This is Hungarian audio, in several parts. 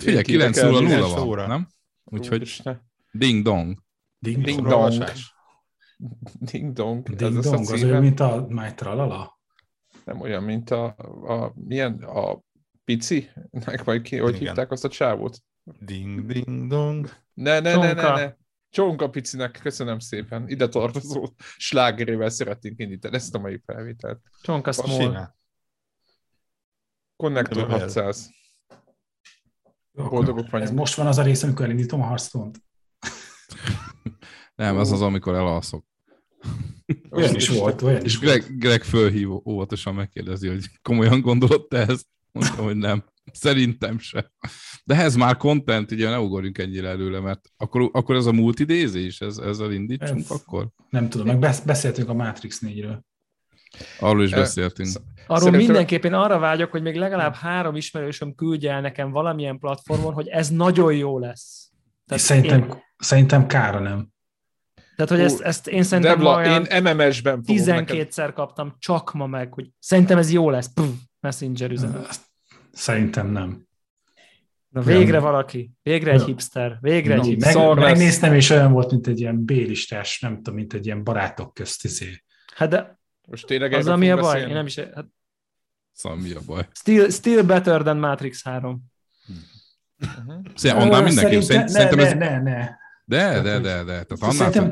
figyelj, 9:00 van, nem? Úgyhogy ding-dong. Ding-dong. Ding-dong. Ding-dong, az olyan, mint a My Tralala? Nem olyan, mint milyen a pici? Majd hogy hívták azt a csávót? Ding-ding-dong. Ne. Csonka picinek, köszönöm szépen. Ide tartozó slágerével szeretnénk indítani ezt a mai felvételt. Csonka Small. Connector 600. Boldogok vagyunk. Ez most van az a rész, amikor elindítom a Hearthstone-t? Nem, az, amikor elalszok. Olyan is volt. És Greg fölhív, óvatosan megkérdezi, hogy komolyan gondolod te ezt? Mondtam, hogy nem. Szerintem se. De ez már content, ugye ne ugorjunk ennyire előle, mert akkor ez a multidézés, ezzel indítsunk akkor? Nem tudom, meg beszéltünk a Matrix 4-ről. Arról is beszéltünk. Arról mindenképpen arra vágyok, hogy még legalább 3 ismerősöm küldje el nekem valamilyen platformon, hogy ez nagyon jó lesz. Szerintem kára nem. Tehát, hogy ezt én szerintem én MMS-ben fogom 12-szer kaptam csak ma meg, hogy szerintem ez jó lesz. Messenger üzenet. Szerintem nem. Na végre valaki, végre egy hipster, végre egy hipster. Megnéztem, és olyan volt, mint egy ilyen B-listás, nem tudom, mint egy ilyen barátok közt izé. Hát de most tényleg az, ami a baj, én nem is... Hát... Szóval mi a baj? Still better than Matrix 3. Annál mindenki. Szerintem ez... Ne. De. Tehát szerintem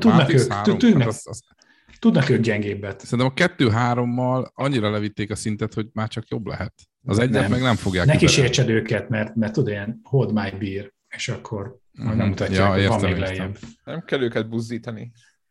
tudnak ők gyengébbet. Szerintem a 2-3-mal annyira levitték a szintet, hogy már csak jobb lehet. Az egyet meg nem fogják. Ne kísértsed őket, mert tudod, ilyen hold my beer, és akkor majd nem mutatják, hogy van még lejjebb. Nem kell őket buzzítani.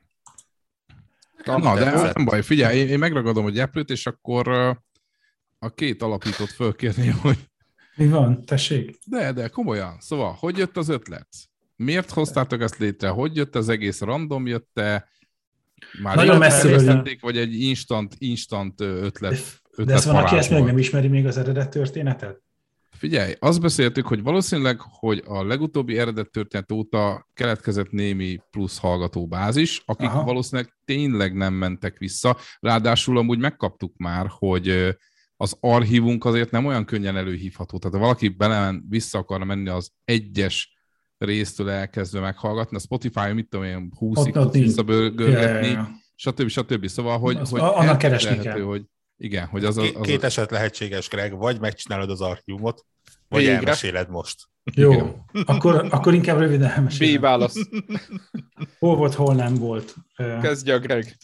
Na, de nem baj. Figyelj, én megragadom a gyeplőt, és akkor a 2 alapítót fölkérni, hogy... Mi van? Tessék? De komolyan. Szóval, hogy jött az ötlet? Miért hoztátok ezt létre? Hogy jött az egész? Random jött-e? Már nagyon messziről vagy egy instant ötlet? De ez van, aki ezt meg nem ismeri még az eredet történetet? Figyelj, azt beszéltük, hogy valószínűleg, hogy a legutóbbi eredet történet óta keletkezett némi plusz hallgatóbázis, akik valószínűleg tényleg nem mentek vissza. Ráadásul amúgy megkaptuk már, hogy az archívunk azért nem olyan könnyen előhívható. Tehát ha valaki vissza akarna menni az 1-es résztől elkezdve meghallgatni, a Spotify-on mit tudom én 20-ig tudsz visszabörgetni, stb. Szóval, hogy annak keresni kell. Hogy igen, hogy az 2 eset lehetséges, Greg, vagy megcsinálod az archívumot, vagy elmeséled most. Jó, akkor inkább röviden elmeséled. B válasz. Hol volt, hol nem volt. Kezdje a Greg.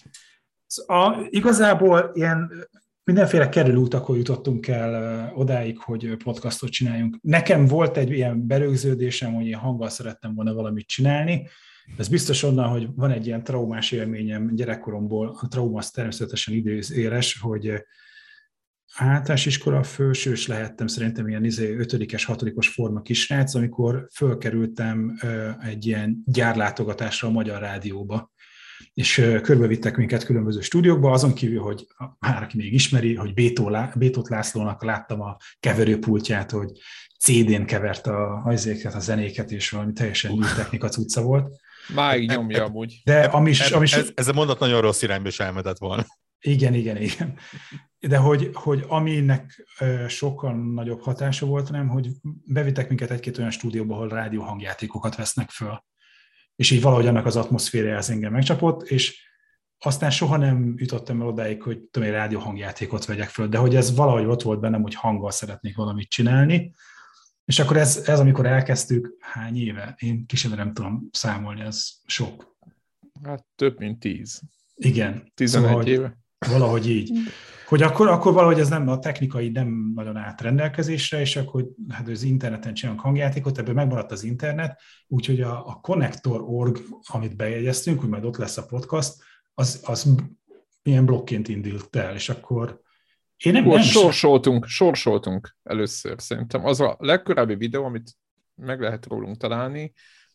Igazából ilyen mindenféle kerülútakon jutottunk el odáig, hogy podcastot csináljunk. Nekem volt egy ilyen berögződésem, hogy én hanggal szerettem volna valamit csinálni. Ez biztos onnan, hogy van egy ilyen traumás élményem gyerekkoromból. A trauma az természetesen időéres, hogy általános iskola fősős lehettem, szerintem ilyen 5-es, 6-os forma kisrác, amikor fölkerültem egy ilyen gyárlátogatásra a Magyar Rádióba. És körbevittek minket különböző stúdiókba, azon kívül, hogy már aki még ismeri, hogy Bétót Lászlónak láttam a keverőpultját, hogy CD-n kevert a zenéket, és valami teljesen új technika cucca volt. Máig nyomja amúgy. De ez a mondat nagyon rossz irányba is elmetett volna. Igen. De hogy aminek sokkal nagyobb hatása volt, nem, hogy bevittek minket 1-2 olyan stúdióba, ahol rádióhangjátékokat vesznek föl. És így valahogy annak az atmoszférája az engem megcsapott, és aztán soha nem jutottam el odáig, hogy tudom, egy rádióhangjátékot vegyek föl, de hogy ez valahogy ott volt bennem, hogy hanggal szeretnék valamit csinálni, és akkor ez amikor elkezdtük, hány éve? Én kicsit nem tudom számolni, ez sok. Hát több mint 10. Igen. 11 szóval, éve. Valahogy így. Hogy akkor valahogy ez nem, a technikai nem nagyon állt rendelkezésre, és akkor hát az interneten csinálunk hangjátékot, ebből megmaradt az internet, úgyhogy a Connector.org, amit bejegyeztünk, hogy majd ott lesz a podcast, az milyen blokként indult el, és akkor én nem sorsoltunk először szerintem. Az a legkorábbi videó, amit meg lehet rólunk találni,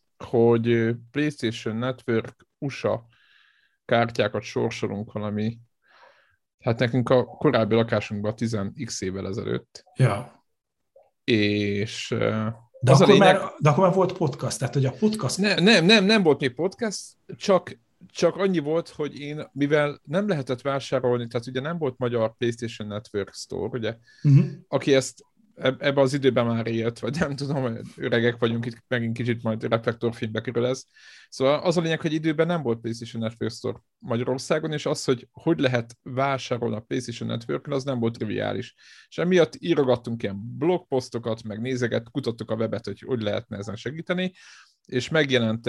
hogy PlayStation Network USA kártyákat sorsolunk valami. Hát nekünk a korábbi lakásunkban 10x évvel ezelőtt. Ja. És... De akkor már volt podcast, tehát hogy a podcast... Nem volt még podcast, csak annyi volt, hogy én, mivel nem lehetett vásárolni, tehát ugye nem volt magyar PlayStation Network Store, ugye, aki ezt ebbe az időben már élt, vagy nem tudom, öregek vagyunk itt, megint kicsit majd reflektorfénybe kerül ez. Szóval az a lényeg, hogy időben nem volt PlayStation Network Store Magyarországon, és az, hogy lehet vásárolni a PlayStation Network-en, az nem volt triviális. És emiatt írogattunk ilyen blogposztokat, meg kutattuk a webet, hogy lehetne ezen segíteni, és megjelent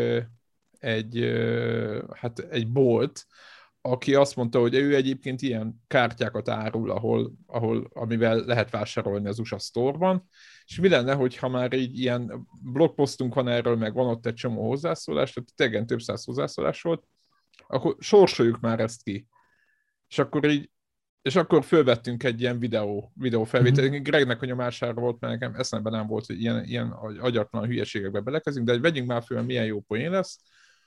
egy bolt, aki azt mondta, hogy ő egyébként ilyen kártyákat árul, amivel lehet vásárolni az USA Store-ban, és mi lenne, hogyha már így ilyen blogposztunk van erről, meg van ott egy csomó hozzászólás, tehát tényleg több száz hozzászólás volt, akkor sorsoljuk már ezt ki. És akkor fölvettünk egy ilyen videó felvételt. Gregnek a nyomására volt, mert nekem eszemben nem volt, hogy ilyen agyatlan hülyeségekbe belekezünk, de vegyünk már föl, milyen jó poén lesz.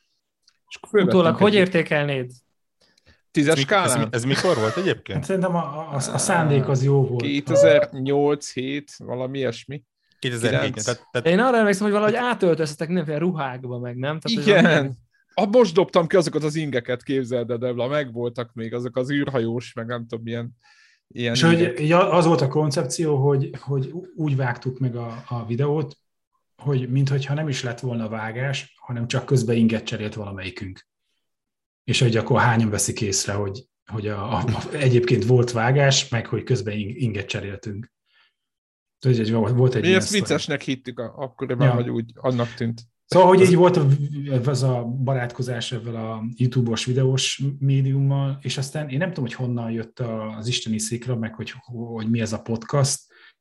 Utólag hogy értékelnéd? 10-es skálán? Ez mikor volt egyébként? Szerintem a szándék az jó volt. 2008-7, valami ilyesmi. 2007. Tehát... Én arra emlékszem, hogy valahogy átöltöztetek mindenféle ruhákba, meg nem? Tehát igen. Most dobtam ki azokat az ingeket, képzeld el, Debla, megvoltak még azok az űrhajós, meg nem tudom, ilyen és hogy az volt a koncepció, hogy úgy vágtuk meg a videót, hogy minthogyha nem is lett volna vágás, hanem csak közben inget cserélt valamelyikünk. És hogy akkor hányan veszik észre, hogy egyébként volt vágás, meg hogy közben inget cseréltünk. Volt egy mi ezt viccesnek hittük akkoriban, hogy úgy annak tűnt. Szóval, hogy így volt ez a barátkozás ezzel a YouTube-os videós médiummal, és aztán én nem tudom, hogy honnan jött az isteni szikra, meg hogy mi ez a podcast,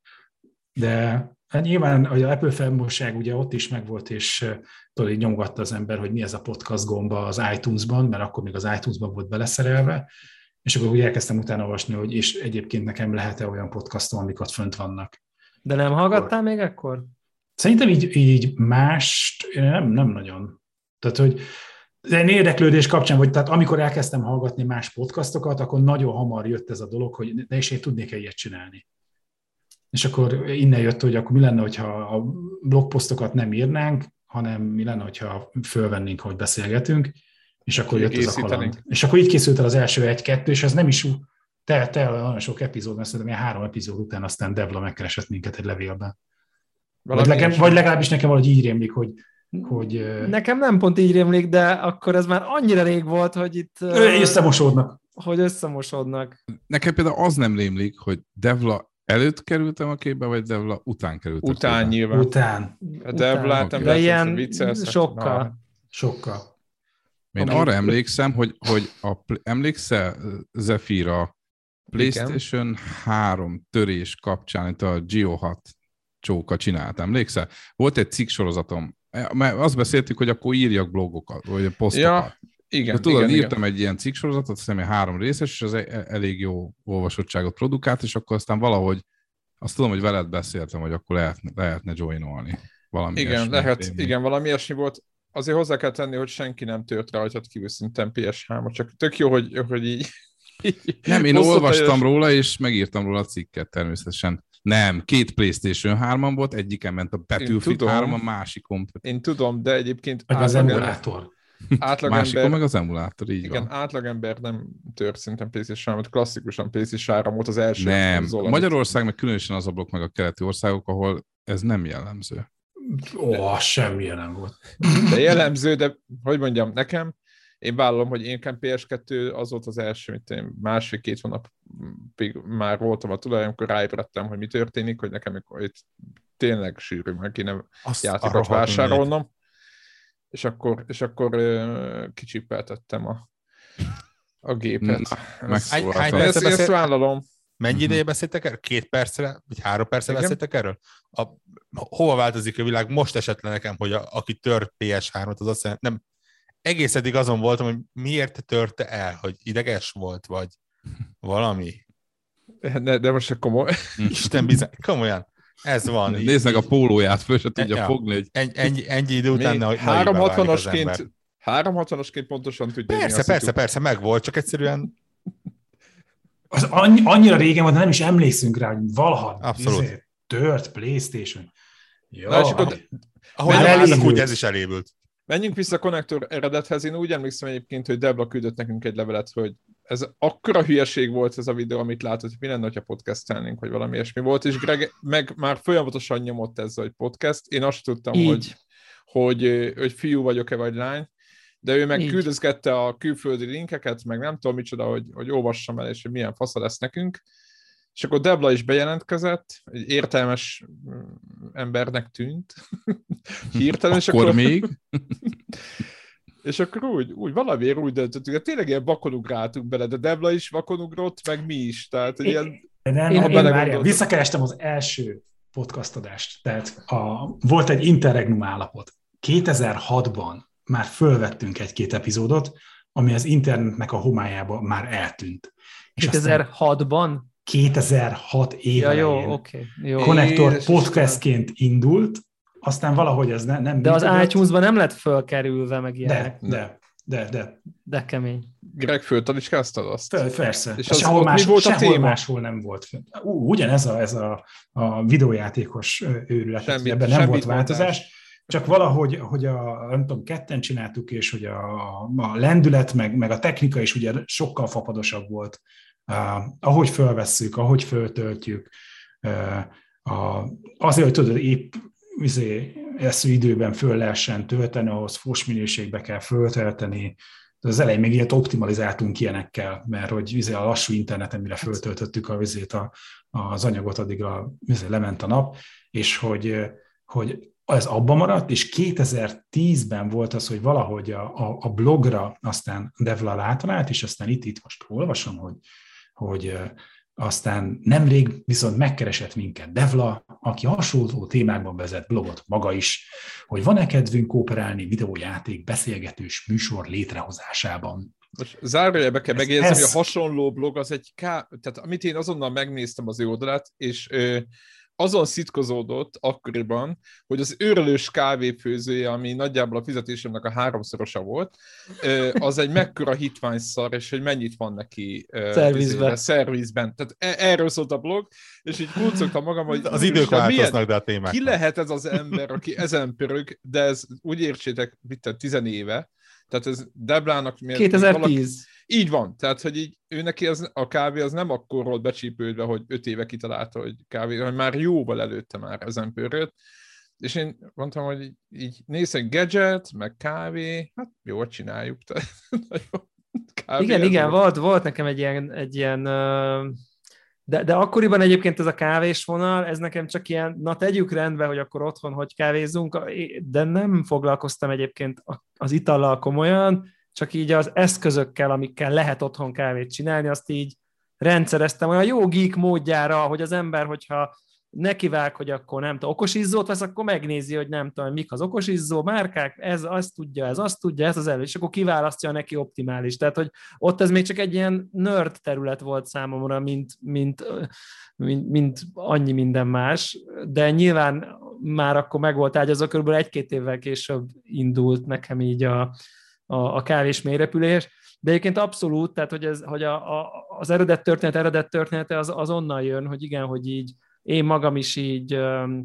de nyilván az Apple felmosság ugye ott is megvolt, és tudod, így nyomogatta az ember, hogy mi ez a podcast gomba az iTunes-ban, mert akkor még az iTunes-ban volt beleszerelve, és akkor úgy elkezdtem utána olvasni, hogy és egyébként nekem lehet-e olyan podcastom, amik ott fönt vannak. De nem hallgattál még akkor? Szerintem így mást nem nagyon. Tehát, hogy érdeklődés kapcsán, vagy tehát amikor elkezdtem hallgatni más podcastokat, akkor nagyon hamar jött ez a dolog, hogy de és én tudnék ilyet csinálni. És akkor innen jött, hogy akkor mi lenne, hogyha a blogposztokat nem írnánk, hanem mi lenne, hogyha fölvennénk, hogy beszélgetünk, és akkor jött ez a kaland. És akkor így készült el az első 1-2, és ez nem is te olyan sok epizód, mert szerintem ilyen 3 epizód után aztán Devla megkeresett minket egy levélben. Vagy legalábbis nekem valahogy így rémlik, hogy... Nekem nem pont így rémlik, de akkor ez már annyira rég volt, hogy itt... Összemosódnak. Nekem például az nem rémlik, hogy Devla előtt kerültem a képbe, vagy Devla után kerültem a képbe? Után nyilván. Után. Devla nem de ilyen sokkal. Én arra emlékszem, hogy emlékszel, Zephyr, a PlayStation 3 törés kapcsán, itt a Geo6 csóka csinált, emlékszel? Volt egy cikk sorozatom, mert azt beszéltük, hogy akkor írjak blogokat, vagy posztokat. Ja, igen. Tudod, írtam egy ilyen cikk sorozatot, azt hiszem 3 részes, és az elég jó olvasottságot produkált, és akkor aztán valahogy azt tudom, hogy veled beszéltem, hogy akkor lehetne joinolni. Valami igen, igen, valami ilyesmi volt. Azért hozzá kell tenni, hogy senki nem tört rá, hogy kívül szinten PS3-at, csak tök jó, hogy így... Nem, én olvastam róla, és megírtam róla a cikket természetesen. Nem, 2 PlayStation 3-an volt, egyiken ment a Battlefield 3, a másikon. Én tudom, de egyébként... Az emulátor. Másikon meg az emulátor, így igen, van. Átlagember nem tört szinten PlayStation 3-ot, klasszikusan PlayStation 3 volt az első. Nem, Magyarország meg különösen az a blokk meg a keleti országok, ahol ez nem jellemző. Semmi nem volt. De jellemző, de hogy mondjam, nekem, én vállalom, hogy én PS2 az volt az első, mint én 1,5-2 hónapig már voltam a tulaj, amikor ráébredtem, hogy mi történik, hogy nekem itt tényleg sűrű, meg kéne játékot vásárolnom. És akkor kicsippeltettem a gépet. Ezt vállalom. Mennyi ideje beszéltek erről? 2 percre, vagy 3 percre beszéltek erről? Hova változik a világ? Most esett le nekem, hogy aki tört PS3-ot, az azt jelenti, nem, egész eddig azon voltam, hogy miért törte el, hogy ideges volt, vagy valami. De most komoly. Isten bizony, komolyan. Ez van. Nézd meg a pólóját, föl se tudja fogni. Hogy... Ennyi idő után 360-asként pontosan tudja. Persze, megvolt, csak egyszerűen az annyira régen van, de nem is emlékszünk rá, hogy valaha tört PlayStation. Jó, ahogy elég úgy ez is elébült. Menjünk vissza a konnektor eredethez. Én úgy emlékszem egyébként, hogy Debla küldött nekünk egy levelet, hogy ez akkora hülyeség volt ez a videó, amit látod, hogy mi lenne, ha podcastelnénk, vagy valami ilyesmi volt, és Greg meg már folyamatosan nyomott ezzel, hogy podcast. Én azt tudtam, hogy fiú vagyok-e, vagy lány, de ő meg küldözgette a külföldi linkeket, meg nem tudom micsoda, hogy olvassam el, és hogy milyen fasza lesz nekünk. És akkor Debla is bejelentkezett, egy értelmes embernek tűnt. Hirtelen, akkor még? És akkor úgy valamiért úgy döntöttük, de tényleg ilyen vakonugráltunk bele, de Debla is vakonugrott, meg mi is. Tehát, én visszakerestem az első podcastadást. Tehát volt egy interregnum állapot. 2006-ban már fölvettünk egy-két epizódot, ami az internetnek a homályába már eltűnt. 2006-ban? 2006 évelején. Jó. Konnektor podcastként indult, aztán valahogy ez nem de működött. Az iTunes-ban nem lett fölkerülve, meg ilyenek. De kemény. Greg föltaliskáztad azt? Persze. És sehol máshol nem volt. Ugyanez a videójátékos őrület, ebben nem volt változás. Csak valahogy, hogy nem tudom, ketten csináltuk, és hogy a lendület, meg a technika is ugye sokkal fapadosabb volt. Ahogy fölvesszük, ahogy föltöltjük. Azért, hogy tudod, épp eszű időben föl lehessen tölteni, ahhoz fos minőségbe kell föltölteni. Az elején még ilyet optimalizáltunk ilyenekkel, mert hogy a lassú interneten, mire föltöltöttük az anyagot, addigra lement a nap, és hogy ez abba maradt, és 2010-ben volt az, hogy valahogy a blogra aztán Devla rátalált, és aztán itt most olvasom, hogy aztán nemrég viszont megkeresett minket Devla, aki hasonló témákban vezet blogot maga is, hogy van-e kedvünk kooperálni videójáték beszélgetős műsor létrehozásában. Most zárójelbe kell megjegyezni, hogy a hasonló blog az tehát amit én azonnal megnéztem az ő oldalát, és azon szitkozódott akkoriban, hogy az őrölős kávéfőzője, ami nagyjából a fizetésemnek a 3-szorosa volt, az egy mekkora hitványszar, és hogy mennyit van neki szervizben. Tehát erről szólt a blog, és így kulcogtam magam, hogy az idők változnak, de a témák. Ki lehet ez az ember, aki ezen pörög, de ez úgy értsétek, 10 éve, tehát ez Deblának... 2010. Így van, tehát hogy így ő neki a kávé az nem akkor volt becsípődve, hogy 5 éve kitalálta, hogy kávé, hanem már jóval előtte már ezen pörölt. És én mondtam, hogy így nézek gadget, meg kávé, hát jól csináljuk. Igen, volt nekem egy ilyen de akkoriban egyébként ez a kávés vonal, ez nekem csak ilyen, na tegyük rendbe, hogy akkor otthon hogy kávézzunk, de nem foglalkoztam egyébként az itallal komolyan, csak így az eszközökkel, amikkel lehet otthon kávét csinálni, azt így rendszereztem olyan jó geek módjára, hogy az ember, hogyha nekivág, hogy akkor nem tudom, okosizzót vesz, akkor megnézi, hogy nem tudom, mik az okosizzó márkák, ez azt tudja, ez az elő, és akkor kiválasztja a neki optimális. Tehát, hogy ott ez még csak egy ilyen nerd terület volt számomra, mint annyi minden más, de nyilván már akkor meg volt ágyazva, körülbelül 1-2 évvel később indult nekem így a kávés mélyrepülés, de egyébként abszolút, tehát hogy az eredet története az onnan jön, hogy igen, hogy így én magam is így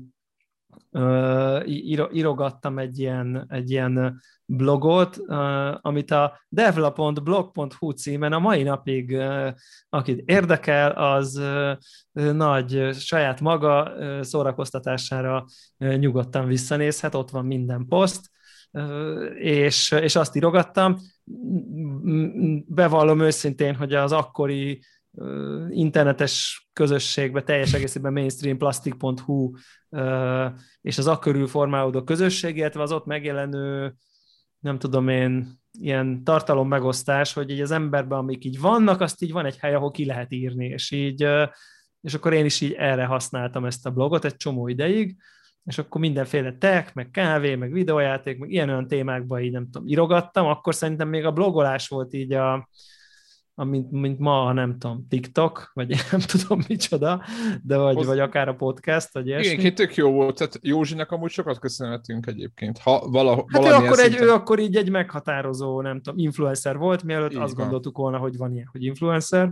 írogattam egy ilyen blogot, amit a devla.blog.hu címen a mai napig, akit érdekel, az nagy saját maga szórakoztatására nyugodtan visszanézhet, ott van minden poszt, és azt írogattam. Bevallom őszintén, hogy az akkori internetes közösségbe, teljes egészében mainstream plastic.hu és az akkörül formálódó közösség, illetve az ott megjelenő, nem tudom én, ilyen tartalom megosztás, hogy így az emberben, amik így vannak, azt így van egy hely, ahol ki lehet írni, és akkor én is így erre használtam ezt a blogot egy csomó ideig, és akkor mindenféle tech, meg kávé, meg videójáték, meg ilyen-olyan témákban így nem tudom, írogattam, akkor szerintem még a blogolás volt így mint ma, nem tudom, TikTok, vagy nem tudom micsoda, de vagy akár a podcast, vagy ilyesmi. Igen, tök jó volt, tehát Józsinak amúgy sokat köszönhetünk egyébként. Ő akkor így egy meghatározó, nem tudom, influencer volt, mielőtt azt gondoltuk volna, hogy van ilyen, hogy influencer.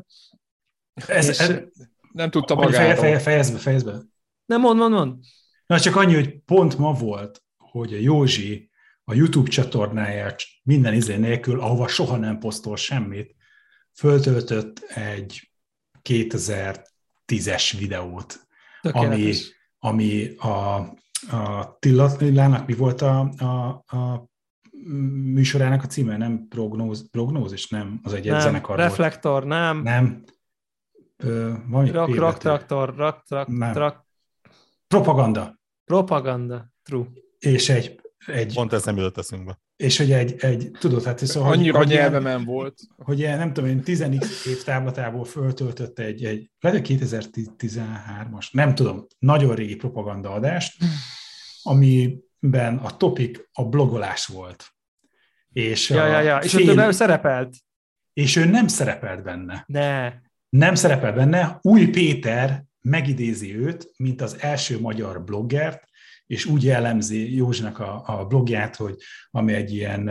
Nem tudta magáról. Fejezd be. Nem, mond. Na, csak annyi, hogy pont ma volt, hogy a Józsi a YouTube csatornáját minden nélkül, ahova soha nem posztol semmit, föltöltött egy 2010-es videót, ami a Tillának mi volt a műsorának a címe? Nem prognózis, nem, az egy zenekar Reflektor, volt. Nem. Traktor. Propaganda. True. És egy pont ez nem jutott eszünkbe. És hogy egy tudod, hát szóval, annyira nyelvemen volt. Hogy nem tudom, én 10x év távlatából föltöltött egy lehet 2013-as, nem tudom, nagyon régi propaganda adást, amiben a topik a blogolás volt. És és ő szerepelt. És ő nem szerepelt benne. Nem szerepelt benne. Új Péter megidézi őt, mint az első magyar bloggert, és úgy jellemzi Józsinak a blogját, hogy ami egy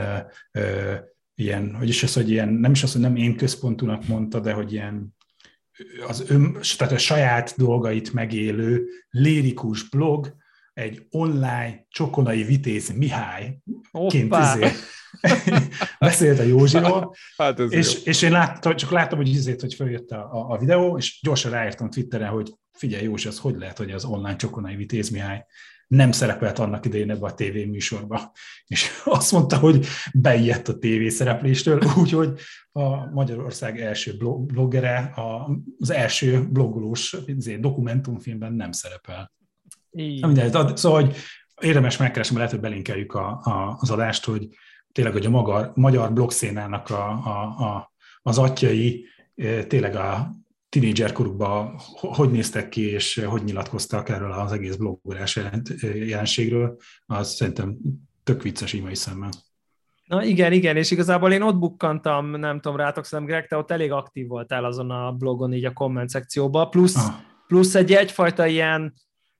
ilyen hogy is az, hogy ilyen, nem is az, hogy nem én központúnak mondta, de hogy ilyen tehát a saját dolgait megélő lirikus blog, egy online Csokonai Vitéz Mihályként beszélt a Józsiról, hát és én csak láttam, hogy följött a videó, és gyorsan ráírtam Twitteren, hogy figyelj Józsi, az hogy lehet, hogy az online Csokonai Vitéz Mihály nem szerepelt annak idején ebbe a tévéműsorba. És azt mondta, hogy beijedt a tévészerepléstől, úgyhogy a Magyarország első bloggere az első bloggolós dokumentumfilmben nem szerepel. Szóval, hogy érdemes megkeresni, mert lehet, hogy belinkeljük az adást, hogy tényleg, hogy a magyar blogszénának az atyai tényleg a tínédzserkorukban hogy néztek ki, és hogy nyilatkoztak erről az egész bloggolás jelenségről, az szerintem tök vicces így mai szemmel. Na igen, és igazából én ott bukkantam, nem tudom, rátok szerintem, Greg, te ott elég aktív voltál azon a blogon, így a komment szekcióban, plusz egyfajta ilyen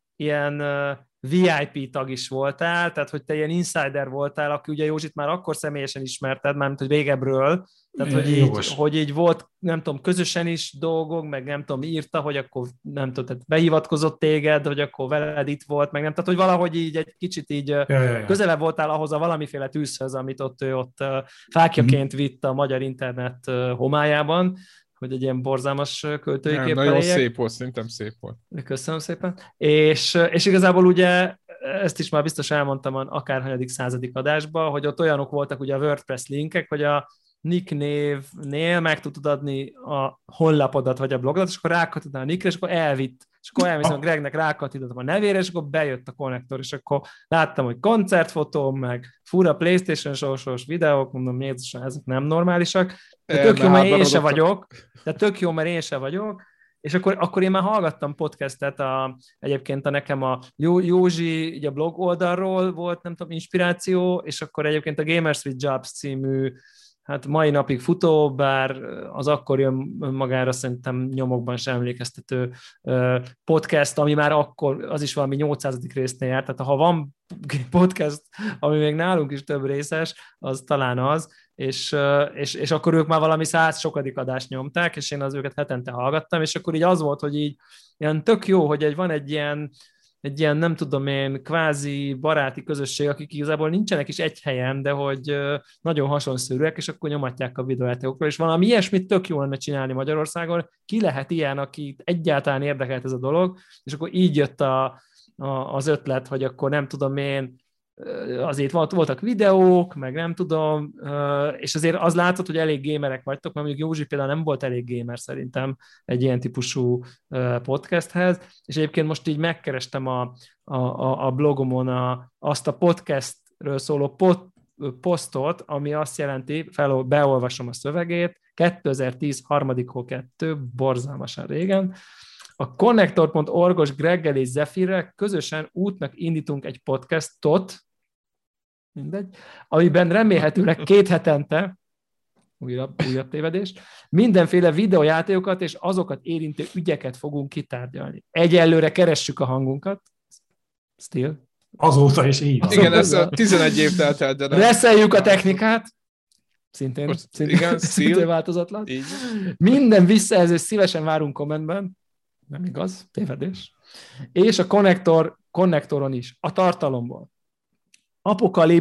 VIP tag is voltál, tehát hogy te ilyen insider voltál, aki ugye Józsit már akkor személyesen ismerted, mármint hogy régebről, tehát hogy így volt, nem tudom, közösen is dolgok, meg nem tudom, írta, hogy akkor nem tudom, tehát behivatkozott téged, hogy akkor veled itt volt, meg nem, tehát hogy valahogy így egy kicsit így közelebb voltál ahhoz a valamiféle tűzhöz, amit ő ott fákjaként vitt a magyar internet homályában, hogy egy ilyen borzalmas költői képpel nagyon szép volt, szerintem szép volt. Köszönöm szépen. És igazából ugye, ezt is már biztos elmondtam akárhanyadik századik adásban, hogy ott olyanok voltak ugye a WordPress linkek, hogy a nick névnél meg tudod adni a honlapodat vagy a blogodat, és akkor rákattintál a nickre, és akkor elvitt. És akkor elviszem, Gregnek rákattintottam a nevére, és akkor bejött a konnektor, és akkor láttam, hogy koncertfotóm, meg fura PlayStation show-sos videók, mondom, Jézusom, ezek nem normálisak, de tök jó, mert én se vagyok, és akkor én már hallgattam podcastet, egyébként nekem a Józsi így a blog oldalról volt, nem tudom, inspiráció, és akkor egyébként a Gamers with Jobs című, hát mai napig futó, bár az akkor jön magára szerintem nyomokban sem emlékeztető podcast, ami már akkor, az is valami 800. résznél járt, tehát ha van podcast, ami még nálunk is több részes, az talán az, és akkor ők már valami 100 sokadik adást nyomták, és én az őket hetente hallgattam, és akkor így az volt, hogy így ilyen tök jó, hogy van egy ilyen, nem tudom én, kvázi baráti közösség, akik igazából nincsenek is egy helyen, de hogy nagyon hasonszörűek, és akkor nyomatják a videójátékokról, és valami ilyesmit tök jó lenne csinálni Magyarországon, ki lehet ilyen, akit egyáltalán érdekelt ez a dolog, és akkor így jött az ötlet, hogy akkor nem tudom én, azért voltak videók, meg nem tudom, és azért az látszott, hogy elég gamerek vagytok, mert mondjuk Józsi például nem volt elég gamer szerintem egy ilyen típusú podcasthez, és egyébként most így megkerestem a blogomon azt a podcastről szóló posztot, ami azt jelenti, beolvasom a szövegét, 2010 3.2, borzalmasan régen, a Connector.org-os Greggel és Zephyr-rel közösen útnak indítunk egy podcastot, mindegy, amiben remélhetőleg 2 hetente, újabb tévedés, mindenféle videójátékokat és azokat érintő ügyeket fogunk kitárgyalni. Egyelőre keressük a hangunkat, still. Azóta is így van. Igen, ez a 11 év telt el, de nem. Reszeljük a technikát, szintén változatlan. Így. Minden visszajelzést szívesen várunk kommentben, nem igaz, tévedés. És a konnektoron is, a tartalomból.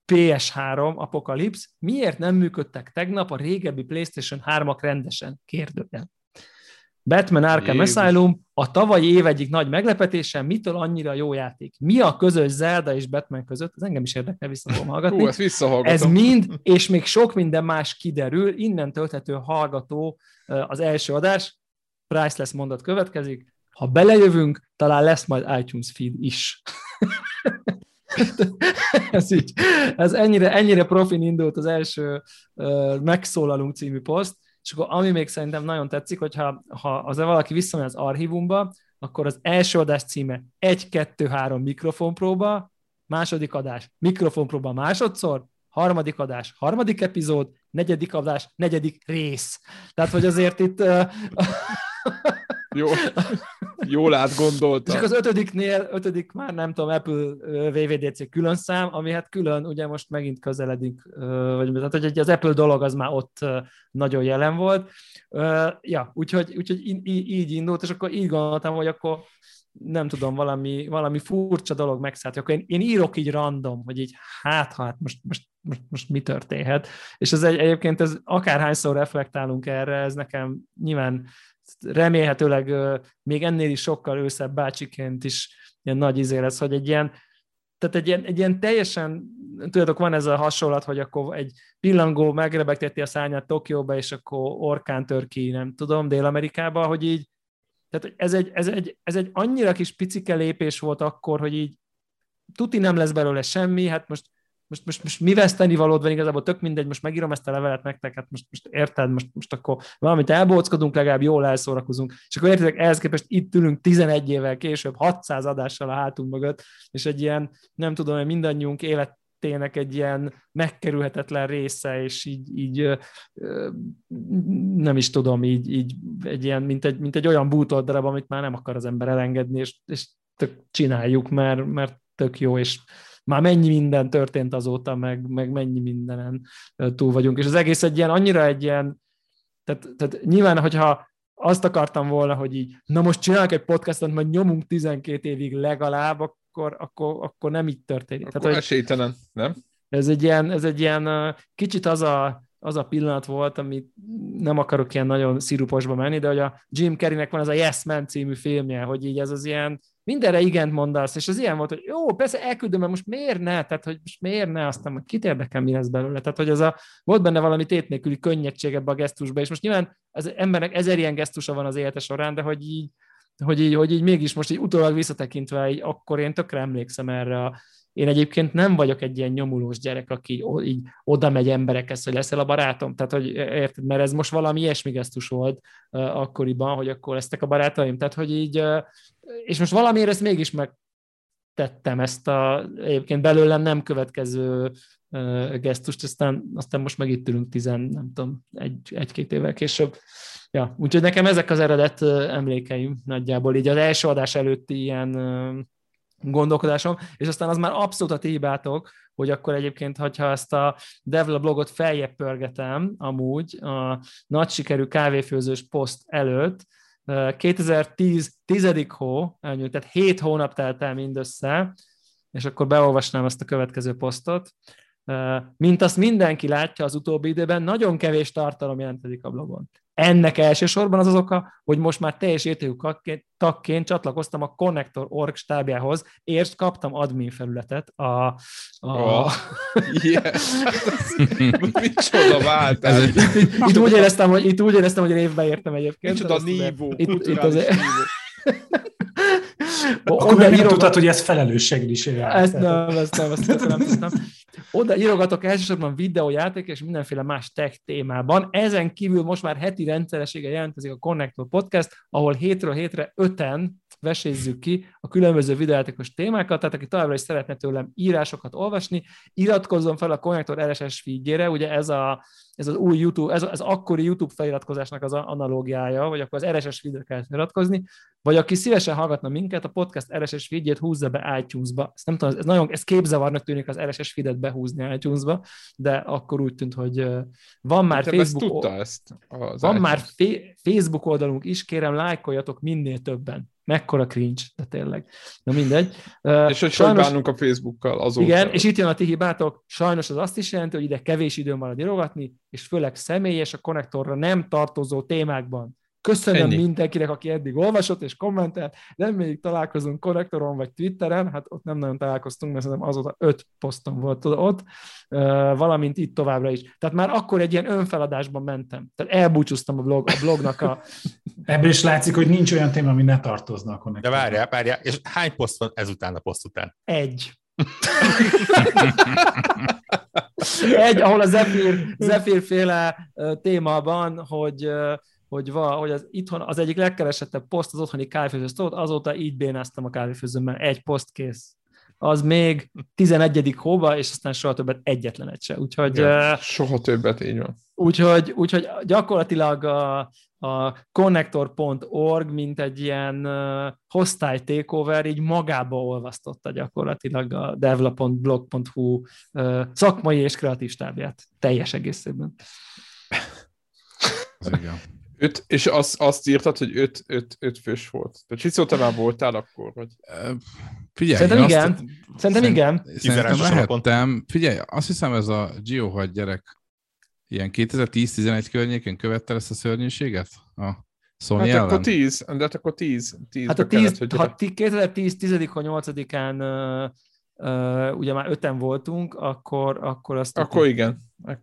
PS3 Apocalypse, miért nem működtek tegnap a régebbi PlayStation 3-ak rendesen? Kérdőjel. Batman Arkham Asylum, a tavalyi év egyik nagy meglepetése, mitől annyira jó játék? Mi a közös Zelda és Batman között? Ez engem is érdekel, vissza fogom hallgatni. Ezt visszahallgatom. Ez mind, és még sok minden más kiderül, innen tölthető hallgató az első adás. Priceless mondat következik. Ha belejövünk, talán lesz majd iTunes feed is. Ez ennyire profin indult az első Megszólalunk című poszt, és akkor ami még szerintem nagyon tetszik, hogyha az valaki visszamegy az archívumba, akkor az első adás címe 1-2-3 mikrofonpróba, második adás mikrofonpróba másodszor, harmadik adás harmadik epizód, negyedik adás negyedik rész. Tehát, hogy azért itt... Jól átgondoltam. És az ötödik már nem tudom, Apple WWDC külön szám, ami hát külön, ugye most megint közeledik, tehát az Apple dolog az már ott nagyon jelen volt. Ja, úgyhogy így indult, és akkor így gondoltam, hogy akkor nem tudom, valami furcsa dolog megszállt, akkor én írok így random, hogy így hát most mi történhet. És egyébként ez akárhányszor reflektálunk erre, ez nekem nyilván remélhetőleg még ennél is sokkal őszebb bácsiként is ilyen nagy izé lesz, hogy egy ilyen teljesen, tudjátok, van ez a hasonlat, hogy akkor egy pillangó megrebegteti a szárnyát Tokióba, és akkor orkán tör ki, nem tudom, Dél-Amerikába, hogy így, tehát ez egy annyira kis picike lépés volt akkor, hogy így tuti nem lesz belőle semmi, hát most mi vesztenivalód van, igazából tök mindegy, most megírom ezt a levelet nektek, hát most érted, most akkor valamit elbóckodunk, legalább jól elszórakozunk, és akkor értitek, ehhez képest itt ülünk 11 évvel később, 600 adással a hátunk mögött, és egy ilyen, nem tudom, hogy mindannyiunk életének egy ilyen megkerülhetetlen része, és így nem is tudom, így egy ilyen, mint egy olyan bútolt darab, amit már nem akar az ember elengedni, és tök csináljuk, mert tök jó, és már mennyi minden történt azóta, meg mennyi mindenen túl vagyunk. És az egész annyira egy ilyen, tehát nyilván, hogyha azt akartam volna, hogy így, na most csinálok egy podcastot, majd nyomunk 12 évig legalább, akkor nem így történik. Akkor tehát, esélytelen, nem? Ez egy ilyen kicsit az a pillanat volt, amit nem akarok ilyen nagyon sziruposba menni, de hogy a Jim Carreynek van ez a Yes Man című filmje, hogy így ez az ilyen mindenre igent mondasz, és az ilyen volt, hogy jó, persze elküldöm, mert most miért ne? Tehát, hogy most miért ne? Aztán majd kit érdekel, mi lesz belőle. Tehát, hogy volt benne valami tét nélküli könnyedség ebbe a gesztusba, és most nyilván az embernek 1000 ilyen gesztusa van az élete során, de hogy így mégis most így utólag visszatekintve, így akkor én tökre emlékszem erre. Én egyébként nem vagyok egy ilyen nyomulós gyerek, aki így oda megy emberekhez, hogy leszel a barátom. Tehát, hogy érted, mert ez most valami ilyesmi gesztus volt akkoriban, hogy akkor lesztek a barátaim. Tehát, hogy így, és most valamiért ezt mégis megtettem, ezt egyébként belőlem nem következő gesztust, aztán most meg itt ülünk nem tudom, egy-két évvel később. Ja, úgyhogy nekem ezek az eredet emlékeim nagyjából, így az első adás előtti ilyen gondolkodásom, és aztán az már abszolút a ti hibátok, hogy akkor egyébként, hogyha ezt a Devla blogot feljebb pörgetem, amúgy a nagy sikerű kávéfőzős poszt előtt, 2010. 10. hó, tehát 7 hónap telt el mindössze, és akkor beolvasnám azt a következő posztot. Mint azt mindenki látja az utóbbi időben, nagyon kevés tartalom jelentkezik a blogon. Ennek elsősorban az oka, hogy most már teljes értékű tagként csatlakoztam a Connector.org stábjához, és kaptam admin felületet Micsoda váltás! Itt úgy éreztem, hogy évbe értem egyébként. Micsoda nívó, Akkor meg nem tudtad, hogy ez felelősségre is ér. Ezt nem tudtam. Oda írogatok elsősorban videójáték és mindenféle más tech témában. Ezen kívül most már heti rendszerességgel jelentkezik a Connector Podcast, ahol hétről hétre 5-en vesézzük ki a különböző videójátékos témákat, tehát aki továbbra is szeretne tőlem írásokat olvasni, iratkozzon fel a Connector RSS feedjére, ugye ez ez az új YouTube, ez az akkori YouTube feliratkozásnak az analógiája, vagy akkor az RSS feedre kell feliratkozni, vagy aki szívesen hallgatna minket, a podcast RSS feedjét húzza be iTunes-ba. Ezt nem tudom, ez képzavarnak tűnik az RSS feedet behúzni iTunes-ba, de akkor úgy tűnt, hogy van már Facebook oldalunk is, kérem, lájkoljatok minél többen. Mekkora cringe, de tényleg. Na mindegy. És hogy sajnos bánunk a Facebookkal azóta. Igen, és itt jön a ti hibátok. Sajnos az azt is jelenti, hogy ide kevés időm van írogatni, és főleg személyes a konnektorra nem tartozó témákban. Köszönöm mindenkinek, aki eddig olvasott és kommentelt, reméljük találkozunk konnektoron vagy Twitteren, hát ott nem nagyon találkoztunk, mert szerintem azóta 5 posztom volt ott, valamint itt továbbra is. Tehát már akkor egy ilyen önfeladásban mentem. Tehát elbúcsúztam a blognak a... Ebből is látszik, hogy nincs olyan téma, ami ne tartozna a konnektorra. De várjál, és hány poszt van ezután a poszt után? Egy, ahol a Zephyr féle témában, hogy az itthon az egyik legkeresettebb poszt az otthoni kávéfőző sztót, azóta így bénáztam a kávéfőzőmmel, egy poszt kész. Az még 11. hóba, és aztán soha többet egyetlen egy se. Úgyhogy, soha többet, így van. Úgyhogy gyakorlatilag a connector.org, mint egy ilyen hostile takeover, így magába olvasztotta gyakorlatilag a develop.blog.hu szakmai és kreatív stábját teljes egészében. És azt írtad, hogy 5 fős volt. Tehát Csicó, te már voltál akkor? Vagy? Figyelj, Szerintem igen. Szerintem lehettem. Figyelj, azt hiszem ez a Geohagy gyerek ilyen 2010-11 környékén követte ezt a szörnyűséget? A Sony hát ellen? Akkor 10. Hát akkor 10. Hát a 2010 10-8-án ugye már 5-en voltunk, akkor azt... Akkor igen.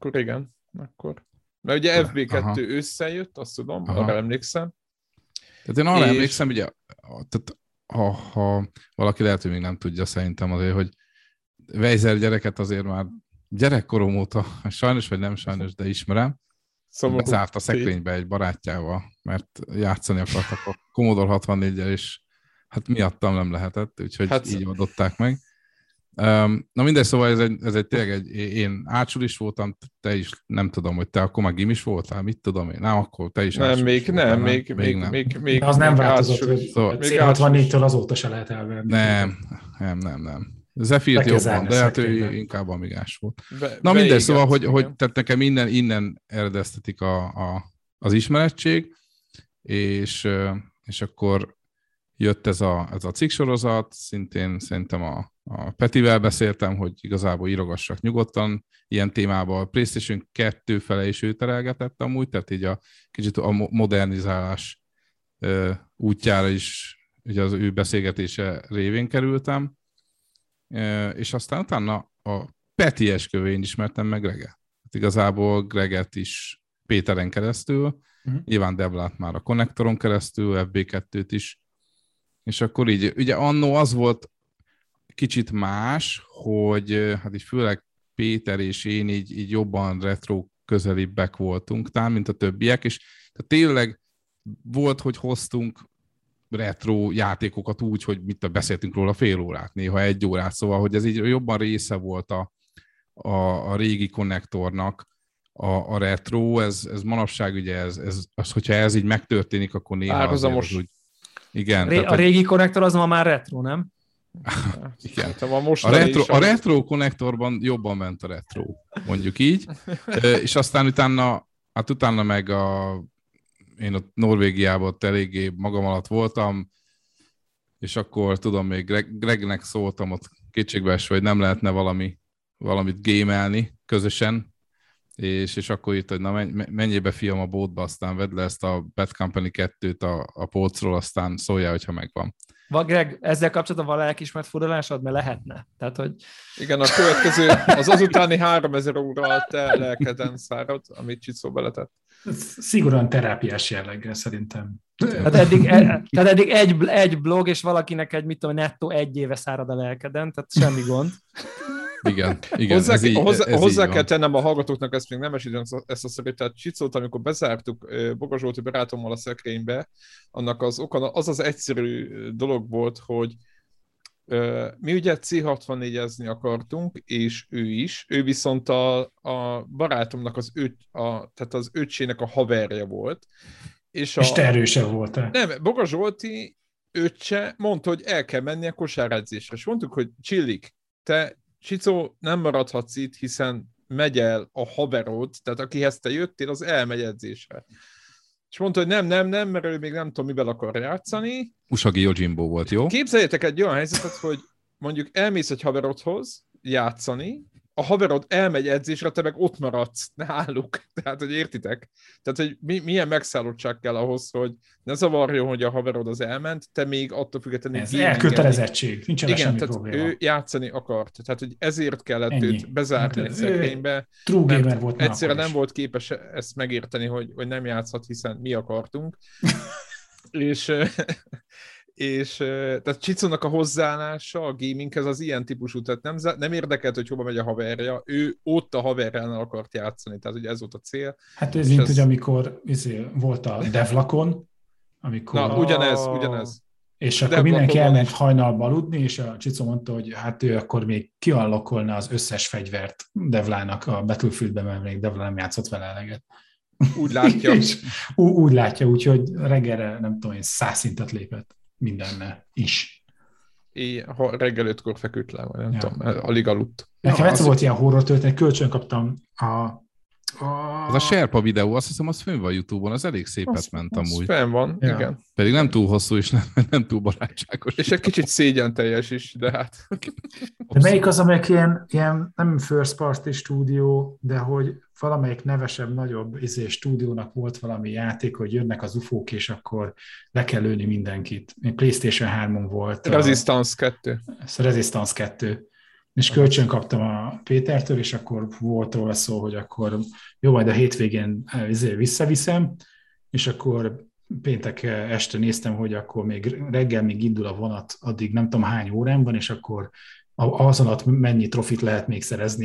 Mert ugye FB2 összejött, azt tudom, arra emlékszem. Tehát én arra emlékszem, ugye, tehát, ha valaki lehet, hogy még nem tudja szerintem azért, hogy Weiser gyereket azért már gyerekkorom óta, sajnos vagy nem sajnos, de ismerem, bezárt a szekrénybe egy barátjával, mert játszani akartak a Commodore 64-el, és hát miattam nem lehetett, úgyhogy így adották meg. Na mindegy, szóval ez egy tényleg én ácsul is voltam, te is nem tudom, hogy te akkor már gimis voltál, mit tudom én? Nem, akkor te is nem, még nem. Az nem változott, hogy C64-től azóta se lehet elvenni. Nem. Zephyrt jobban, de hát ő inkább amigás volt. Na mindegy, szóval, hogy tehát nekem innen eredeztetik az ismerettség, és akkor jött ez a cikksorozat, szintén szerintem a Petivel beszéltem, hogy igazából írogassak nyugodtan ilyen témában. A PlayStation 2 fele is ő terelgetett amúgy, tehát így kicsit a modernizálás útjára is ugye az ő beszélgetése révén kerültem, és aztán utána a Peti esküvőjén ismertem meg Greget. Hát igazából Greget is Péteren keresztül, nyilván Devlát már a konnektoron keresztül, FB2-t is, és akkor így, ugye annó az volt kicsit más, hogy hát így főleg Péter és én így jobban retro közelibbek voltunk, talán, mint a többiek, és tényleg volt, hogy hoztunk retro játékokat úgy, hogy beszéltünk róla fél órát, néha 1 órát, szóval, hogy ez így jobban része volt a régi konnektornak, a retro, ez manapság ugye, hogyha ez így megtörténik, akkor néha azért úgy... Igen. A régi konnektor az ma már retro, nem? Igen. A retro konnektorban jobban ment a retro, mondjuk így, és aztán utána meg én ott Norvégiában ott eléggé magam alatt voltam, és akkor tudom, még Gregnek szóltam ott kétségbeesve, hogy nem lehetne valamit gémelni közösen, és akkor írt, hogy na menjél be fiam a bótba, aztán vedd le ezt a Bad Company 2-t a polcról, aztán szóljál, hogyha megvan. Greg, ezzel kapcsolatban van lelkiismert furdalásod, mert lehetne. Tehát, hogy... Igen, a következő, az azutáni 3000 óra a te lelkeden szárad, amit Csicó beletett. Szigorúan terápiás jelleggel szerintem. Tehát eddig egy blog, és valakinek nettó 1 éve szárad a lelkeden, tehát semmi gond. Igen. Hozzá kell tennem a hallgatóknak, ezt még nem esítem ezt a szövet, tehát Csicót, amikor bezártuk Boga Zsolti barátommal a szekrénybe, annak az oka az egyszerű dolog volt, hogy Mi ugye C64-ezni akartunk, és ő is. Ő viszont a barátomnak tehát az öccsének a haverja volt. És te erősebb voltál. Nem, Boga Zsolti öccse mondta, hogy el kell menni a kosáredzésre. És mondtuk, hogy Csillik, te, Csicó, nem maradhatsz itt, hiszen megy el a haverod, tehát akihez te jöttél, az elmegy edzésre. És mondta, hogy nem, mert ő még nem tudom, mivel akar játszani. Usagi Yojimbo volt, jó? Képzeljétek egy olyan helyzetet, hogy mondjuk elmész egy haverodhoz játszani, a haverod elmegy edzésre, te meg ott maradsz náluk. Tehát, hogy értitek? Tehát, hogy milyen megszállottság kell ahhoz, hogy ne zavarjon, hogy a haverod az elment, te még attól függetlenül... Ez elkötelezettség, nincsen semmi probléma. Ő játszani akart. Tehát, hogy ezért kellett őt bezárni egy szekrénybe. True gamer volt. Egyszerűen nem volt képes ezt megérteni, hogy nem játszhat, hiszen mi akartunk. És tehát Csicónak a hozzáállása a gaminghez az ilyen típusú, tehát nem érdekelt, hogy hova megy a haverja, ő ott a haverjánál akart játszani, tehát ugye ez volt a cél. Hát ez mint, hogy amikor volt a Devlakon, amikor... Na, ugyanez. És akkor mindenki elment hajnalba aludni, és a Csicó mondta, hogy hát ő akkor még kiallokolna az összes fegyvert Devlának a Battlefieldben, mert még Devla nem játszott vele eleget. Úgy látja. úgy látja, úgyhogy reggelre, nem tudom én, 100 szintet lépett mindennel is. Ha reggel 5-kor feküdt le, vagy nem tudom, alig aludt. Nekem egyszer volt ilyen horror történet, kölcsön kaptam az a Sherpa videó, azt hiszem, az fönn van YouTube-on, az elég szépet ment amúgy. Fenn van, ja. Igen. Pedig nem túl hosszú, és nem túl barátságos. És egy kicsit szégyenteljes is, de hát... De melyik az, amelyik ilyen nem first party stúdió, de hogy valamelyik nevesebb, nagyobb stúdiónak volt valami játék, hogy jönnek az ufók, és akkor le kell lőni mindenkit. PlayStation 3-on volt. Resistance 2. Resistance 2. És kölcsön kaptam a Pétertől, és akkor volt róla szó, hogy akkor jó, majd a hétvégén visszaviszem, és akkor péntek este néztem, hogy akkor még reggel még indul a vonat, addig nem tudom hány órán van, és akkor azon alatt mennyi trofit lehet még szerezni.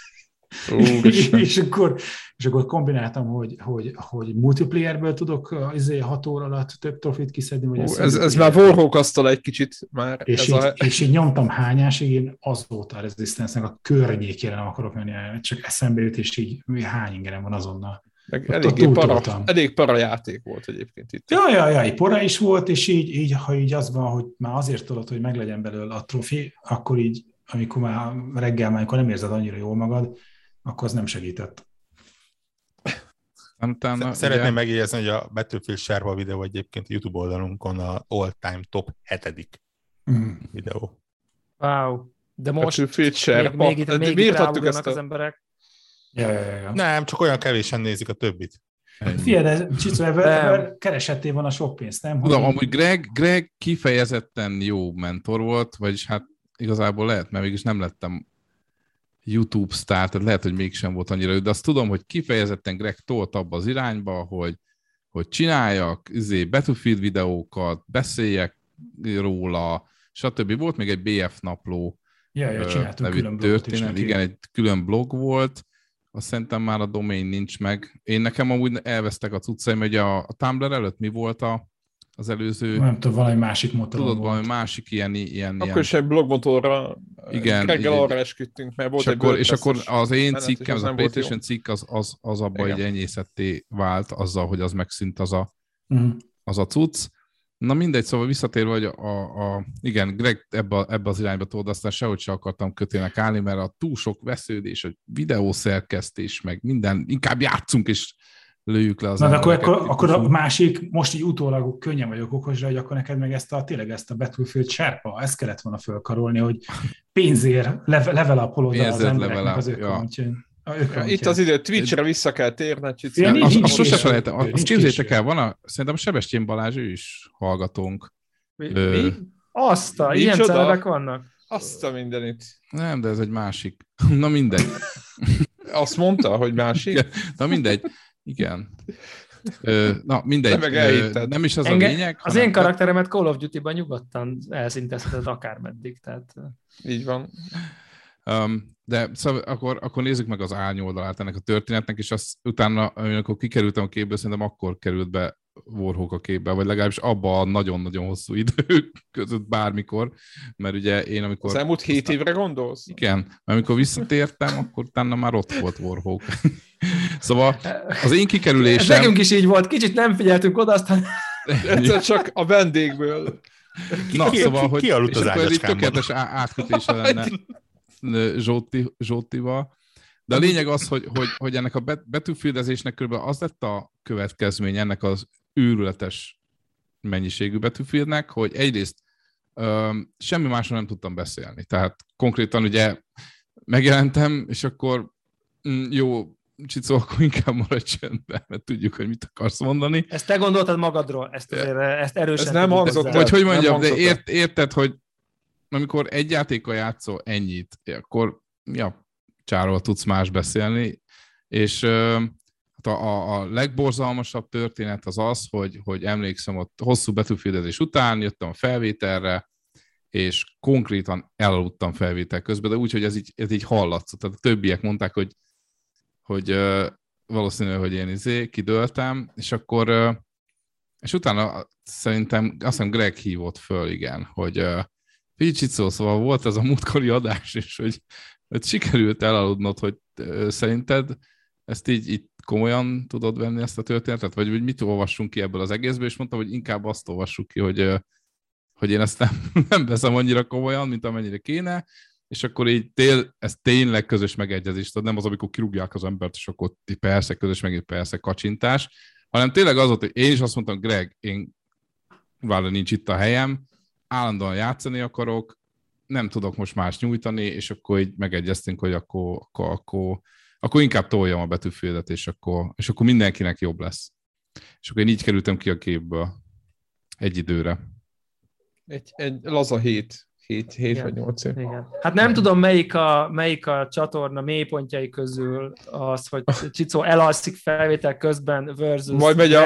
és akkor kombináltam, hogy multiplayerből tudok 6 óra alatt több trofit kiszedni. Vagy ez már Warhawk-asztal egy kicsit már. És így nyomtam hányásig, én azóta a Resistance-nek a környékére nem akarok menni, csak eszembe jut, és így hány ingerem van azonnal. Elég para játék volt egyébként itt. Ja, para is volt, és így, ha így az van, hogy már azért tudod, hogy meglegyen belőle a trofi, akkor így, amikor már reggel, amikor nem érzed annyira jól magad, akkor az nem segített. Szeretném megjegyezni, hogy a Battlefield Sherpa videó egyébként a YouTube oldalunkon a all-time top 7. videó. Wow. De most még itt ráugranak az emberek. Ja. Nem, csak olyan kevésen nézik a többit. Figyelj, de Csicó, ebben keresetté van a sok pénzt, nem? Tudom, amúgy Greg kifejezetten jó mentor volt, vagyis hát igazából lehet, mert mégis nem lettem YouTube sztár, tehát lehet, hogy mégsem volt annyira ő, de azt tudom, hogy kifejezetten Greg tolt abba az irányba, hogy csináljak Battlefield videókat, beszéljek róla, stb. Volt még egy BF napló nevű történet, igen, egy külön blog volt, azt szerintem már a domain nincs meg. Nekem amúgy elvesztek a cuccaim, hogy a Tumblr előtt mi volt az előző... Nem tudom, valami másik motorra volt. Valami másik ilyen... Akkor is egy blogmotorra reggel arra esküdtünk, mert volt és akkor az én cikkem, az a PlayStation cikk, az abban egy enyészetté vált azzal, hogy az megszűnt az a cucc. Na mindegy, szóval visszatérve, hogy igen, Greg ebbe az irányba told, aztán sehogy se akartam kötének állni, mert a túl sok vesződés, a videószerkesztés, meg minden, inkább játszunk, és lőjük le az embereket. Akkor a másik, most így utólag könnyen vagyok okosra, hogy akkor neked meg tényleg ezt a Battlefield Sherpa, ezt kellett volna fölkarolni, hogy pénzért level upolod az embereknek az ökölöntjén. Itt az idő, Twitch-re vissza kell térni. Azt sose felejtem. Azt képzeljétek el, szerintem Sebestyén Balázs, ő is hallgatónk. Mi? Ilyen celebek vannak? Azt a mindenit. Nem, de ez egy másik. Na mindegy. Azt mondta, hogy másik? Na mindegy. Igen. Na mindegy. Nem is az a lényeg. Az én karakteremet Call of Duty-ban nyugodtan elszintezheted akármeddig. Tehát... Így van. De szóval akkor nézzük meg az árnyoldalát ennek a történetnek, és azt utána, amikor kikerültem a képből, szerintem akkor került be Warhawk a képben, vagy legalábbis abban a nagyon-nagyon hosszú idő között bármikor, mert ugye én amikor... Az elmúlt 7 évre gondolsz? Igen, amikor visszatértem, akkor utána már ott volt Warhawk. Szóval az én kikerülésem... Nekünk is így volt, kicsit nem figyeltünk oda, aztán... Egyszer csak a vendégből. Szóval, hogy... Ki aludt az és akkor ez egy ágyaskámban? tökéletes átkötése lenne Zsótival. De a lényeg az, hogy ennek a betűfildezésnek körülbelül az lett a következmény ennek az őrületes mennyiségű betűfildnek, hogy egyrészt semmi másról nem tudtam beszélni. Tehát konkrétan ugye megjelentem, és akkor jó, Csicó, akkor inkább maradj csendben, mert tudjuk, hogy mit akarsz mondani. Ezt te gondoltad magadról, ezt erősen. Ez nem hangzott el. Hogy mondjam, de érted, hogy amikor egy játékkal játszol ennyit, akkor csáról tudsz más beszélni, és a legborzalmasabb történet az, hogy emlékszem, ott hosszú betűfildezés után jöttem a felvételre, és konkrétan elaludtam felvétel közben, de úgy, hogy ez így hallatszott. Tehát a többiek mondták, hogy valószínű, hogy én kidőltem, és akkor és utána szerintem, azt hiszem Greg hívott föl, igen, hogy Csicó, szóval volt ez a múltkori adás, és hogy sikerült elaludnod, hogy szerinted ezt így komolyan tudod venni ezt a történetet, vagy mit olvassunk ki ebből az egészből, és mondtam, hogy inkább azt olvassuk ki, hogy én ezt nem veszem annyira komolyan, mint amennyire kéne, és akkor így ez tényleg közös megegyezés, tehát nem az, amikor kirúgják az embert, és akkor persze közös megegyezés, persze kacsintás, hanem tényleg az volt, hogy én is azt mondtam, Greg, én vállal nincs itt a helyem, állandóan játszani akarok, nem tudok most más nyújtani, és akkor így megegyeztünk, hogy akkor inkább toljam a betűfildet, és akkor mindenkinek jobb lesz. És akkor én így kerültem ki a képből egy időre. Egy laza 7 vagy 8 év. Igen. Hát nem tudom, melyik a csatorna mélypontjai közül az, hogy Csicó elalszik felvétel közben versus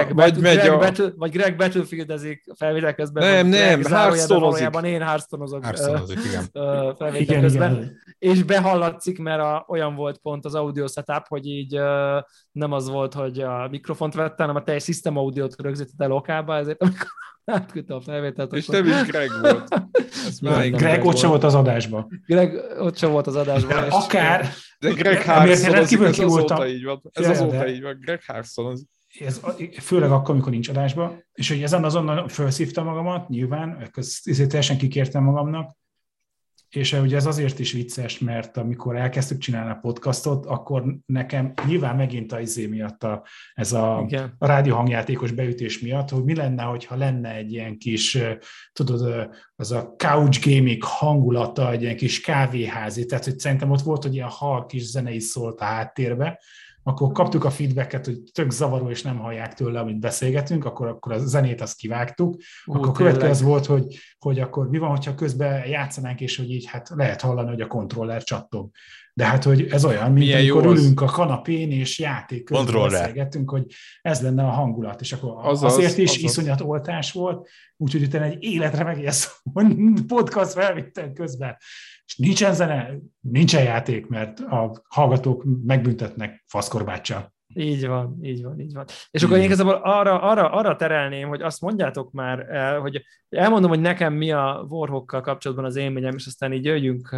vagy Greg betűfildezik felvétel közben. Nem, valójában én Hearthstone-ozok felvétel közben. Igen. És behallatszik, mert olyan volt pont az audio setup, hogy így nem az volt, hogy a mikrofont vettem, hanem a teljes system audiót rögzítette lokálba, ezért amikor átküldte a felvételt. És nem is Greg volt. Greg ott sem volt az adásban. Greg ott sem volt az adásban. Akár. De Greg Harrison, ez azóta így van. Greg Harrison az. Ez főleg akkor, amikor nincs adásban, és hogy ezen azonnal felszívtam magamat, nyilván, ezért teljesen kikértem magamnak, és ugye ez azért is vicces, mert amikor elkezdtük csinálni a podcastot, akkor nekem nyilván megint a miatt ez a rádióhangjátékos beütés miatt, hogy mi lenne, hogyha lenne egy ilyen kis, tudod, az a couch gaming hangulata, egy ilyen kis kávéházi, tehát hogy szerintem ott volt, hogy ilyen halk kis zene is szólt a háttérbe, akkor kaptuk a feedbacket, hogy tök zavaró, és nem hallják tőle, amit beszélgetünk, akkor a zenét azt kivágtuk. Akkor következő volt, hogy akkor mi van, hogyha közben játszanánk, és hogy így hát lehet hallani, hogy a kontroller csattog. De hát, hogy ez olyan, mint amikor ülünk a kanapén, és játék közben beszélgetünk, hogy ez lenne a hangulat. És akkor azért is iszonyat oltás volt, úgyhogy utána egy életre megélsz podcast felvétel közben. És nincsen zene, nincsen játék, mert a hallgatók megbüntetnek faszkorbáccsal. Így van. És akkor én igazából arra terelném, hogy azt mondjátok már el, hogy elmondom, hogy nekem mi a Warhawkkal kapcsolatban az élményem, és aztán így jöjjünk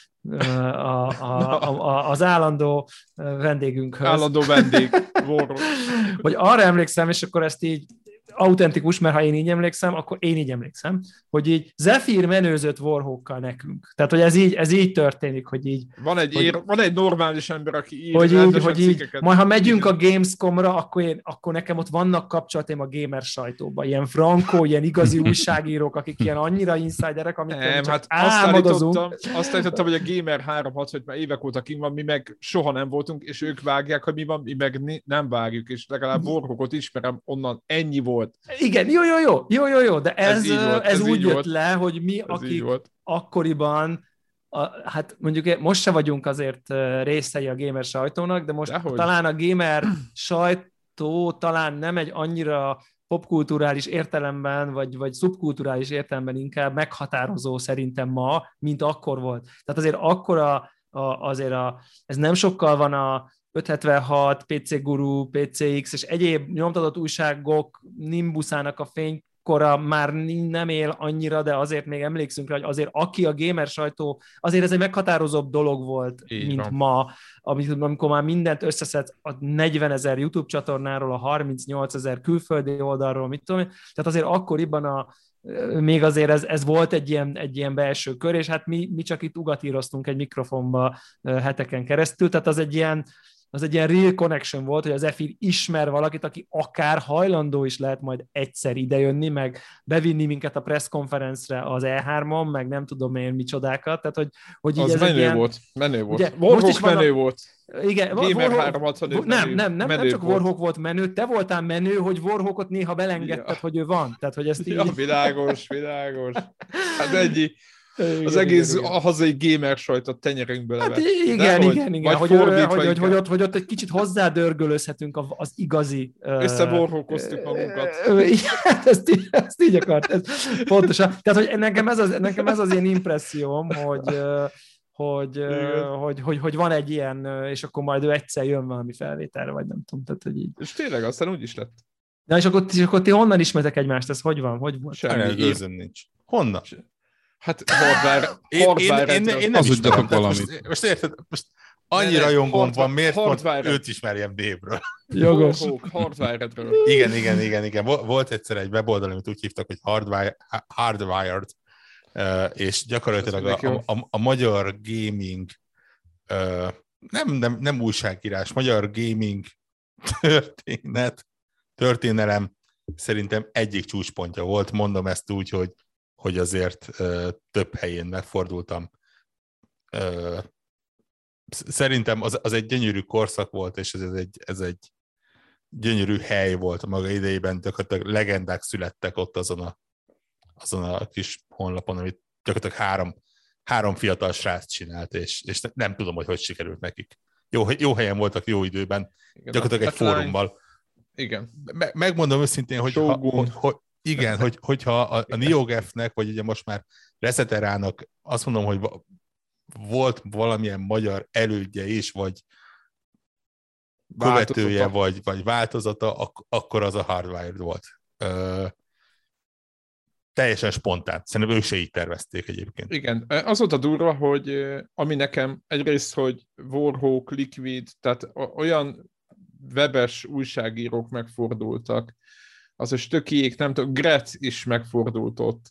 az állandó vendégünkhöz. Állandó vendég, Warhawk. Hogy arra emlékszem, és akkor ezt így autentikus, mert ha én így emlékszem, akkor én így emlékszem, hogy így Zephyr menőzött Warhawkkal nekünk. Tehát, hogy ez így történik, hogy így... Van egy normális ember, aki ír hogy így majd ha megyünk a Gamescomra, akkor nekem ott vannak kapcsolataim a gamer sajtóban. Ilyen frankó, ilyen igazi újságírók, akik ilyen annyira insiderek, amikkel csak álmodozunk. Azt állítottam, hogy a Gamer 365 már évek óta kint van, mi meg soha nem voltunk, és ők vágják, hogy mi van, mi meg nem vágjuk, és legalább Warhawkot ismerem, onnan ennyi volt. Igen, jó, de ez úgy jött le, hogy mi, akik akkoriban, hát mondjuk most se vagyunk azért részei a gamer sajtónak, de most talán a gamer sajtó talán nem egy annyira popkulturális értelemben, vagy szubkulturális értelemben inkább meghatározó szerintem ma, mint akkor volt. Tehát azért akkora, ez nem sokkal van a 576, PC Guru, PCX és egyéb nyomtatott újságok Nimbusának a fénykora már nem él annyira, de azért még emlékszünk rá, hogy azért aki a gamer sajtó, azért ez egy meghatározóbb dolog volt, Így mint van. ma, amikor már mindent összeszedsz a 40 000 YouTube csatornáról, a 38 000 külföldi oldalról, mit tudom én. Tehát azért akkoriban még azért ez volt egy ilyen belső kör, és hát mi csak itt ugatíroztunk egy mikrofonba heteken keresztül, tehát az egy ilyen real connection volt, hogy az EFI ismer valakit, aki akár hajlandó is lehet majd egyszer idejönni, meg bevinni minket a press conference-re az E3-on, meg nem tudom én micsodákat, tehát hogy így az ez menő egy ilyen... volt, menő volt. Ugye, Warhawk menő volt. Igen, Gamer 365 nem csak Warhawk volt menő, te voltál menő, hogy Warhawkot néha belengedted, hogy ő van. Tehát, hogy ezt így... Ja, világos. Hát ennyi. Az egész a hazai gamer sajtot tenyerünkbe levett. Hát igen. Hogy ott egy kicsit hozzádörgölözhetünk az igazi... Összeborhókoztuk magunkat. Ezt így akart. Pontosan. Tehát, hogy nekem ez az ilyen impresszióm, hogy van egy ilyen, és akkor majd ő egyszer jön valami felvételre, vagy nem tudom. Tehát, hogy így. És tényleg, aztán úgy is lett. Na, és akkor ti honnan ismertek egymást? Ez hogy van? Hogy volt? Semmi nincs. Honnan? Hát hardware én nem ismerem valamit. Most érted, annyi rajongóm van, miért pont őt ismerjem névről. Jogos. Hardware-ről. Igen. Volt egyszer egy weboldal, amit úgy hívtak, hogy Hardwired, és gyakorlatilag a magyar gaming, nem újságírás, magyar gaming történelem szerintem egyik csúcspontja volt, mondom ezt úgy, hogy azért több helyén megfordultam. Szerintem az egy gyönyörű korszak volt, és ez egy gyönyörű hely volt a maga idejében, gyakorlatilag legendák születtek ott azon a kis honlapon, amit gyakorlatilag három fiatal srác csinált, és nem tudom, hogy sikerült nekik. Jó helyen voltak, jó időben, igen, gyakorlatilag egy fórummal. Igen. Megmondom őszintén, hogyha a NeoGAF-nek, vagy ugye most már Reseterának azt mondom, hogy volt valamilyen magyar elődje is, vagy követője, vagy változata, akkor az a Hardwired volt. Teljesen spontán. Szerintem ők se így tervezték egyébként. Igen. Az volt a durva, hogy ami nekem egyrészt, hogy Warhawk, Liquid, tehát olyan webes újságírók megfordultak, az a Stökiék, nem tudom, Gret is megfordult ott.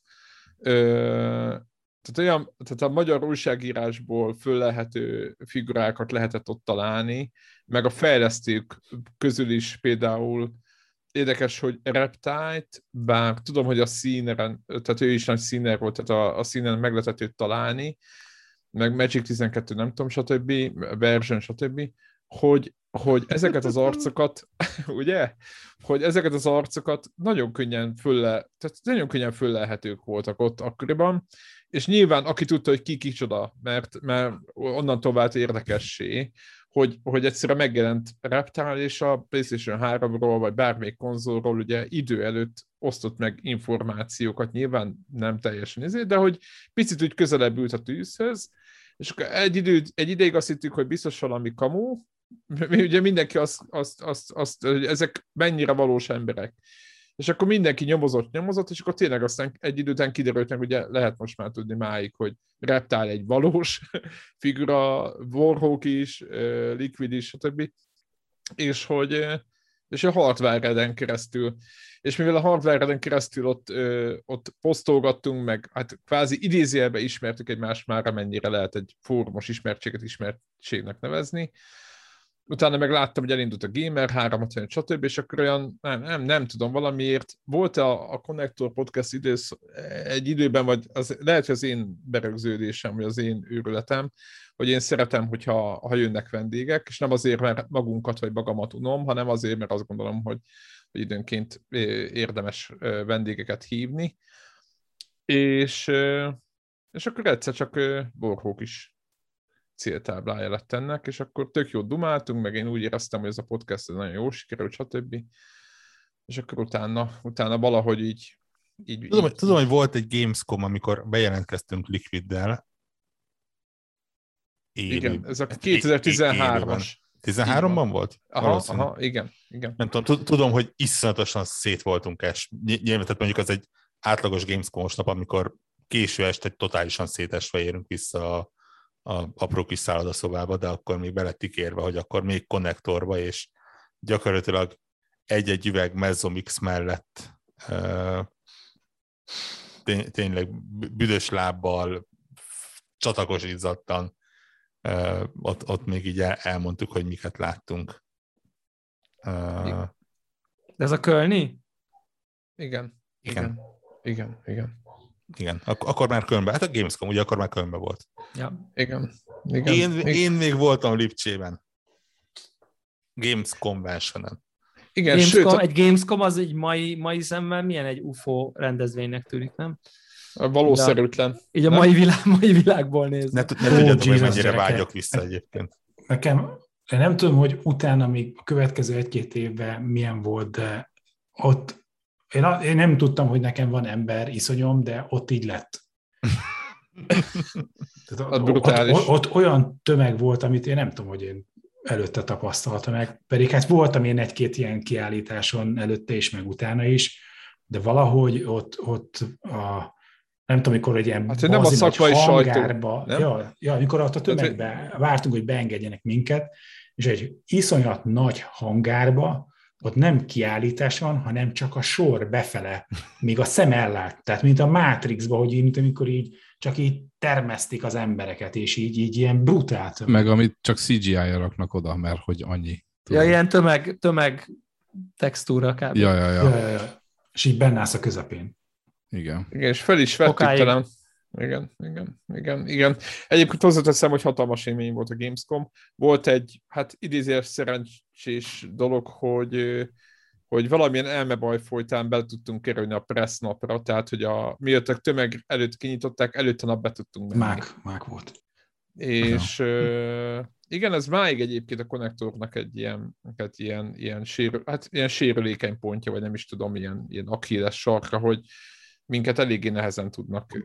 Tehát a magyar újságírásból föllelhető figurákat lehetett ott találni, meg a fejlesztők közül is például érdekes, hogy Reptile, bár tudom, hogy a színeren, tehát ő is nagy színer volt, tehát a színen meg lehetett őt találni, meg Magic 12, nem tudom, stb., version, stb., hogy ezeket az arcokat, ugye? Hogy ezeket az arcokat nagyon könnyen föllelhetők voltak ott akkoriban, és nyilván aki tudta, hogy ki kicsoda, mert onnantól vált érdekessé, hogy egyszerűen megjelent Reptile, és a PlayStation 3-ról, vagy bármelyik konzolról ugye idő előtt osztott meg információkat, nyilván nem teljesen de hogy picit úgy közelebb ült a tűzhöz, és akkor egy ideig azt hittük, hogy biztos valami kamu, ugye mindenki hogy ezek mennyire valós emberek. És akkor mindenki nyomozott, és akkor tényleg aztán egy idő után kiderült meg, ugye lehet most már tudni máig, hogy Reptile egy valós figura, Warhawk is, Liquid is, stb. És a Hardwired-en keresztül. És mivel a Hardwired-en keresztül ott posztolgattunk, meg hát kvázi idézőjelben ismertük egymást már, amennyire lehet egy fórumos ismertségnek nevezni. Utána meg láttam, hogy elindult a Gamer 365, stb. És akkor olyan, nem tudom, valamiért volt a Connector Podcast egy időben, vagy lehet, hogy az én berögződésem, vagy az én őrületem, hogy én szeretem, hogyha jönnek vendégek, és nem azért, mert magunkat vagy magamat unom, hanem azért, mert azt gondolom, hogy időnként érdemes vendégeket hívni. És akkor egyszer csak Warhawk is céltáblája lett ennek, és akkor tök jót dumáltunk, meg én úgy éreztem, hogy ez a podcast nagyon jó sikerült, stb. És akkor utána valahogy így Tudom, hogy volt egy Gamescom, amikor bejelentkeztünk Liquiddel. Igen, ez a 2013-as. 13-ban volt? Aha, igen. Nem tudom, hogy iszonyatosan szét voltunk nyilván, tehát mondjuk az egy átlagos Gamescom-os nap, amikor késő este totálisan szétesve érünk vissza a apró kis szállodaszobába, de akkor még be lett ígérve, hogy akkor még konnektorba, és gyakorlatilag egy-egy üveg Mezzomix mellett tényleg büdös lábbal, csatakos izzadtan ott még így elmondtuk, hogy miket láttunk. De ez a Kölni? Igen. Akkor már Kölnbe. Hát a Gamescom, ugye akkor már Kölnbe volt. Ja. Igen. Én még voltam Lipcsében. Games Convention-en. Igen, egy Gamescom az egy mai szemmel milyen egy UFO rendezvénynek tűnik, nem? Valószerűtlen. Így a mai világból nézve. Ne tudjátok, hogy mennyire vágyok vissza egyébként. Én nem tudom, hogy utána még a következő 1-2 évben milyen volt, de ott én nem tudtam, hogy nekem van ember iszonyom, de ott így lett. Ott olyan tömeg volt, amit én nem tudom, hogy én előtte tapasztaltam meg, pedig hát voltam én 1-2 ilyen kiállításon előtte is, meg utána is, de valahogy ott nem tudom, mikor egy ilyen nem a szakmai hangárba, sajtó, amikor ott a tömegbe vártunk, hogy beengedjenek minket, és egy iszonyat nagy hangárba, ott nem kiállítás van, hanem csak a sor befele, még a szem ellát. Tehát mint a Matrixban, hogy mint amikor így csak így termesztik az embereket, és így ilyen brutál tömeg. Meg amit csak CGI-ra raknak oda, mert hogy annyi. Tudom. Ja, ilyen tömeg textúra kb. Ja. És így benne állsz a közepén. Igen. Igen, és fel is vettük talán. Igen. Egyébként hozzáteszem, hogy hatalmas élmény volt a Gamescom. Volt egy, idézőjeles szerencsés dolog, hogy valamilyen elmebaj folytán be tudtunk kerülni a press napra, tehát, hogy mielőtt a tömeg előtt kinyitották, előtte nap be tudtunk menni. Mák volt. És igen, ez máig egyébként a konnektornak egy ilyen sérülékeny pontja, vagy nem is tudom, ilyen Achilles sarka, hogy minket eléggé nehezen tudnak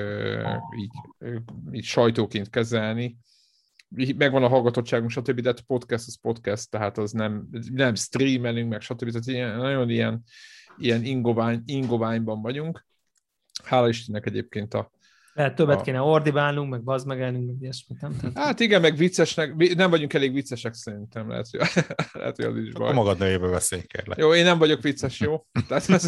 így sajtóként kezelni. Megvan a hallgatottságunk, stb., de a podcast az podcast, tehát az nem streamelünk, meg stb., tehát nagyon ilyen ingoványban vagyunk. Hála Istennek egyébként lehet többet kéne ordibálnunk, meg bazmegelnünk, meg ilyesmit, nem? Hát igen, meg viccesnek, nem vagyunk elég viccesek szerintem, lehet, hogy az is baj. A magad nevében beszélj, kérlek. Jó, én nem vagyok vicces, jó? Tehát ez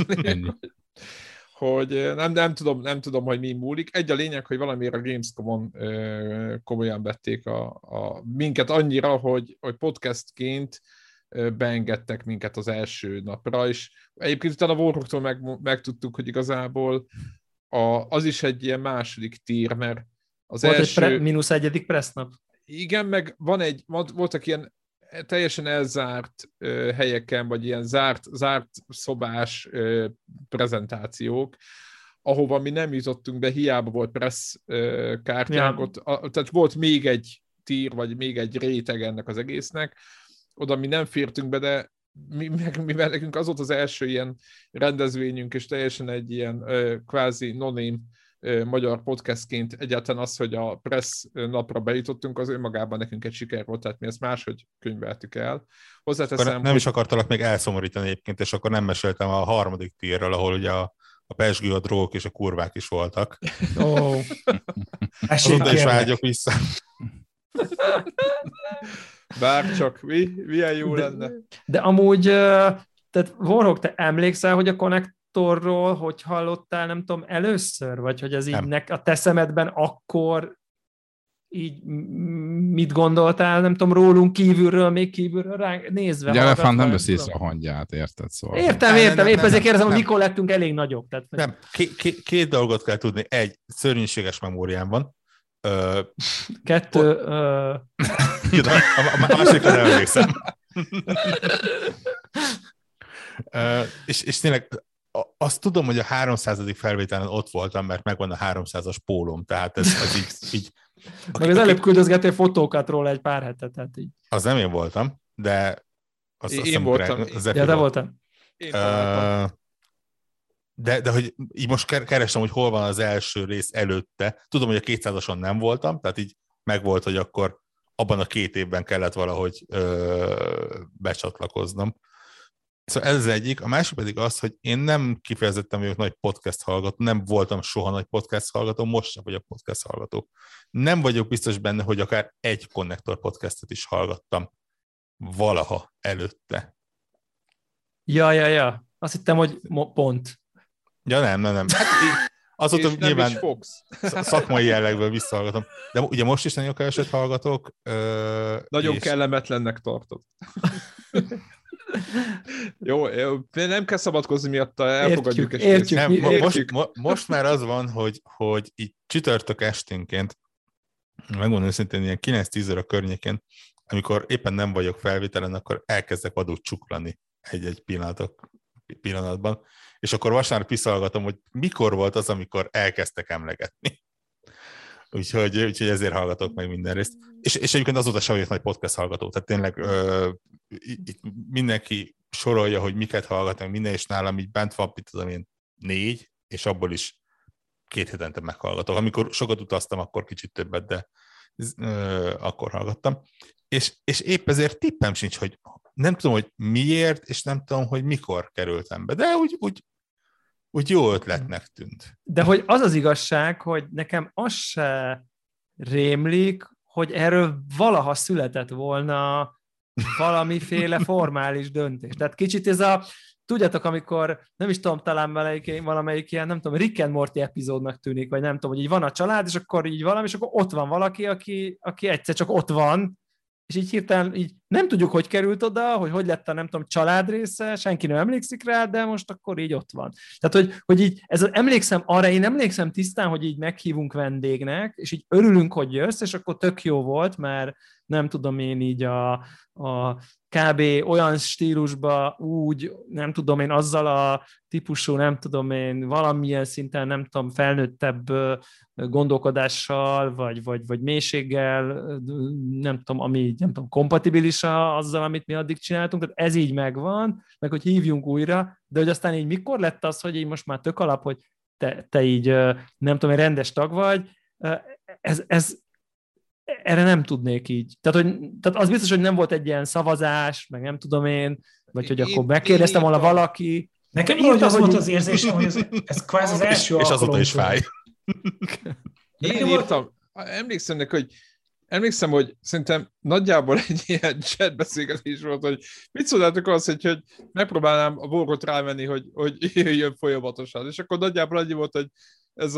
hogy nem tudom, hogy mi múlik. Egy a lényeg, hogy valamiért a Gamescom-on komolyan vették minket annyira, hogy podcastként beengedtek minket az első napra, és egyébként utána a Warhawktól megtudtuk, hogy igazából az is egy ilyen második tír, mert az volt első... egy -1. press nap. Igen, meg voltak ilyen teljesen elzárt helyeken, vagy ilyen zárt szobás prezentációk, ahova mi nem jutottunk be, hiába volt press kártyánk, tehát volt még egy tír, vagy még egy réteg ennek az egésznek, oda mi nem fértünk be, de mivel nekünk az volt az első ilyen rendezvényünk, és teljesen egy ilyen kvázi no-name magyar podcastként egyáltalán az, hogy a press napra bejutottunk, az önmagában nekünk egy siker volt, tehát mi ezt máshogy könyveltük el. Hozzáteszem, nem is akartalak még elszomorítani egyébként, és akkor nem meséltem a harmadik tírről, ahol ugye a pezsgő, a drogok és a kurvák is voltak. Azóta is vágyok vissza. Bárcsak, milyen jó lenne. De amúgy, tehát Warhawk, te emlékszel, hogy a konnektorról hogy hallottál, nem tudom, először? Vagy hogy ez így a te szemedben akkor így mit gondoltál, nem tudom, rólunk kívülről, még kívülről ránk nézve? Egy elefánt nem vesz észre a hangját, érted? Szóval. Értem, épp ezért kérdezem, hogy mikor lettünk elég nagyok. Tehát... Nem, két dolgot kell tudni. Egy, szörnyűséges memóriám van. 2... A másikra nem emlékszem. És tényleg azt tudom, hogy a 300. felvételen ott voltam, mert megvan a 300-as pólóm, tehát ez így meg az előbb küldözgettél fotókat róla egy pár hetet. Tehát így. Az nem én voltam, de én voltam. Ja, te voltam. De hogy így most keresem, hogy hol van az első rész előtte. Tudom, hogy a 200-ason nem voltam, tehát így megvolt, hogy akkor abban a 2 évben kellett valahogy becsatlakoznom. Szóval ez az egyik. A másik pedig az, hogy én nem kifejezetten vagyok nagy podcast hallgató, nem voltam soha nagy podcast hallgató, most sem vagyok podcast hallgató. Nem vagyok biztos benne, hogy akár egy Konnektor podcastet is hallgattam valaha előtte. Ja. Azt hittem, hogy pont. Ja, nem. Hát azóta nyilván szakmai jellegből visszahallgatom. De ugye most is nagyon keveset hallgatok. Nagyon kellemetlennek tartod. Jó, nem kell szabadkozni miatta, elfogadjuk. Értjük. Most már az van, hogy így csütörtök esténként, megmondom őszintén, ilyen 9-10 óra környékén, amikor éppen nem vagyok felvételen, akkor elkezdek vadul csuklani egy pillanatban, és akkor vasárnap visszahallgatom, hogy mikor volt az, amikor elkezdtek emlegetni. Úgyhogy ezért hallgatok meg minden részt. És egyébként azóta sem vagyok nagy podcast hallgató, tehát tényleg itt mindenki sorolja, hogy miket hallgat, meg minden, és nálam így bent van, mit tudom én, 4, és abból is 2 hetente meghallgatok. Amikor sokat utaztam, akkor kicsit többet, de akkor hallgattam. És épp ezért tippem sincs, hogy nem tudom, hogy miért, és nem tudom, hogy mikor kerültem be, de úgy jó ötletnek tűnt. De hogy az az igazság, hogy nekem az se rémlik, hogy erről valaha született volna valamiféle formális döntés. Tehát kicsit ez tudjátok, amikor, nem is tudom, talán valamelyik ilyen, nem tudom, Rick and Morty epizódnak tűnik, vagy nem tudom, hogy így van a család, és akkor így valami, és akkor ott van valaki, aki egyszer csak ott van, és így hirtelen így nem tudjuk, hogy került oda, hogy lett a, nem tudom, család része, senki nem emlékszik rá, de most akkor így ott van. Tehát, hogy így, én emlékszem tisztán, hogy így meghívunk vendégnek, és így örülünk, hogy jössz, és akkor tök jó volt, mert nem tudom én így a kb. Olyan stílusba úgy, nem tudom én, azzal a típusú, nem tudom én, valamilyen szinten, nem tudom, felnőttebb gondolkodással, vagy mélységgel, nem tudom, ami nem tudom, kompatibilis azzal, amit mi addig csináltunk, tehát ez így megvan, meg hogy hívjunk újra, de hogy aztán így mikor lett az, hogy így most már tök alap, hogy te így, nem tudom, egy rendes tag vagy, erre nem tudnék így. Tehát az biztos, hogy nem volt egy ilyen szavazás, meg nem tudom én, vagy hogy akkor megkérdeztem volna valaki. Nekem így az volt az érzésem, hogy ez kvázi az első alkalom. És azóta is fáj. Én írtam, emlékszem, hogy szerintem nagyjából egy ilyen chatbeszélgetés volt, hogy mit szólnátok az, hogy megpróbálnám a Borgot rávenni, hogy jöjjön folyamatosan. És akkor nagyjából annyi volt, hogy ez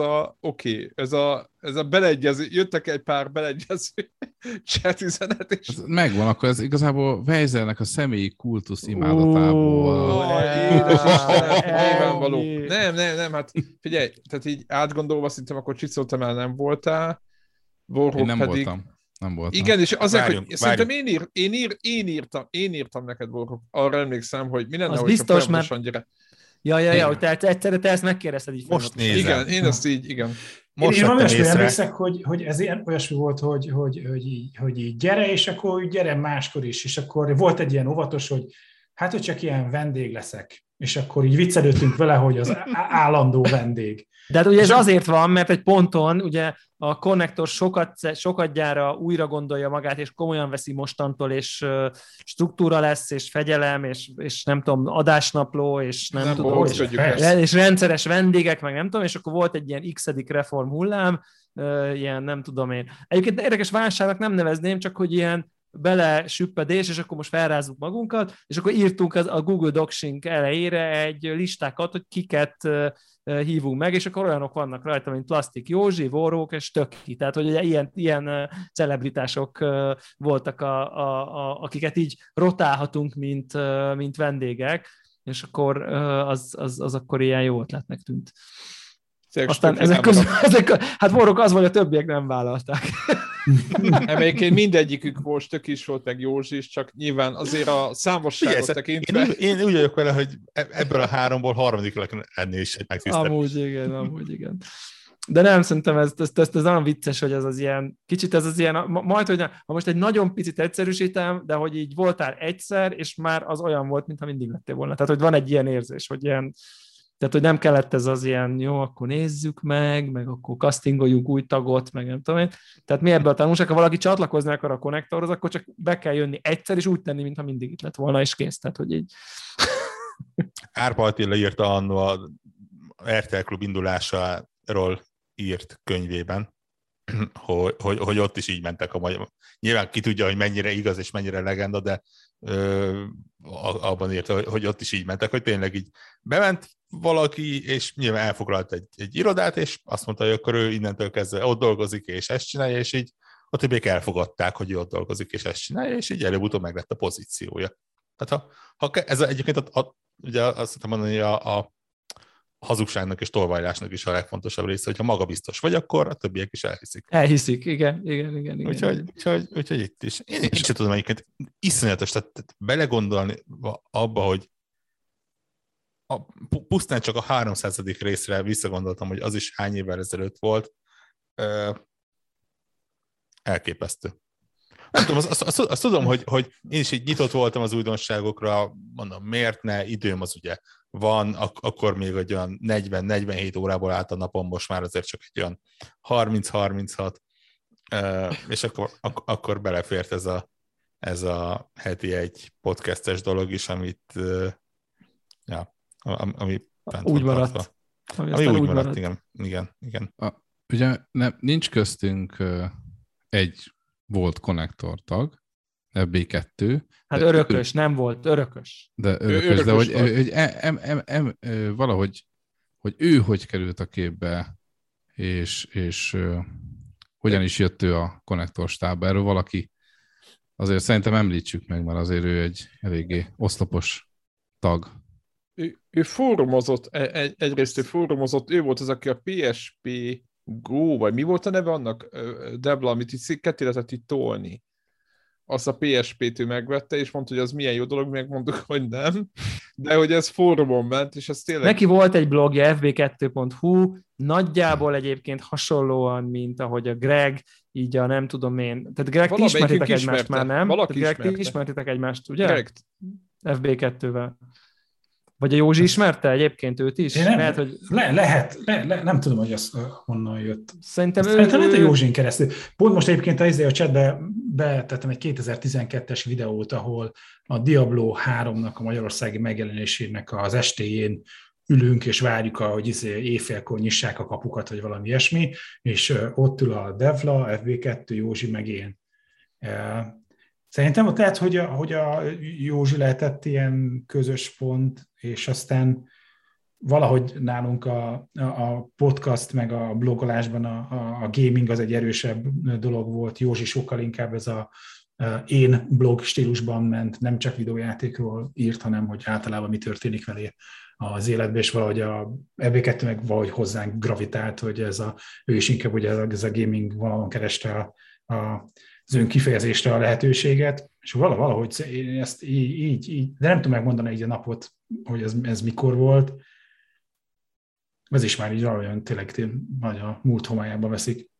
a beleegyező, jöttek egy pár beleegyező chat üzenet, és... Megvan, akkor ez igazából Weisernek a személyi kultusz imádatából. Nyilvánvaló. Nem, hát figyelj, tehát így átgondolva szerintem akkor Csicóta már nem voltál, Borhok nem pedig... Nem voltam. Igen, és azért, hogy szerintem én írtam neked, Borhok, arra emlékszem, hogy mi lenne, az hogy biztos, folyamatosan gyere. Ja, hogy te egyszerre te ezt megkérdezted így. Most nézem. Igen, én ezt így, igen. Most én olyasmi emlékszek, hogy ez olyasmi volt, hogy így gyere, és akkor gyere máskor is, és akkor volt egy ilyen óvatos, hogy hát, hogy csak ilyen vendég leszek, és akkor így viccelődtünk vele, hogy az állandó vendég. De hát ugye ez azért van, mert egy ponton ugye a Konnektor sokadjára újra gondolja magát, és komolyan veszi mostantól, és struktúra lesz, és fegyelem, és nem tudom, adásnapló, és nem tudom, és rendszeres vendégek, meg nem tudom, és akkor volt egy ilyen x-edik reform hullám, ilyen nem tudom én. Egyébként érdekes válságnak nem nevezném, csak hogy ilyen belesüppedés, és akkor most felrázzuk magunkat, és akkor írtunk a Google Docs-ink elejére egy listákat, hogy kiket hívunk meg, és akkor olyanok vannak rajta, mint Plastik Józsi, Vorrók és Töki. Tehát, hogy ugye ilyen celebritások voltak, akiket így rotálhatunk, mint vendégek, és akkor az akkor ilyen jó ötletnek tűnt. Aztán hát Vorrók az, vagy a többiek nem vállalták. Egyébként mindegyikük most Tök is volt, meg Józsi is, csak nyilván azért a számosságot tekintve... Én úgy vagyok vele, hogy ebből a 3-ból harmadik ennél is egy megtisztelés. Amúgy igen. De nem, szerintem ez nagyon vicces, hogy ez az ilyen, kicsit ez az ilyen, majd, hogy ha most egy nagyon picit egyszerűsítem, de hogy így voltál egyszer, és már az olyan volt, mintha mindig lettél volna. Tehát, hogy van egy ilyen érzés, hogy ilyen Tehát, hogy nem kellett ez az ilyen, jó, akkor nézzük meg akkor castingoljunk új tagot, meg nem tudom én. Tehát mi ebből a tanulság, ha valaki csatlakozni akar a konnektorhoz, akkor csak be kell jönni egyszer, és úgy tenni, mintha mindig itt lett volna, és kész. Tehát, hogy így... Árpa Attila írta annó a RTL Klub indulásáról írt könyvében, hogy ott is így mentek a magyar. Nyilván ki tudja, hogy mennyire igaz és mennyire legenda, de abban írta, hogy ott is így mentek, hogy tényleg így bement valaki, és nyilván elfoglalt egy irodát, és azt mondta, hogy akkor ő innentől kezdve ott dolgozik, és ezt csinálja, és így a többiek elfogadták, hogy ő ott dolgozik, és ezt csinálja, és így előbb-utóbb meg lett a pozíciója. Tehát ha ez egyébként ugye azt szeretném mondani, hogy a hazugságnak és tolvajlásnak is a legfontosabb része, hogyha magabiztos vagy, akkor a többiek is elhiszik. Elhiszik, igen. Úgyhogy itt is. Én sem tudom egyébként iszonyatos, tehát belegondolni abba, hogy pusztán csak a 300. részre visszagondoltam, hogy az is hány évvel ezelőtt volt. Elképesztő. Nem tudom, azt tudom, hogy én is így nyitott voltam az újdonságokra, mondom, miért ne, időm az ugye van, akkor még egy olyan 40-47 órából állt a napon, most már azért csak egy olyan 30-36, és akkor belefért ez a heti egy podcastes dolog is, amit ami úgy maradt. Ami úgy maradt, igen. Ugye nincs köztünk egy volt konnektortag, FB2. Hát örökös, nem volt, örökös. De örökös, de hogy valahogy, hogy ő hogy került a képbe, és hogyan is jött ő a konnektorstába. Erről valaki azért szerintem említsük meg, mert azért ő egy eléggé oszlopos tag. Ő fórumozott, egyrészt ő fórumozott, ő volt az, aki a PSP Go, vagy mi volt a neve annak, Debla, amit itt ketté lehetett itt tolni. Azt a PSP-t ő megvette, és mondta, hogy az milyen jó dolog, megmondtuk, hogy nem, de hogy ez fórumon ment, és ez tényleg... Neki volt egy blogja, fb2.hu, nagyjából egyébként hasonlóan, mint ahogy a Greg, így a nem tudom én, tehát Greg, ti ismertétek egymást már, nem? Greg, ti ismertétek egymást, ugye? Greg. FB2-vel. Vagy a Józsi ismerte egyébként őt is? Nem, lehet, hogy... nem tudom, hogy az honnan jött. Szerintem lehet a Józsin keresztül. Pont most egyébként a chatbe betettem egy 2012-es videót, ahol a Diablo 3-nak a magyarországi megjelenésének az estéjén ülünk, és várjuk, hogy éjfélkor nyissák a kapukat, vagy valami ilyesmi, és ott ül a Devla, FB2, Józsi, meg én. Szerintem ott lehet, hogy a Józsi lehetett ilyen közös pont, és aztán valahogy nálunk a podcast meg a blogolásban a gaming az egy erősebb dolog volt. Józsi sokkal inkább ez a én blog stílusban ment, nem csak videójátékról írt, hanem hogy általában mi történik velé az életben, és valahogy a FB2 meg valahogy hozzánk gravitált, hogy ő is inkább ugye ez a gaming vonalon kereste az önkifejezésre a lehetőséget, és valahogy én ezt így, de nem tudom megmondani így a napot, hogy ez mikor volt. Ez is már így olyan tényleg nagy a múlt homályába veszik.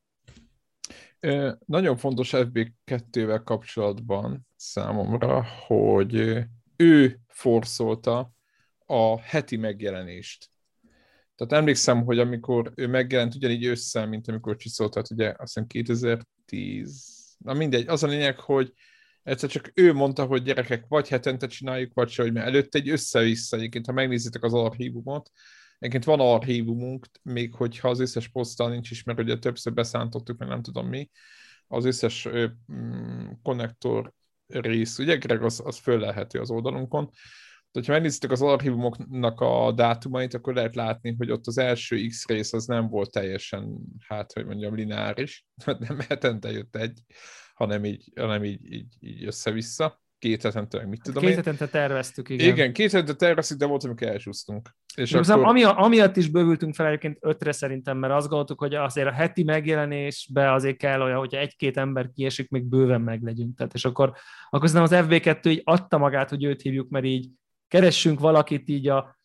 Nagyon fontos FB2-vel kapcsolatban számomra, hogy ő forszolta a heti megjelenést. Tehát emlékszem, hogy amikor ő megjelent ugyanígy ősszel, mint amikor csiszolt, tehát ugye azt hiszem 2010, na mindegy, az a lényeg, hogy egyszer csak ő mondta, hogy gyerekek, vagy hetente csináljuk, vagy se, hogy mert előtte egy össze-vissza, egyébként, ha megnézitek az archívumot, egyébként van archívumunk, még hogyha az összes poszttal nincs is, mert ugye többször beszántottuk, meg nem tudom mi, az összes konnektor rész, ugye Greg, az föllelhető az oldalunkon. De ha megnézitek az archívumoknak a dátumait, akkor lehet látni, hogy ott az első X rész az nem volt teljesen, lineáris, nem hetente jött egy, hanem így össze-vissza. 2 hetente, mit tudom én. 2 hetente terveztük, igen. Igen, 2 hetente terveztük, de volt, amikor elsúsztunk. És akkor... amiatt is bővültünk fel egyébként 5-re szerintem, mert azt gondoltuk, hogy azért a heti megjelenésbe azért kell olyan, hogyha 1-2 ember kiesik, még bőven meglegyünk. Tehát, és akkor szerintem az FB2 így adta magát, hogy őt hívjuk, mert így keressünk valakit így a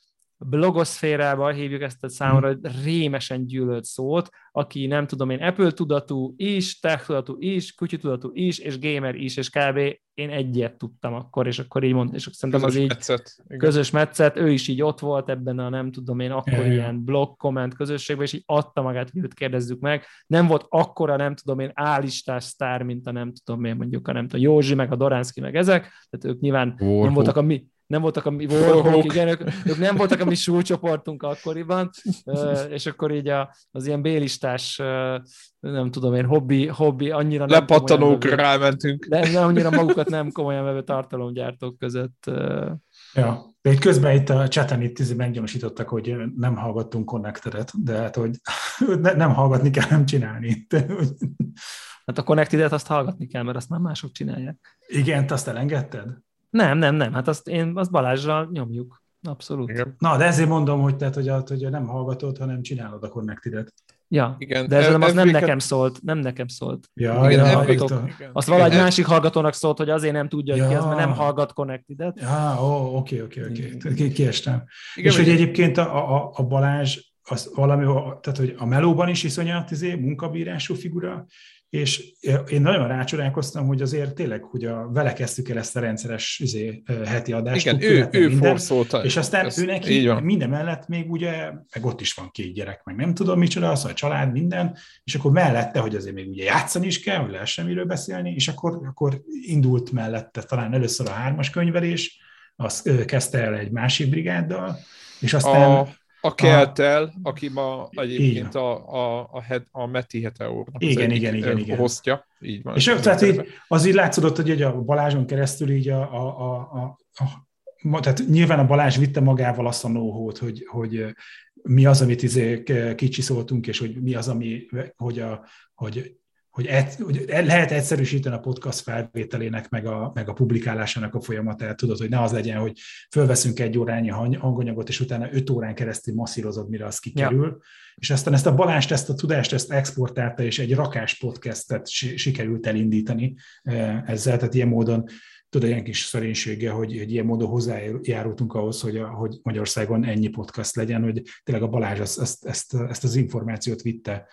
blogoszférába hívjuk ezt a számomra rémesen gyűlölt szót, aki nem tudom én Apple tudatú is, tech tudatú is, kutyi tudatú is, és gamer is, és kb. Én egyet tudtam akkor, és akkor így mondtam, és szerintem az így közös metszet, ő is így ott volt ebben a nem tudom én akkor ilyen blog komment közösségben, és így adta magát, hogy őt kérdezzük meg. Nem volt akkora nem tudom én A-listás sztár, mint a nem tudom én mondjuk a nem tudom Józsi, meg a Doránszki, meg ezek, tehát ők nyilván nem voltak a mi Warhawk, igen, ők nem voltak a mi súlycsoportunk akkoriban, és akkor így az ilyen B-listás, nem tudom én, hobbi annyira nem lepattanókra rámentünk. De annyira magukat nem komolyan vevő tartalomgyártók között. Ja, de itt közben itt a chaten itt meggyanúsítottak, hogy nem hallgattunk Connected-et, de hát, hogy nem hallgatni kell, nem csinálni. Hát a Connected-et azt hallgatni kell, mert azt már mások csinálják. Igen, te azt elengedted? Nem. Hát azt Balázsral nyomjuk. Abszolút. Igen. Na, de ezért mondom, hogy, tehát, hogy nem hallgatod, hanem csinálod a Connected-et. Ja, igen, de ez az nem nekem szólt. Ja, igen, azt valahogy másik hallgatónak szólt, hogy azért nem tudja, hogy ki az, mert nem hallgat Connected-et. Ja, oké. Kiestem. És hogy egyébként a Balázs, az valami, tehát hogy a melóban is iszonyat munkabírású figura, és én nagyon rácsodálkoztam, hogy azért tényleg, hogy vele kezdtük el ezt a rendszeres heti adást. Igen, ő forszolta. És aztán ő neki minden mellett még ugye, meg ott is van 2 gyerek, meg nem tudom micsoda, az a család, minden, és akkor mellette, hogy azért még ugye játszani is kell, hogy lehessen miről beszélni, és akkor indult mellette talán először a 3-as könyvelés, azt kezdte el egy másik brigáddal, és aztán... A Keltel, aki ma egyébként a Meti Heteornak igen. hostja. Így van. És tehát így, az így látszódott, hogy a Balázson keresztül így tehát nyilván a Balázs vitte magával azt a know-how-t, hogy mi az, amit kicsiszoltunk, és hogy mi az, ami, hogy lehet egyszerűsíteni a podcast felvételének, meg a publikálásának a folyamatát, tudod, hogy ne az legyen, hogy fölveszünk 1 órányi hanganyagot, és utána 5 órán keresztül masszírozod, mire az kikerül. Ja. És aztán ezt a Balást, ezt a tudást, ezt exportálta, és egy rakás podcastet sikerült elindítani ezzel, tehát ilyen módon tudod, ilyen kis szerénysége, hogy ilyen módon hozzájárultunk ahhoz, hogy Magyarországon ennyi podcast legyen, hogy tényleg a Balázs ezt az információt vitte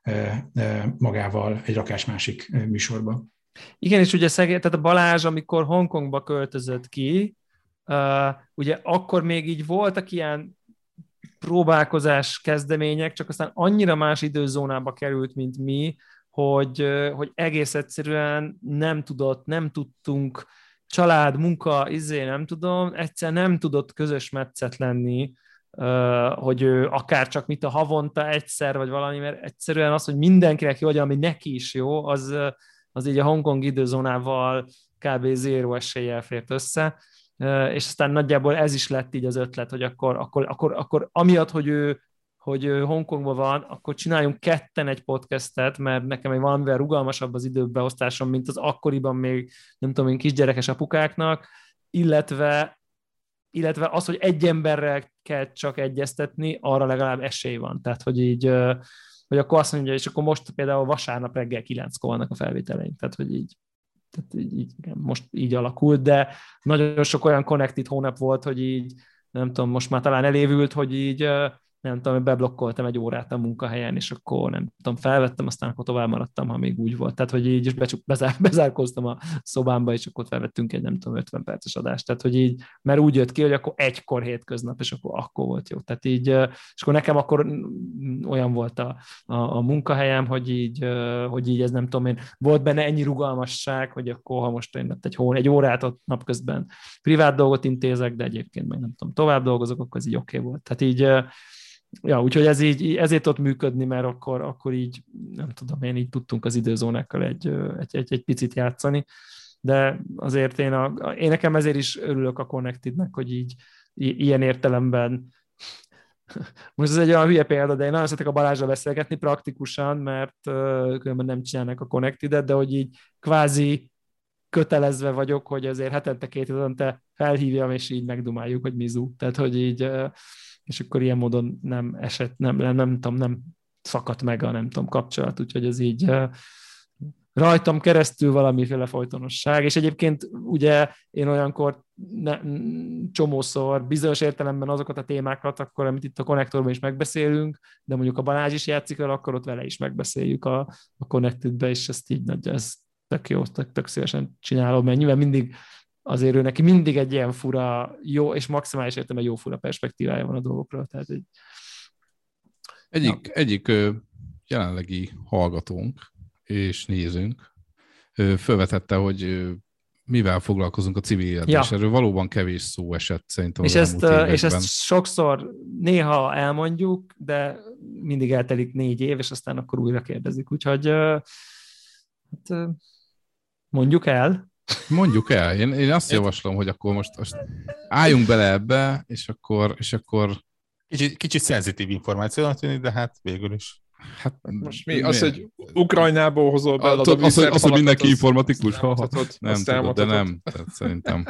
magával egy rakás másik műsorba. Igen, és ugye tehát a Balázs, amikor Hongkongba költözött ki, ugye akkor még így voltak ilyen próbálkozás kezdemények, csak aztán annyira más időzónába került, mint mi, hogy egész egyszerűen nem tudtunk család, munka, nem tudom, egyszer nem tudott közös metszet lenni, hogy ő akár csak a havonta egyszer, vagy valami, mert egyszerűen az, hogy mindenkinek jó, ami neki is jó, az így a Hongkong időzónával kb. 0 eséllyel fért össze, és aztán nagyjából ez is lett így az ötlet, hogy akkor amiatt, hogy ő Hongkongban van, akkor csináljunk ketten egy podcastet, mert nekem egy valamivel rugalmasabb az időbeosztásom, mint az akkoriban még, nem tudom én, kisgyerekes apukáknak, illetve az, hogy egy emberrel kell csak egyeztetni, arra legalább esély van. Tehát, hogy így, hogy akkor azt mondja, és akkor most például vasárnap reggel 9-kor vannak a felvételeink. Tehát, hogy így most így alakult, de nagyon sok olyan connected hónap volt, hogy így, nem tudom, most már talán elévült, hogy így, nem tudom, beblokkoltam 1 órát a munkahelyen, és akkor nem tudom, felvettem, aztán akkor tovább maradtam, ha még úgy volt. Tehát, hogy így is bezárkóztam a szobámba, és akkor felvettünk egy, nem tudom, 50 perces adást. Tehát, hogy így, mert úgy jött ki, hogy akkor 1-kor hétköznap, és akkor volt jó. Tehát így, és akkor nekem akkor olyan volt a munkahelyem, hogy így ez nem tudom én, volt benne ennyi rugalmasság, hogy akkor, ha most én egy órát ott napközben privát dolgot intézek, de egyébként meg nem tudom, tovább dolgozok, akkor ez így oké volt. Tehát így, ja, úgyhogy ezért tudott működni, mert akkor így, nem tudom, én így tudtunk az időzónákkal egy picit játszani, de azért én nekem ezért is örülök a Connectednek, hogy így ilyen értelemben, most ez egy olyan hülye példa, de én nagyon szeretek a Balázsra beszélgetni praktikusan, mert különben nem csinálnak a Connected-et, de hogy így kvázi kötelezve vagyok, hogy azért hetente 2 hetente felhívjam, és így megdumáljuk, hogy mizu. Tehát, hogy így és akkor ilyen módon nem esett, nem szakadt meg a nem tudom kapcsolat, úgyhogy ez így rajtam keresztül valamiféle folytonosság, és egyébként ugye én olyankor csomószor bizonyos értelemben azokat a témákat, akkor amit itt a konnektorban is megbeszélünk, de mondjuk a Balázs is játszik el, akkor ott vele is megbeszéljük a Connected-be, és ezt így ez tök jó, tök szívesen csinálom, mert nyilván mindig azért ő neki mindig egy ilyen fura, jó, és maximális értelemben jó fura perspektívája van a dolgokról. Tehát egyik jelenlegi hallgatónk és nézőnk felvetette, hogy mivel foglalkozunk a civil életben, és erről valóban kevés szó esett szerintem. És ezt sokszor néha elmondjuk, de mindig eltelik 4 év, és aztán akkor újra kérdezik. Úgyhogy mondjuk el. Mondjuk el. Én azt javaslom, hogy akkor most álljunk bele ebbe, és akkor... Kicsit szenzitív információnak tűnik, de hát végül is. Hát most mi? Az, hogy Ukrajnából hozol be az, hogy mindenki informatikus? Nem tudod, de nem. Tehát szerintem.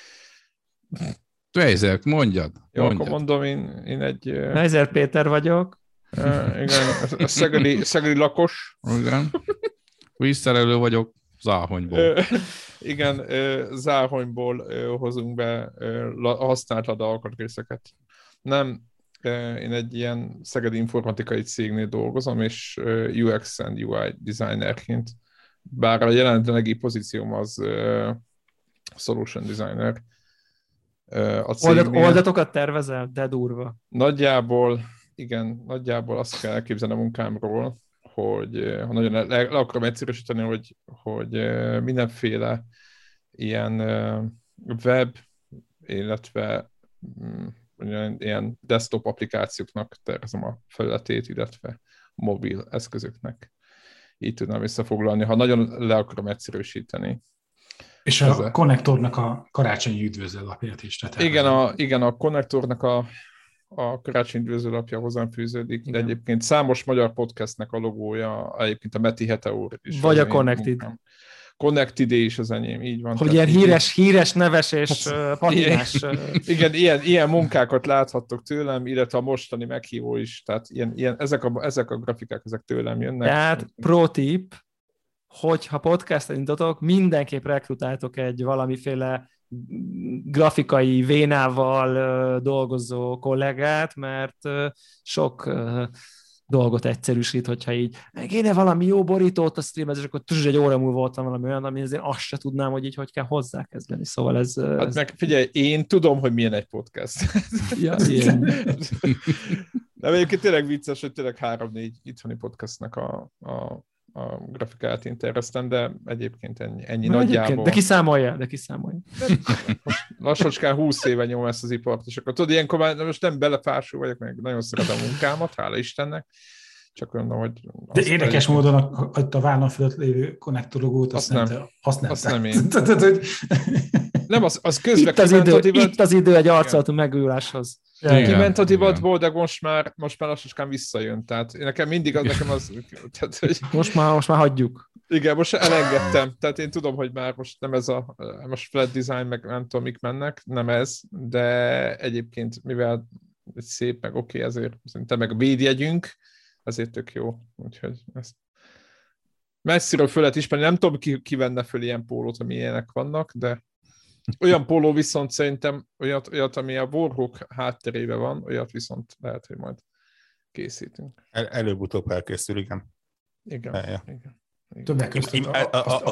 Tejzek, mondjad. Jó, akkor mondom, én egy... Nejzer Péter vagyok. Igen, a szegedi lakos. Igen. Vízszerelő vagyok Záhonyból. Igen, Záhonyból hozunk be használt lada alkatrészeket. Nem, én egy ilyen szegedi informatikai cégnél dolgozom, és UX and UI designerként, bár a jelenlegi pozícióm az solution designer. Oldatokat tervezel, de durva. Nagyjából azt kell elképzelni a munkámról, hogy ha nagyon le akarom egyszerűsíteni, hogy mindenféle ilyen web, illetve ilyen desktop applikációknak tervezem a felületét, illetve mobil eszközöknek. Így tudnám visszafoglalni, ha nagyon le akarom egyszerűsíteni. És a konnektornak a karácsonyi üdvözlőlapját is. Igen, a konnektornak a karácsonyi üdvözlőlapja hozzám fűződik, de egyébként számos magyar podcastnek a logója, egyébként a Meti Heteor is. Vagy a Connected. Connected is az enyém, így van. Hogy ilyen híres, neves és patinás. Igen, ilyen munkákat láthattok tőlem, illetve a mostani meghívó is, tehát ezek a grafikák, ezek tőlem jönnek. Tehát pro tip, hogyha podcastet indítotok, mindenképp rekrutáltok egy valamiféle grafikai vénával dolgozó kollégát, mert sok dolgot egyszerűsít, hogyha így kéne valami jó borítót a streamhez, és akkor egy óra múlva ott van valami olyan, ami azért azt se tudnám, hogy kell hozzákezdeni. Szóval ez... Hát meg figyelj, én tudom, hogy milyen egy podcast. Ja, ilyen. De egyébként tényleg vicces, hogy tényleg 3-4 itthoni podcastnek a grafikát én terveztem, de egyébként ennyi nagyjából. De kiszámolja. Most lassacskán 20 éve nyom ezt az ipart, és akkor tudod, ilyenkor már most nem belefásul vagyok, meg nagyon szeretem a munkámat, hála Istennek, csak mondom, hogy... De érdekes módon a vállal fölött lévő konnektorlogót, azt nem én. Nem, az közben itt az idő egy arcolatú megújuláshoz. Kiment a divatból, de most már lassacskán visszajön. Tehát nekem mindig az... Tehát, hogy... Most már hagyjuk. Igen, most elengedtem. Tehát én tudom, hogy már most nem ez most flat design, meg nem tudom, mik mennek, nem ez, de egyébként, mivel szép, meg oké, ezért szerintem meg a védjegyünk, ezért tök jó. Úgyhogy ezt messziről föl lehet ismerni. Nem tudom, ki venne föl ilyen pólót, ami ilyenek vannak, de olyan póló viszont szerintem olyat, ami a Warhawk hátterében van, olyat viszont lehet, hogy majd készítünk. Előbb-utóbb elkészül, igen. Igen. Többek között a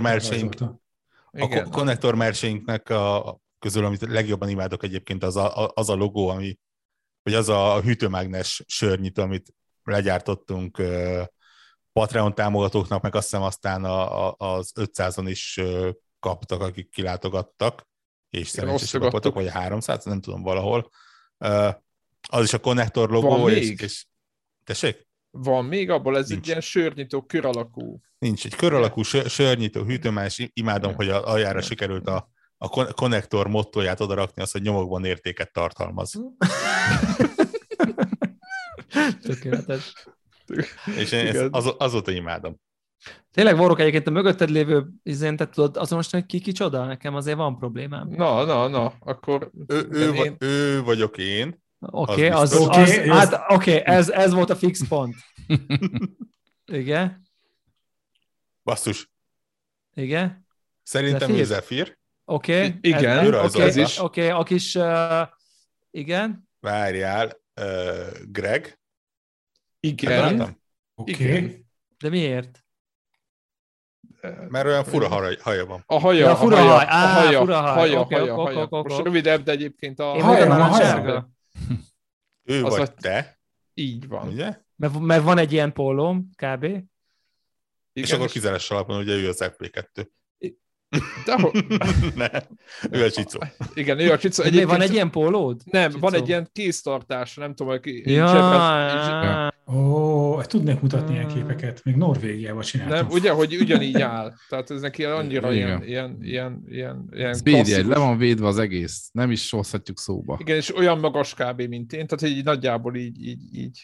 konnektor mercheinknek közül, amit legjobban imádok egyébként, az a logó, vagy az a hűtőmágnes sörnyitő, amit legyártottunk Patreon támogatóknak, meg azt hiszem aztán az 500-on is kaptak, akik kilátogattak, és szerencsések kaptak, vagy 300, nem tudom, valahol. Az is a konnektor logó. És tessék? Van még abból, ez egy ilyen sörnyitó, kör alakú. Nincs, egy kör alakú sörnyitó, hűtőmás, imádom, hogy aljára sikerült a konnektor mottóját odarakni, az, hogy nyomokban értéket tartalmaz. Tökéletes. És én ezt azóta imádom. Tényleg, Warhawk, egyébként a mögötted lévő te tudod azonosítani, hogy kicsoda? Nekem azért van problémám. Na, akkor... Ő vagyok én. Oké, ez volt a fix pont. Igen. Basszus. Igen? Szerintem ő Zephyr. Oké. Igen, ez is. Oké, a kis... igen. Várjál. Greg. Igen. Oké. De miért? Mert olyan fura haja van. A haja, Ja, fura haj. fura haj. Oké. Most rövidebb, de egyébként a Én haja, mondanám, a haja. sárga. Ő Az vagy te. Így van. Ugye? Mert van egy ilyen pólóm, kb. Igen, És akkor kizárással alapon, ugye ő az FP2. Ne. Ő a Csicó. Igen, ő a Csicó. Van egy ilyen pólód? Nem, Csicó. van egy ilyen kéztartás, nem tudom, Tudnék mutatni ilyen képeket. Még Norvégiában csináltam. Nem, ugye, hogy ugyanígy áll. Tehát ez neki annyira ilyen klasszikus. Le van védve az egész. Nem is hozhatjuk szóba. Igen, és olyan magas kb. Mint én, tehát így nagyjából így.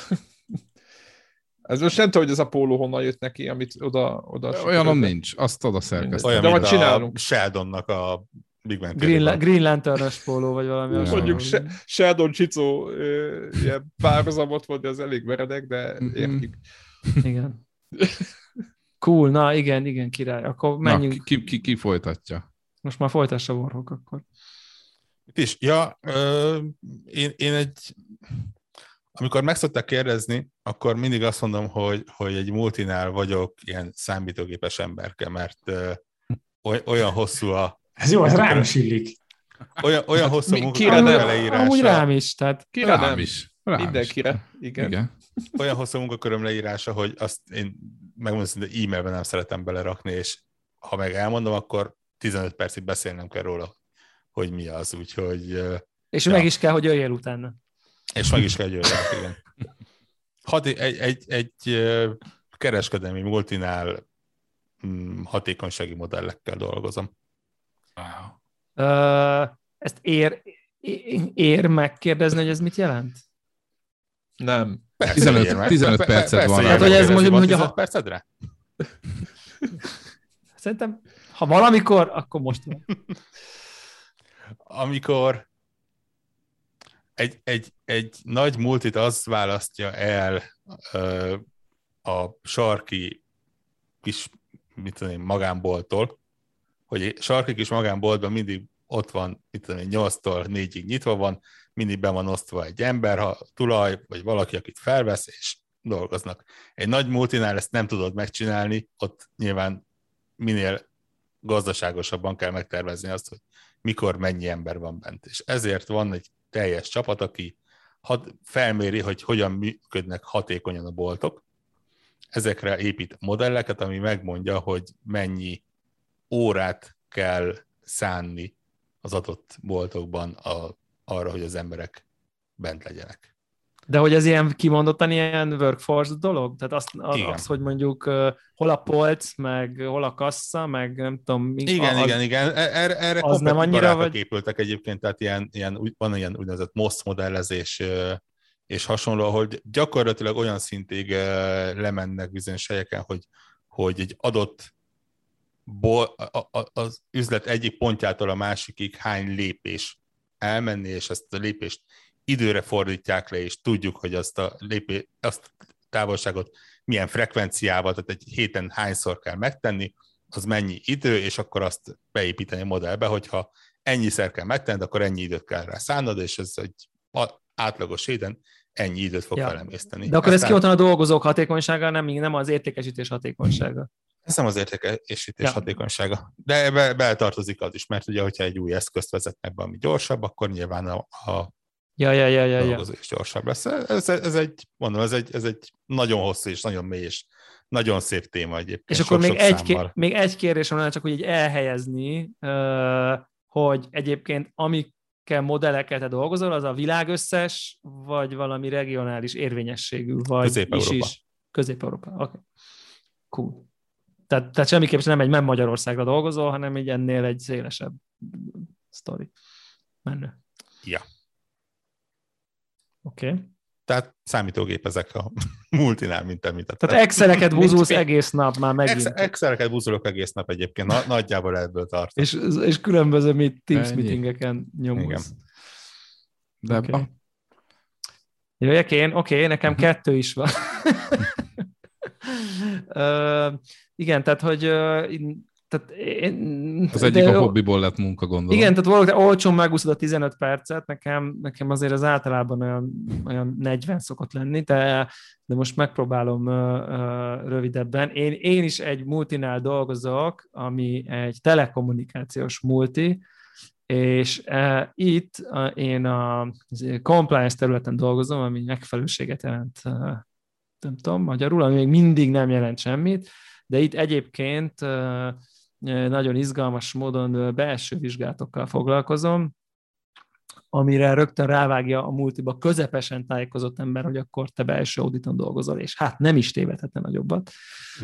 Ez most nem tudom, hogy ez a póló honnan jött neki, amit oda Olyanom nincs, azt oda szerkesztem. Olyan, de mint csinálunk. A Sheldonnak a Big Man Green Lantern-ös póló, vagy valami. Ja. Mondjuk Sheldon Csicó ilyen párhuzamot volt, de az elég veredek, de értjük. Igen. Cool, na igen, király. Akkor menjünk. Ki folytatja? Most már folytassa Warhawk akkor. Amikor meg szokták kérdezni, akkor mindig azt mondom, hogy egy multinál vagyok ilyen számítógépes emberke, mert olyan hosszú Ez jó, ez rám is illik. Olyan hosszú munkakörülmények leírása. Amúgy rám is, tehát... Rám is. Mindenkire. Igen. Olyan hosszú munkaköröm leírása, hogy azt én megmondom, hogy e-mailben nem szeretem belerakni, és ha meg elmondom, akkor 15 percig beszélnem kell róla, hogy mi az, úgyhogy... És meg is kell, hogy jöjjél utána. És meg is kell, hogy jöjjél, igen. Egy kereskedelmi multinál hatékonysági modellekkel dolgozom. Ezt ér megkérdezni, hogy ez mit jelent? Nem. Persze, 15 percet van. Hát, hogy ez mondjuk, hogy 15 percedre? Szerintem, ha valamikor, akkor most van. Amikor egy nagy multit az választja el a sarki kis magánbolttól, hogy egy sarki kis magánboltban mindig ott van, 8-tól 4-ig nyitva van, mindig be van osztva egy ember, ha tulaj, vagy valaki, akit felvesz, és dolgoznak. Egy nagy multinál ezt nem tudod megcsinálni, ott nyilván minél gazdaságosabban kell megtervezni azt, hogy mikor mennyi ember van bent. És ezért van egy teljes csapat, aki felméri, hogy hogyan működnek hatékonyan a boltok. Ezekre épít modelleket, ami megmondja, hogy mennyi órát kell szánni az adott boltokban arra, hogy az emberek bent legyenek. De hogy ez ilyen kimondottan ilyen workforce dolog? Tehát az hogy mondjuk hol a polc, meg hol a kassa, meg nem tudom... Igen. Erre komplet barátok épültek egyébként, tehát van ilyen úgynevezett MOS modellezés és hasonló, ahol gyakorlatilag olyan szintig lemennek bizonyos helyeken, hogy egy adott az üzlet egyik pontjától a másikig hány lépés elmenni, és ezt a lépést időre fordítják le, és tudjuk, hogy azt a távolságot milyen frekvenciával, tehát egy héten hányszor kell megtenni, az mennyi idő, és akkor azt beépíteni a modellbe, hogyha ennyiszer kell megtenni, akkor ennyi időt kell rá szánnod, és ez egy átlagos héten ennyi időt fog felemészteni. De akkor ez ki a dolgozók hatékonysága, nem az értékesítés hatékonysága. Ez nem az értékesítés hatékonysága. De ebbe beletartozik az is, mert ugye, hogyha egy új eszközt vezetnek be, ami gyorsabb, akkor nyilván a dolgozó is gyorsabb lesz. Ez egy nagyon hosszú és nagyon mély és nagyon szép téma egyébként. És akkor még egy kérdésem lenne, csak hogy így elhelyezni, hogy egyébként amikkel modellekkel te dolgozol, az a világ összes, vagy valami regionális érvényességű, vagy Közép-Európa. Közép-Európa, oké. Cool. Tehát semmiképpen nem Magyarországra dolgozol, hanem így ennél egy szélesebb sztori. Menő. Ja. Oké. Tehát számítógép ezek a multinál, mint említettem. Tehát Exceleket búzulsz egész nap már megint. Exceleket búzulok egész nap egyébként, nagyjából ebből tart. És különböző Teams meetingeken nyomulsz. De Jöjjek én? Oké, nekem 2 is van. Igen, tehát, hogy az egyik a hobbiból lett munka, gondolom. Igen, tehát valószínűleg olcsón megúszod a 15 percet, nekem azért az általában olyan 40 szokott lenni, de most megpróbálom rövidebben. Én is egy multinál dolgozok, ami egy telekommunikációs multi, és itt én a compliance területen dolgozom, ami megfelelőséget jelent, nem tudom magyarul, ami még mindig nem jelent semmit, de itt egyébként nagyon izgalmas módon belső vizsgálatokkal foglalkozom, amire rögtön rávágja a multiba közepesen tájékozott ember, hogy akkor te belső auditon dolgozol, és hát nem is tévedhetne nagyobbat,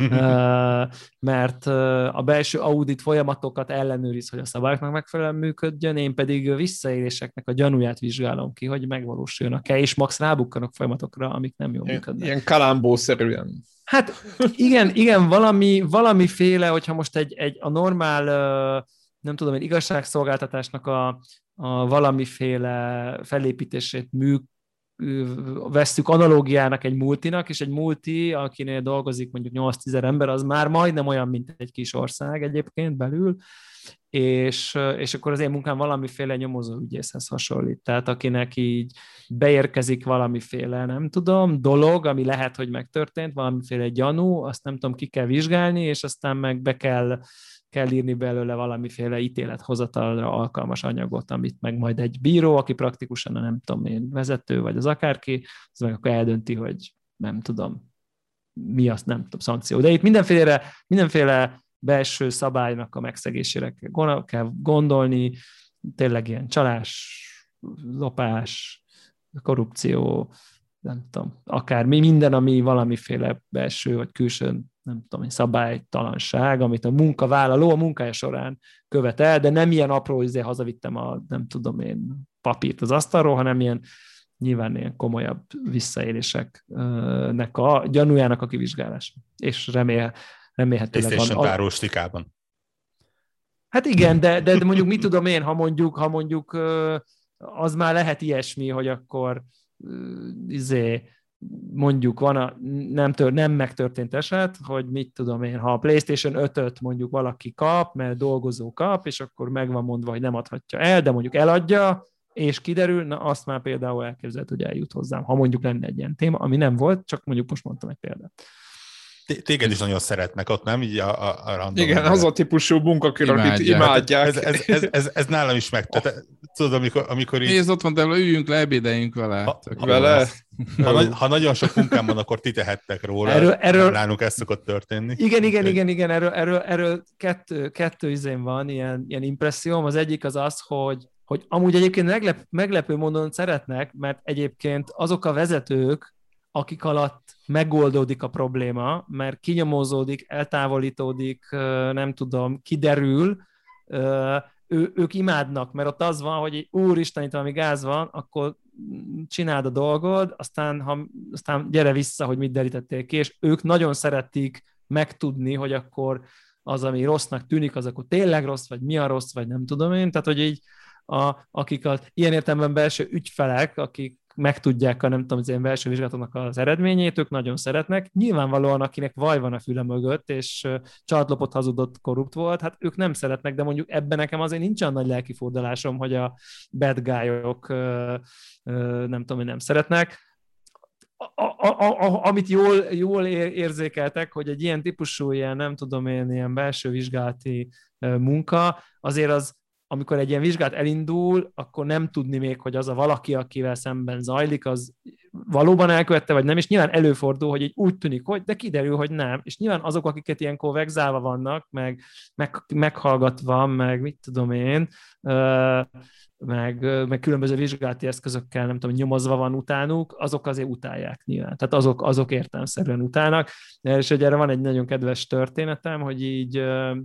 mert a belső audit folyamatokat ellenőriz, hogy a szabályoknak megfelelően működjön, én pedig visszaéléseknek a gyanúját vizsgálom ki, hogy megvalósuljanak-e, és max rábukkanak folyamatokra, amik nem jól működnek. Ilyen kalambószerűen. Hát igen, valamiféle, hogyha most a normál, nem tudom én, igazságszolgáltatásnak a valamiféle felépítését vesszük analógiának egy multinak, és egy multi, akinél dolgozik mondjuk 8-10 ember, az már majdnem olyan, mint egy kis ország egyébként belül, és akkor az én munkám valamiféle nyomozóügyészhez hasonlít. Tehát akinek így beérkezik valamiféle, nem tudom, dolog, ami lehet, hogy megtörtént, valamiféle gyanú, azt nem tudom, ki kell vizsgálni, és aztán meg be kell írni belőle valamiféle ítélethozatalra alkalmas anyagot, amit meg majd egy bíró, aki praktikusan a nem tudom én vezető, vagy az akárki, az meg akkor eldönti, hogy nem tudom, mi azt nem tudom, szankció. De itt mindenféle belső szabálynak a megszegésére kell gondolni, tényleg ilyen csalás, lopás, korrupció, nem tudom, akármi, minden, ami valamiféle belső vagy külső, nem tudom, szabálytalanság, amit a munkavállaló a munkája során követel, de nem ilyen apró, hogy hazavittem nem tudom én, papírt az asztalról, hanem nyilván ilyen komolyabb visszaéléseknek a gyanújának a kivizsgálása. És remélhetőleg PlayStation páróstikában. Hát igen, de mondjuk mit tudom én, ha mondjuk az már lehet ilyesmi, hogy akkor mondjuk van nem megtörtént eset, hogy mit tudom én, ha a PlayStation 5-öt mondjuk valaki kap, mert dolgozó kap, és akkor meg van mondva, hogy nem adhatja el, de mondjuk eladja, és kiderül, na azt már például elképzelhet, hogy eljut hozzám, ha mondjuk lenne egy ilyen téma, ami nem volt, csak mondjuk most mondtam egy példát. Téged is nagyon szeretnek ott, nem? Így a random. Igen, az a típusú munkakör, akit imádják. Ez nálam is megtett. Tudod, amikor így... Nézd, ott van, de üljünk le, ebédeljünk vele. Ha nagyon sok munkám van, akkor ti tehettek róla. Nálunk ez szokott történni. Igen. Erről kettő izén van, ilyen impresszióm. Az egyik az, hogy amúgy egyébként meglepő módon szeretnek, mert egyébként azok a vezetők, akik alatt megoldódik a probléma, mert kinyomozódik, eltávolítódik, nem tudom, kiderül, ők imádnak, mert ott az van, hogy úristen, itt valami gáz van, akkor csináld a dolgod, aztán gyere vissza, hogy mit derítettél ki, és ők nagyon szeretik megtudni, hogy akkor az, ami rossznak tűnik, az akkor tényleg rossz, vagy mi a rossz, vagy nem tudom én, tehát hogy így akik ilyen értelemben belső ügyfelek, akik megtudják nem tudom, az ilyen belső vizsgálatoknak az eredményét, ők nagyon szeretnek. Nyilvánvalóan, akinek vaj van a füle mögött, és csaltlopott, hazudott, korrupt volt, hát ők nem szeretnek, de mondjuk ebben nekem azért nincs olyan nagy lelkifordulásom, hogy a bad guy-ok nem tudom, hogy nem szeretnek. Amit jól érzékeltek, hogy egy ilyen típusú, nem tudom én, ilyen belső vizsgálati munka, azért az, amikor egy ilyen vizsgálat elindul, akkor nem tudni még, hogy az a valaki, akivel szemben zajlik, az valóban elkövette, vagy nem, és nyilván előfordul, hogy így úgy tűnik, hogy, de kiderül, hogy nem. És nyilván azok, akiket ilyenkor vegzálva vannak, meg meghallgatva, meg mit tudom én, meg különböző vizsgálati eszközökkel, nem tudom, nyomozva van utánuk, azok azért utálják nyilván. Tehát azok értelemszerűen utálnak. És ugye erre van egy nagyon kedves történetem, hogy így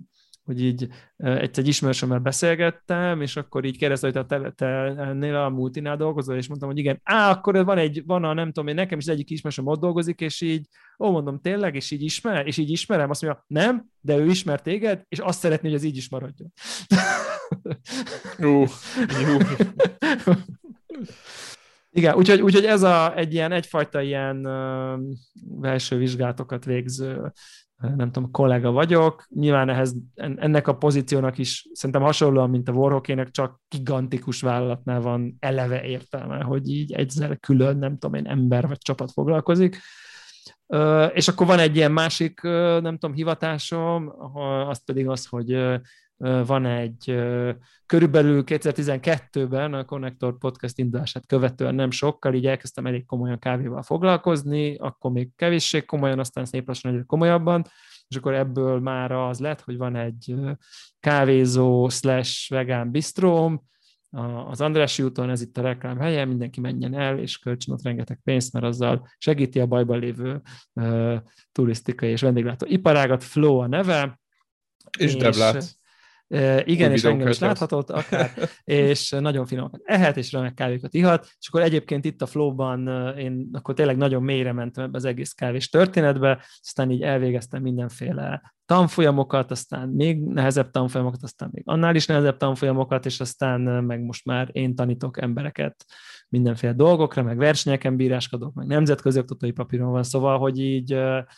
egy ismerősömmel beszélgettem, és akkor így kérdezte, hogy te ennél a multinál dolgozol, és mondtam, hogy igen, akkor van a nem tudom én, nekem is egyik ismerősöm ott dolgozik, és így, mondom, tényleg, és így ismerem, azt mondja, nem, de ő ismer téged, és azt szeretné, hogy ez így is maradjon. Jó. Igen, úgyhogy ez egyfajta ilyen belső vizsgálatokat végző, nem tudom, kollega vagyok. Nyilván ennek a pozíciónak is szerintem hasonlóan, mint a Warhawkének, csak gigantikus vállalatnál van eleve értelme, hogy így egyszer külön, nem tudom én, ember vagy csapat foglalkozik. És akkor van egy ilyen másik, nem tudom, hivatásom, az pedig az, hogy van egy körülbelül 2012-ben a Connector Podcast indulását követően nem sokkal, így elkezdtem elég komolyan kávéval foglalkozni, akkor még kevéssé komolyan, aztán szép lassan egyre komolyabban, és akkor ebből már az lett, hogy van egy kávézó / vegán bistróm, az Andrássy úton, ez itt a reklám helye, mindenki menjen el, és költsön ott rengeteg pénzt, mert azzal segíti a bajban lévő turisztikai és vendéglátó iparágat. Flow a neve. És Devlát. Igen, és engem is láthatott akár, és nagyon finomat ehet, és remek kávékat ihat, és akkor egyébként itt a Flow-ban én akkor tényleg nagyon mélyre mentem ebbe az egész kávés történetbe, aztán így elvégeztem mindenféle tanfolyamokat, aztán még nehezebb tanfolyamokat, aztán még annál is nehezebb tanfolyamokat, és aztán meg most már én tanítok embereket mindenféle dolgokra, meg versenyeken bíráskodok, meg nemzetközi oktatói papíron van, szóval, hogy így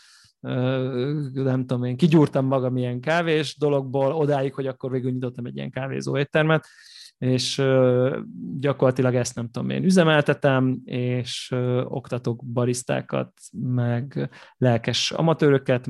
nem tudom én, kigyúrtam magam ilyen kávés dologból, odáig, hogy akkor végül nyitottam egy ilyen kávézó éttermet, és gyakorlatilag ezt nem tudom én üzemeltetem, és oktatok barisztákat, meg lelkes amatőröket,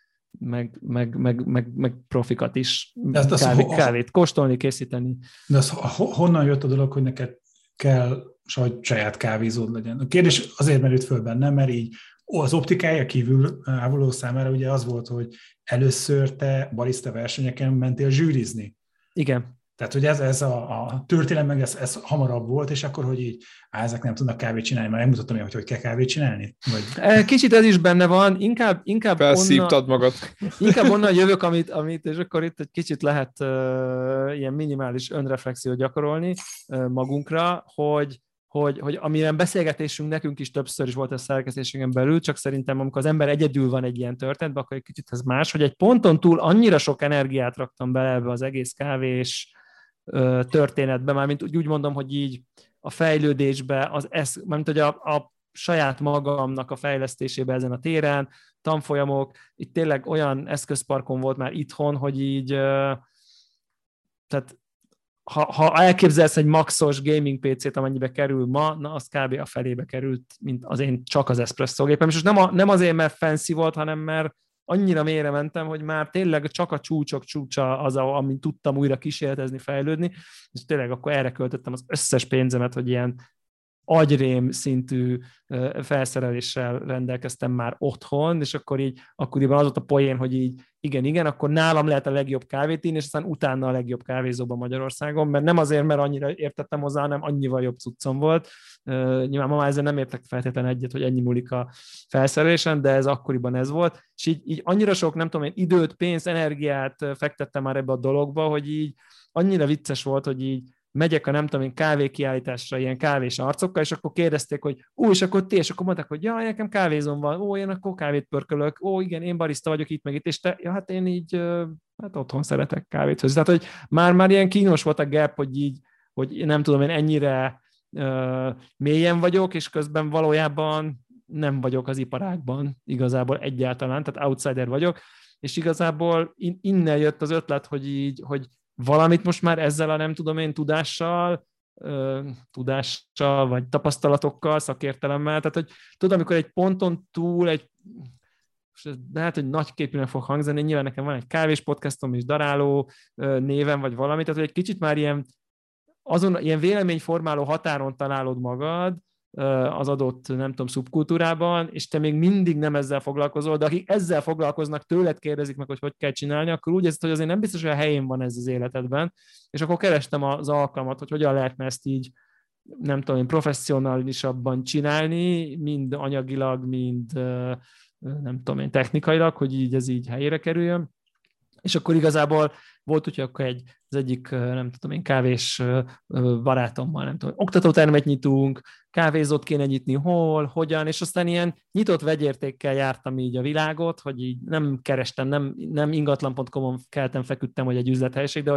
meg profikat is kávét kóstolni, készíteni. De az honnan jött a dolog, hogy neked kell saját kávézód legyen? A kérdés azért merült föl bennem, mert így az optikája kívül ávoló számára ugye az volt, hogy először te barista versenyeken mentél zsűrizni. Igen. Tehát, hogy ez a történelem meg ez hamarabb volt, és akkor, hogy így ezek nem tudnak kávét csinálni, mert megmutattam én, hogy kell kávét csinálni? Vagy... Kicsit ez is benne van, inkább felszívtad magad. Inkább onnan jövök, amit, és akkor itt egy kicsit lehet ilyen minimális önreflexiót gyakorolni magunkra, hogy amilyen beszélgetésünk nekünk is többször is volt a szerkesztésünkön belül, csak szerintem amikor az ember egyedül van egy ilyen történetben, akkor egy kicsit ez más, hogy egy ponton túl annyira sok energiát raktam bele ebbe az egész kávés történetbe, mármint úgy mondom, hogy így a fejlődésbe, mármint hogy a saját magamnak a fejlesztésébe ezen a téren, tanfolyamok, itt tényleg olyan eszközparkon volt már itthon, hogy így, tehát ha elképzelsz egy maxos gaming PC-t, amennyibe kerül ma, na az kb. A felébe került, mint az én csak az espresso gépem, és nem azért, mert fancy volt, hanem mert annyira mélyre mentem, hogy már tényleg csak a csúcsok csúcsa az, amin tudtam újra kísérletezni, fejlődni, és tényleg akkor erre költöttem az összes pénzemet, hogy ilyen agyrém szintű felszereléssel rendelkeztem már otthon, és akkoriban az volt a poén, hogy így igen, akkor nálam lehet a legjobb kávét inni, és aztán utána a legjobb kávézóban Magyarországon, mert nem azért, mert annyira értettem hozzá, hanem annyival jobb cuccom volt. Nyilván ma már ezzel nem értek feltétlenül egyet, hogy ennyi múlik a felszerelésen, de ez akkoriban ez volt, és így annyira sok, nem tudom én, időt, pénzt, energiát fektettem már ebbe a dologba, hogy így annyira vicces volt, hogy így megyek a nem tudom én kávékiállításra ilyen kávés arcokkal, és akkor kérdezték, hogy és akkor ti, és akkor mondták, hogy jaj, nekem kávézom van, én akkor kávét pörkölök, igen, én barista vagyok itt meg itt, és te, hát én így otthon szeretek kávét hozni. Tehát, hogy már ilyen kínos volt a gap, hogy nem tudom én ennyire mélyen vagyok, és közben valójában nem vagyok az iparágban igazából egyáltalán, tehát outsider vagyok, és igazából innen jött az ötlet, hogy valamit most már ezzel a nem tudom én tudással, vagy tapasztalatokkal, szakértelemmel, tehát hogy tudod, amikor egy ponton túl, lehet, hogy nagyképűnek fog hangzani, nyilván nekem van egy kávés podcastom is, Daráló néven, vagy valami, tehát hogy egy kicsit már ilyen véleményformáló határon találod magad az adott, nem tudom, szubkultúrában, és te még mindig nem ezzel foglalkozol, de akik ezzel foglalkoznak, tőled kérdezik meg, hogy kell csinálni, akkor úgy érzed, hogy azért nem biztos, hogy a helyén van ez az életedben, és akkor kerestem az alkalmat, hogy hogyan lehetne ezt így, nem tudom, professzionálisabban csinálni, mind anyagilag, mind nem tudom én, technikailag, hogy így ez így helyére kerüljön. És akkor igazából volt, hogy akkor az egyik, nem tudom én, kávés barátommal, nem tudom, oktatótermet nyitunk, kávézót kéne nyitni, hol, hogyan, és aztán ilyen nyitott vegyértékkel jártam így a világot, hogy így nem kerestem, nem ingatlan.com-on keltem, feküdtem, hogy egy üzlethelyiség, de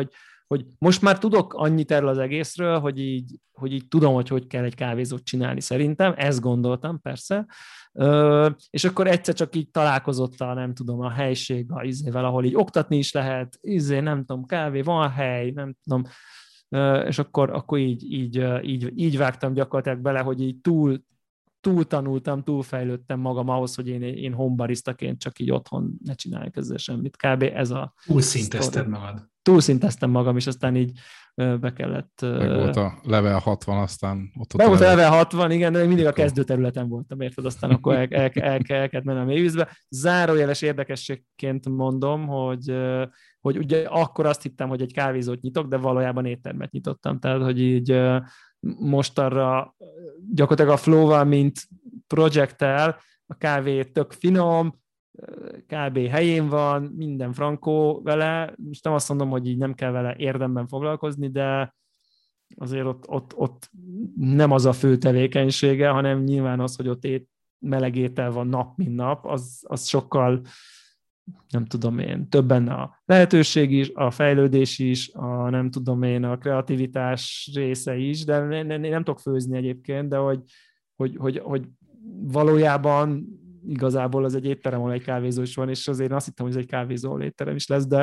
hogy most már tudok annyit erről az egészről, hogy így tudom, hogy kell egy kávézót csinálni szerintem, ezt gondoltam persze, és akkor egyszer csak így találkozott nem tudom, a helység a izével, ahol így oktatni is lehet, nem tudom, kávé, van hely, nem tudom, és akkor így vágtam gyakorlatilag bele, hogy így túl tanultam, túl fejlődtem magam ahhoz, hogy én homebaristaként csak így otthon ne csináljak ezzel semmit. Kb. Ez a... Túlszintezted magad. Túlszinteztem magam, és aztán így be kellett... Meg volt a level 60, aztán ott volt a level 60, igen, de mindig a kezdőterületen voltam, érted? Aztán akkor el kellett mennem a mélyvízbe. Zárójeles érdekességként mondom, hogy ugye akkor azt hittem, hogy egy kávézót nyitok, de valójában éttermet nyitottam. Tehát, hogy így most arra gyakorlatilag a Flow-val, mint projekttel, a kávé tök finom, kb. Helyén van, minden frankó vele. Most nem azt mondom, hogy így nem kell vele érdemben foglalkozni, de azért ott nem az a fő tevékenysége, hanem nyilván az, hogy ott meleg étel van nap, mint nap, az sokkal, nem tudom én, több benne a lehetőség is, a fejlődés is, nem tudom én, a kreativitás része is, de nem tudok főzni egyébként, de hogy valójában igazából az egy étterem, ahol egy kávézó is van, és azért azt hittem, hogy ez egy kávézó, ahol étterem is lesz,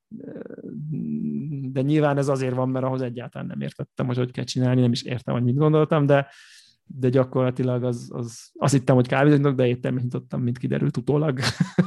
de nyilván ez azért van, mert ahhoz egyáltalán nem értettem, hogy kell csinálni, nem is értem, hogy mit gondoltam, de gyakorlatilag azt hittem, hogy kávézónak, de éttermet nyitottam, mint kiderült utólag.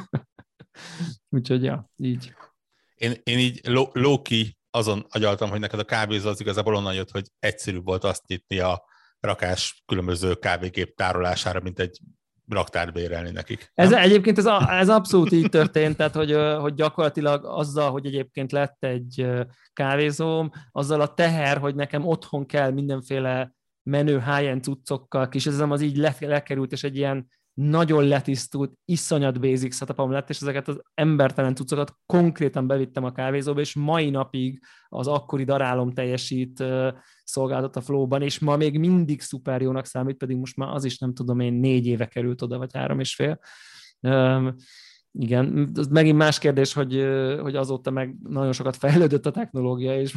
Úgyhogy ja, így. Én így low-key azon agyaltam, hogy neked a kávézó az igazából onnan jött, hogy egyszerűbb volt azt nyitni a rakás különböző kávégép tárolására, mint egy raktárt bérelni nekik. Egyébként ez abszolút így történt, tehát hogy gyakorlatilag azzal, hogy egyébként lett egy kávézóm, azzal a teher, hogy nekem otthon kell mindenféle menő high-end cuccokkal, kísérlezem, az így lekerült, és egy ilyen nagyon letisztult, iszonyat basic setupom lett, és ezeket az embertelen cuccokat konkrétan bevittem a kávézóba, és mai napig az akkori darálom teljesít szolgáltat a Flow-ban, és ma még mindig szuper jónak számít, pedig most már az is nem tudom én 4 éve került oda, vagy 3,5. Igen, ez megint más kérdés, hogy azóta meg nagyon sokat fejlődött a technológia, és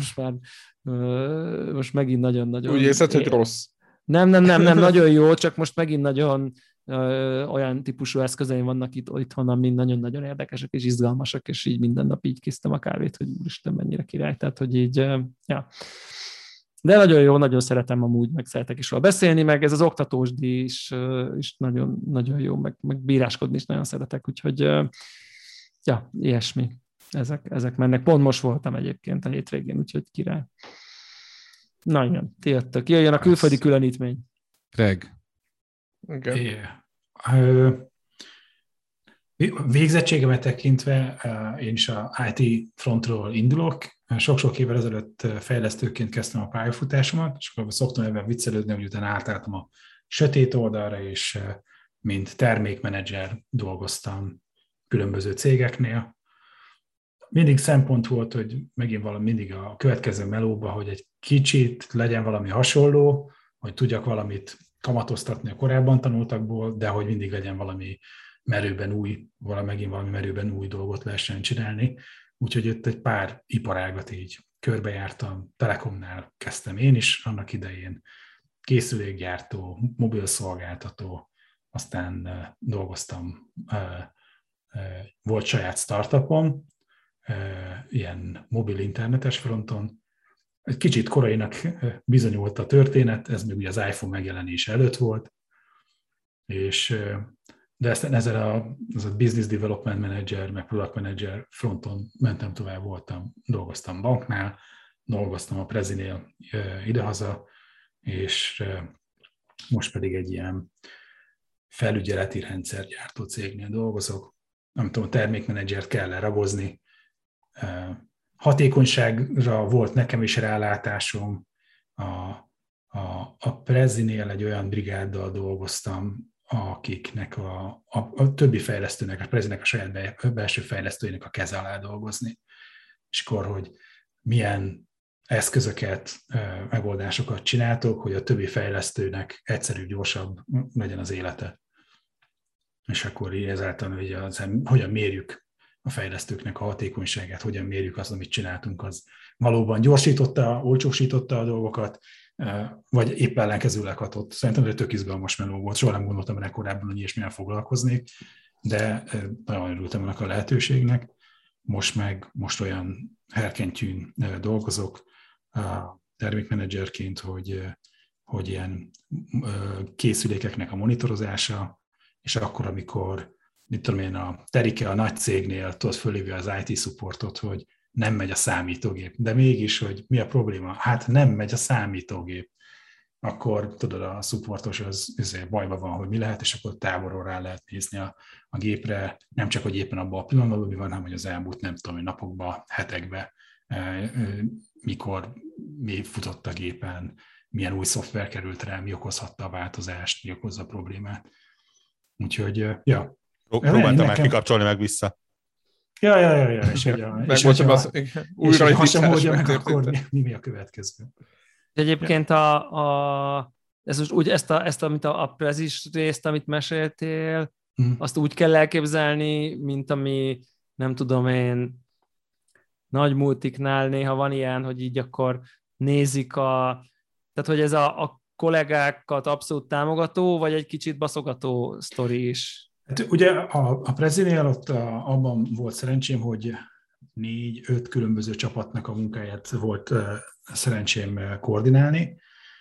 most megint nagyon-nagyon... Úgy érzed, hogy rossz. Nem, nagyon jó, csak most megint nagyon olyan típusú eszközeim vannak itthon, ami nagyon-nagyon érdekesek és izgalmasak, és így minden nap így késztem a kávét, hogy úristen, mennyire király, tehát, hogy így, ja. De nagyon jó, nagyon szeretem amúgy, meg szeretek is róla beszélni, meg ez az oktatós-díj is nagyon, nagyon jó, meg bíráskodni is nagyon szeretek, úgyhogy ja, ilyesmi. Ezek mennek. Pont most voltam egyébként a hétvégén, úgyhogy király. Na igen, ti jöttök. Jöjjön a külföldi különítmény. Greg. Okay. Yeah. Végzettségemet tekintve én is a IT frontról indulok. Sok-sok évvel ezelőtt fejlesztőként kezdtem a pályafutásomat, és akkor szoktam ebben viccelődni, hogy utána átálltam a sötét oldalra, és mint termékmenedzser dolgoztam különböző cégeknél. Mindig szempont volt, hogy megint mindig a következő melóba, hogy egy kicsit legyen valami hasonló, hogy tudjak valamit kamatoztatni a korábban tanultakból, de hogy mindig legyen valami merőben új, megint valami merőben új dolgot lehessen csinálni. Úgyhogy ott egy pár iparágat így körbejártam. Telekomnál kezdtem én is annak idején, készülékgyártó, mobilszolgáltató, aztán dolgoztam, volt saját startupom, ilyen mobil internetes fronton. Egy kicsit korainak bizonyult a történet, ez még ugye az iPhone megjelenése előtt volt, de ezzel a Business Development Manager, meg Product Manager fronton mentem tovább, dolgoztam banknál, dolgoztam a Prezinél idehaza, és most pedig egy ilyen felügyeleti rendszergyártó cégnél dolgozok. Nem tudom, termékmenedzsert kell ragozni. Hatékonyságra volt nekem is rálátásom. A Prezinél egy olyan brigáddal dolgoztam, akiknek a többi fejlesztőnek, a Prezinek a saját belső fejlesztőinek a keze alá dolgozni. És akkor, hogy milyen eszközöket, megoldásokat csináltok, hogy a többi fejlesztőnek egyszerűbb, gyorsabb legyen az élete. És akkor ezáltal, hogy hogyan mérjük a fejlesztőknek a hatékonyságát, hogyan mérjük azt, amit csináltunk, az valóban gyorsította, olcsósította a dolgokat, vagy épp ellenkezőleg hatott. Szerintem ez tök izgalmas meló volt, soha nem gondoltam rá korábban, hogy ilyesmivel foglalkoznék, de nagyon örültem ennek a lehetőségnek. Most olyan herkentyűn dolgozok termékmenedzserként, hogy ilyen készülékeknek a monitorozása, és akkor, amikor a Terike a nagy cégnél fölhívja az IT supportot, hogy nem megy a számítógép, de mégis, hogy mi a probléma? Hát nem megy a számítógép. Akkor tudod, a supportos az bajban van, hogy mi lehet, és akkor távolról rá lehet nézni a gépre, nem csak, hogy éppen abban a pillanatban mi van, hanem hogy az elmúlt, nem tudom, napokban, hetekben, mikor mi futott a gépen, milyen új szoftver került rá, mi okozhatta a változást, mi okozza a problémát. Úgyhogy, ja. Próbáltam már kikapcsolni meg vissza. Ja. És hogyha ha sem oldja meg, akkor mi a következő? Egyébként ez most úgy ezt amit a prezis részt, amit meséltél, azt úgy kell elképzelni, mint ami, nem tudom én, nagy multiknál néha van ilyen, hogy így akkor nézik tehát hogy ez a kollégákat abszolút támogató, vagy egy kicsit baszogató sztori is? Hát ugye a Prezinél ott abban volt szerencsém, hogy 4-5 különböző csapatnak a munkáját volt szerencsém koordinálni.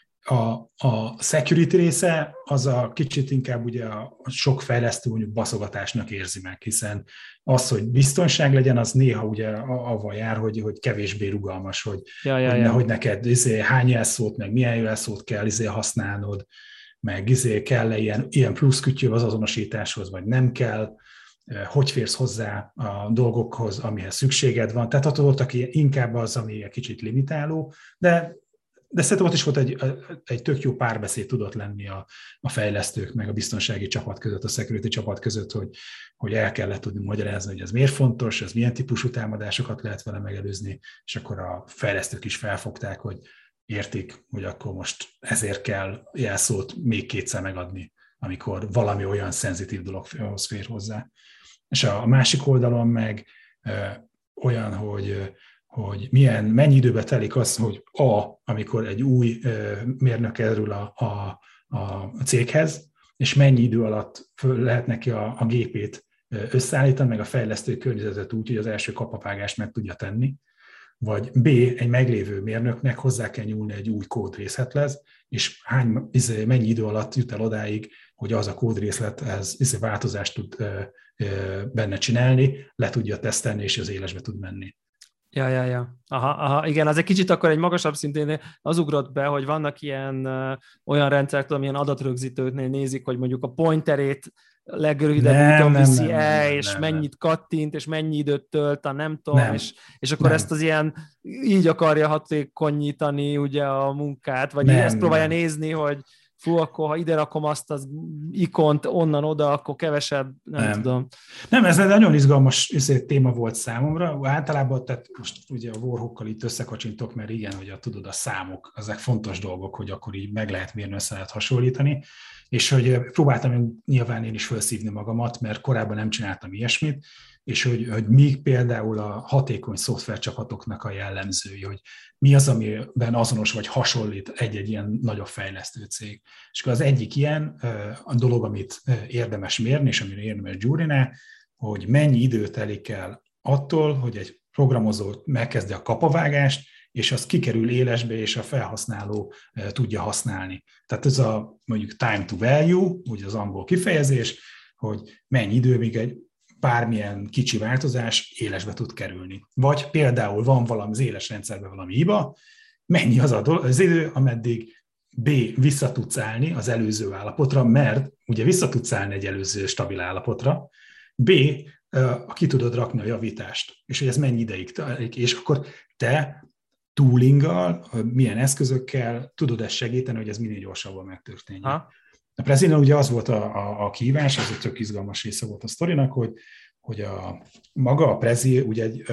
A security része az a kicsit inkább ugye a sok fejlesztő mondjuk baszogatásnak érzi meg, hiszen az, hogy biztonság legyen, az néha ugye avval jár, hogy kevésbé rugalmas, hogy neked hány jelszót, meg milyen jelszót kell használnod, meg kell ilyen plusz kütyű az azonosításhoz, vagy nem kell, hogy férsz hozzá a dolgokhoz, amihez szükséged van. Tehát ott volt, aki inkább az, ami egy kicsit limitáló, de szerintem ott is volt egy tök jó párbeszéd tudott lenni a fejlesztők, meg a biztonsági csapat között, a security csapat között, hogy el kellett tudni magyarázni, hogy ez miért fontos, ez milyen típusú támadásokat lehet vele megelőzni, és akkor a fejlesztők is felfogták, hogy értik, hogy akkor most ezért kell jelszót még kétszer megadni, amikor valami olyan szenzitív dologhoz fér hozzá. És a másik oldalon meg olyan, hogy mennyi időbe telik az, hogy amikor egy új mérnök kerül a céghez, és mennyi idő alatt lehet neki a gépét összeállítani, meg a fejlesztő környezetet úgy, hogy az első kapavágást meg tudja tenni, vagy B, egy meglévő mérnöknek hozzá kell nyúlni egy új kódrészlethez, és mennyi idő alatt jut el odáig, hogy az a kódrészlethez változást tud benne csinálni, le tudja tesztelni, és az élesbe tud menni. Ja. Aha, igen, az egy kicsit akkor egy magasabb szintén az ugrott be, hogy vannak ilyen olyan rendszerek, amilyen adatrögzítőknél nézik, hogy mondjuk a pointerét legrövidebb úton viszi el, és mennyit kattint, és mennyi időt tölt, nem tudom, és akkor ezt az ilyen, így akarja hatékonyítani ugye a munkát, vagy ezt próbálja nézni, hogy fú, akkor ha ide rakom azt az ikont onnan oda, akkor kevesebb, nem tudom. Nem, ez egy nagyon izgalmas téma volt számomra. Általában, tehát most ugye a Warhawkkal itt összekacsintok, mert igen, hogy tudod, a számok, ezek fontos dolgok, hogy akkor így meg lehet mérni, össze lehet hasonlítani, és hogy próbáltam nyilván én is felszívni magamat, mert korábban nem csináltam ilyesmit, és hogy mi például a hatékony szoftvercsapatoknak a jellemzői, hogy mi az, amiben azonos vagy hasonlít egy-egy ilyen nagyobb fejlesztő cég. És akkor az egyik ilyen a dolog, amit érdemes mérni, és amire érdemes gyúrni, hogy mennyi idő telik el attól, hogy egy programozó megkezdi a kapavágást, és az kikerül élesbe, és a felhasználó tudja használni. Tehát ez a mondjuk time to value, ugye az angol kifejezés, hogy mennyi idő, míg egy bármilyen kicsi változás élesbe tud kerülni. Vagy például van valami az éles rendszerben valami hiba, mennyi az idő, ameddig B. vissza tudsz állni az előző állapotra, mert ugye vissza tudsz állni egy előző stabil állapotra, B. ki tudod rakni a javítást, és hogy ez mennyi ideig telik, és akkor te toolinggal, milyen eszközökkel tudod ezt segíteni, hogy ez minél gyorsabban megtörténjen. A Prezinél ugye az volt a kihívás, ez egy tök izgalmas része volt a sztorinak, hogy maga a Prezi ugye egy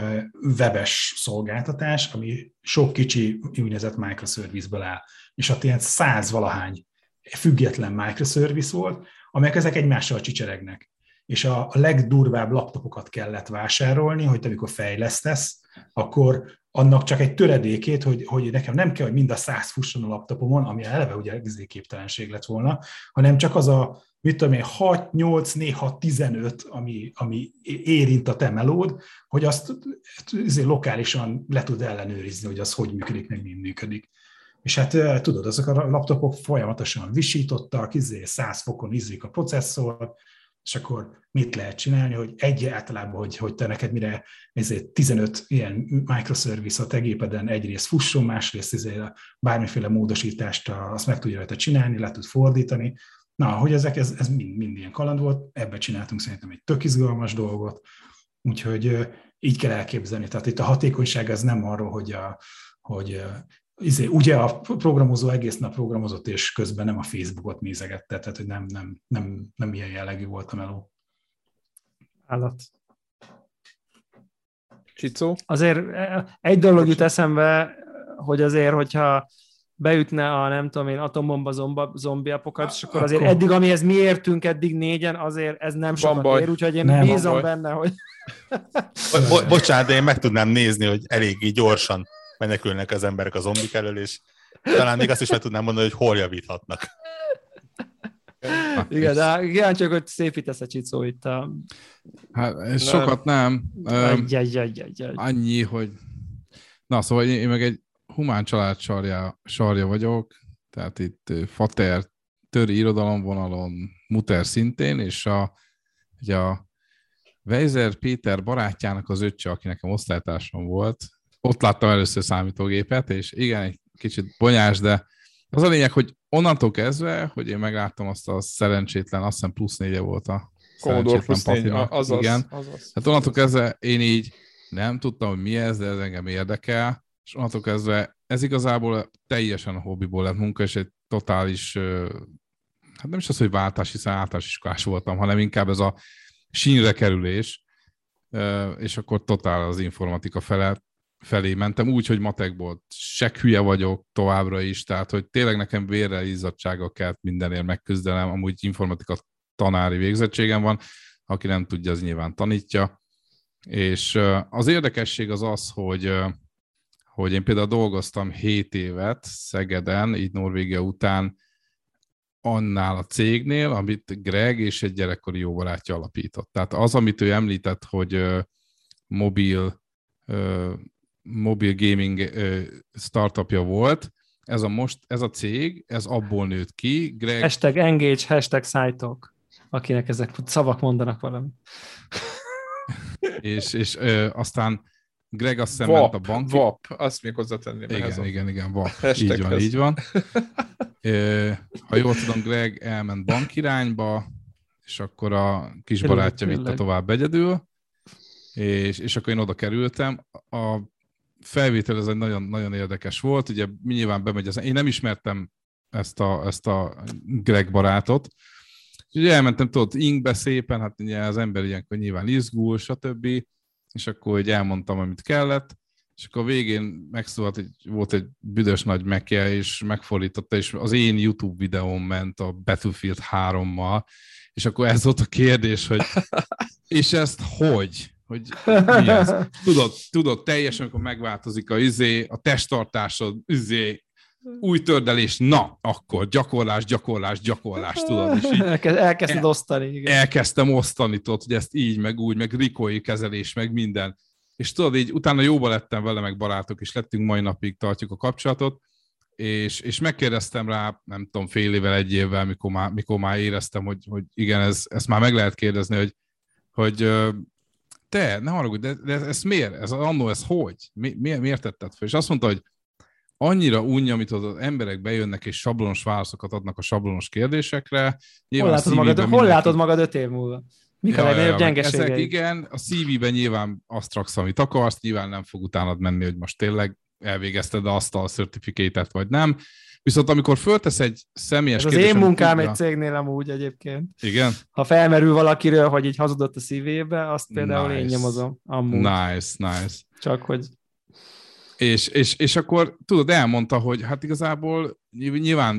webes szolgáltatás, ami sok kicsi úgynevezett microservice-ből áll, és ott ilyen 100 valahány független microservice volt, amelyek ezek egymással csicseregnek. és a legdurvább laptopokat kellett vásárolni, hogy te amikor fejlesztesz, akkor annak csak egy töredékét, hogy nekem nem kell, hogy mind a 100 fusson a laptopomon, ami eleve ugye képtelenség lett volna, hanem csak az a, mit tudom én, 6, 8, néha 15, ami érint a te melód, hogy azt lokálisan le tud ellenőrizni, hogy az hogy működik, meg mind működik. És hát tudod, azok a laptopok folyamatosan visítottak, 100 fokon izzik a processzor, és akkor mit lehet csinálni, hogy általában, hogy te neked mire 15 ilyen microservice a te gépeden egyrészt fusson, másrészt bármiféle módosítást azt meg tudja rajta csinálni, le tud fordítani. Na, hogy ez mind ilyen kaland volt, ebbe csináltunk szerintem egy tök izgalmas dolgot, úgyhogy így kell elképzelni. Tehát itt a hatékonyság az nem arról, hogy ugye a programozó egész nap programozott, és közben nem a Facebookot nézegette, tehát hogy nem ilyen jellegű volt a meló. Állat. Csicó? Azért egy dolog jut eszembe, hogy azért, hogyha beütne a nem tudom én atombomba zombi apokalipszis, akkor azért eddig, amihez mi értünk eddig négyen, azért ez nem sokat ér, úgyhogy én bízom benne, hogy... Bocsánat, de én meg tudnám nézni, hogy eléggé gyorsan menekülnek az emberek a zombik elől, és talán még azt is meg tudnám mondani, hogy hol javíthatnak. Igen, de kíváncsiak, hogy szépítesz a Csicó itt a... Hát sokat nem. Annyi, hogy... Na, szóval én meg egy humán család sarja vagyok, tehát itt fater töri irodalomvonalon, muter szintén, és a Weiser Péter barátjának az öccse, aki nekem osztálytársam volt, ott láttam először számítógépet, és igen, egy kicsit bonyás, de az a lényeg, hogy onnantól kezdve, hogy én megláttam azt a szerencsétlen, azt hiszem +4 volt a szerencsétlen Patinak. Igen. Hát onnantól kezdve én így nem tudtam, hogy mi ez, de ez engem érdekel, és onnantól kezdve ez igazából teljesen a hobbiból lett munka, és egy totális, hát nem is az, hogy váltás, hiszen általános iskolás voltam, hanem inkább ez a sínre kerülés, és akkor totál az informatika felé mentem, úgy, hogy matekból se hülye vagyok továbbra is, tehát hogy tényleg nekem vérrel, izzadtsággal kellett mindenért megküzdelem, amúgy informatika tanári végzettségem van, aki nem tudja, az nyilván tanítja, és az érdekesség az, hogy én például dolgoztam 7 évet Szegeden, így Norvégia után, annál a cégnél, amit Greg és egy gyerekkori jó barátja alapított. Tehát az, amit ő említett, hogy mobil gaming startupja volt, ez a cég, ez abból nőtt ki. Greg... #engage, #szájtok, akinek ezek szavak mondanak valami. és aztán Greg azt hiszem ment a bank. VAP, azt még hozzátenném. Igen, VAP. Így van. Ha jól tudom, Greg elment bank irányba, és akkor a kis barátja vitte tovább egyedül, és akkor én oda kerültem. A felvétel ez egy nagyon, nagyon érdekes volt, ugye nyilván bemegy én nem ismertem ezt a Greg barátot, ugye elmentem, tudod, inkbe szépen, hát ugye az ember ilyenkor nyilván izgul, stb., és akkor hogy elmondtam, amit kellett, és akkor a végén megszólalt, hogy volt egy büdös nagy mekje, és megfordította, és az én YouTube videóm ment a Battlefield 3-mal, és akkor ez volt a kérdés, hogy és ezt hogy mi ez? Tudod, teljesen, amikor megváltozik a testtartásod, új tördelés, na, akkor gyakorlás, tudod. És így elkezdted osztani. Igen. Elkezdtem osztani, tudod, hogy ezt így, meg úgy, meg rikói kezelés, meg minden. És tudod, így utána jóba lettem vele, meg barátok, és lettünk mai napig, tartjuk a kapcsolatot, és megkérdeztem rá, nem tudom, fél évvel, egy évvel, mikor már éreztem, hogy igen, ezt már meg lehet kérdezni, hogy te, ne haragudj, de ez miért? Annó ez hogy? Miért tetted fel? És azt mondta, hogy annyira unja, amit az emberek bejönnek, és sablonos válaszokat adnak a sablonos kérdésekre. Hol látod magad 5 év múlva? Mik a legnagyobb gyengeségei? Ezek igen, a CV-ben nyilván azt raksz, amit akarsz, nyilván nem fog utánad menni, hogy most tényleg elvégezted azt a certificate-et, vagy nem. Viszont amikor föltesz egy személyes kérdést... Az én munkám egy cégnél amúgy egyébként. Igen? Ha felmerül valakiről, hogy így hazudott a CV-be, azt például én nyomozom. Amúgy. Nice. Csak hogy... És akkor tudod, elmondta, hogy hát igazából nyilván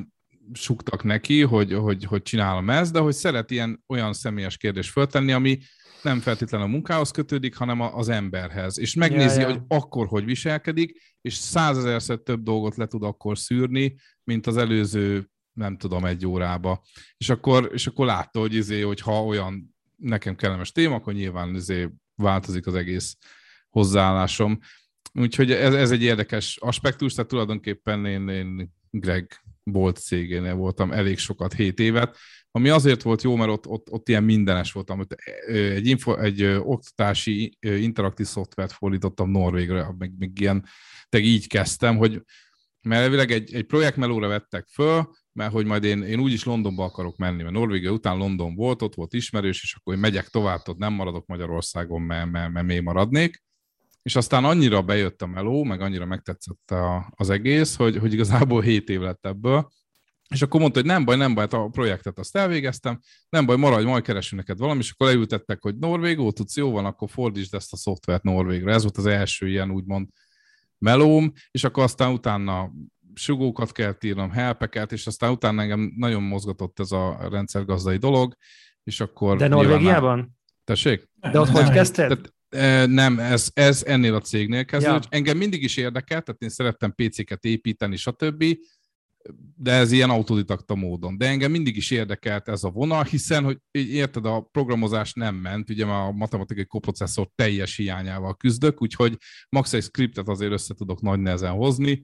suktak neki, hogy csinálom ezt, de hogy szeret olyan személyes kérdést föltenni, ami nem feltétlenül a munkához kötődik, hanem az emberhez. És megnézi, hogy akkor hogy viselkedik, és 100 000-szer több dolgot le tud akkor szűrni, mint az előző, nem tudom, 1 órába. És akkor látta, hogy ha olyan nekem kellemes téma, akkor nyilván változik az egész hozzáállásom. Úgyhogy ez egy érdekes aspektus, tehát tulajdonképpen én Greg Bolt cégénél voltam elég sokat, 7 évet, ami azért volt jó, mert ott ilyen mindenes voltam. Egy oktatási interaktív szoftvert fordítottam norvégre, meg ilyen, így kezdtem, hogy mert elvileg egy projektmelóra vettek föl, mert hogy majd én úgyis Londonba akarok menni, mert Norvégia után London volt, ott volt ismerős, és akkor én megyek tovább, ott nem maradok Magyarországon, mert még maradnék. És aztán annyira bejött a meló, meg annyira megtetszett az egész, hogy igazából 7 év lett ebből. És akkor mondta, hogy nem baj, hát a projektet azt elvégeztem, nem baj, maradj, majd keresünk neked valami, és akkor leültettek, hogy norvégul tudsz, jó van, akkor fordítsd ezt a szoftvert norvégra. Ez volt az első ilyen úgymond melóm, és akkor aztán utána sugókat kellett írnom, helpeket, és aztán utána engem nagyon mozgatott ez a rendszergazdai dolog, és akkor... De Norvégiában? Tessék? De ott hogy kezdted? Nem, ez ennél a cégnél kezdődött. Ja. Engem mindig is érdekelt, tehát én szerettem PC-ket építeni, stb., de ez ilyen autodidakta módon. De engem mindig is érdekelt ez a vonal, hiszen, hogy érted, a programozás nem ment, ugye már a matematikai koprocesszor teljes hiányával küzdök, úgyhogy max egy scriptet azért össze tudok nagy nehezen hozni.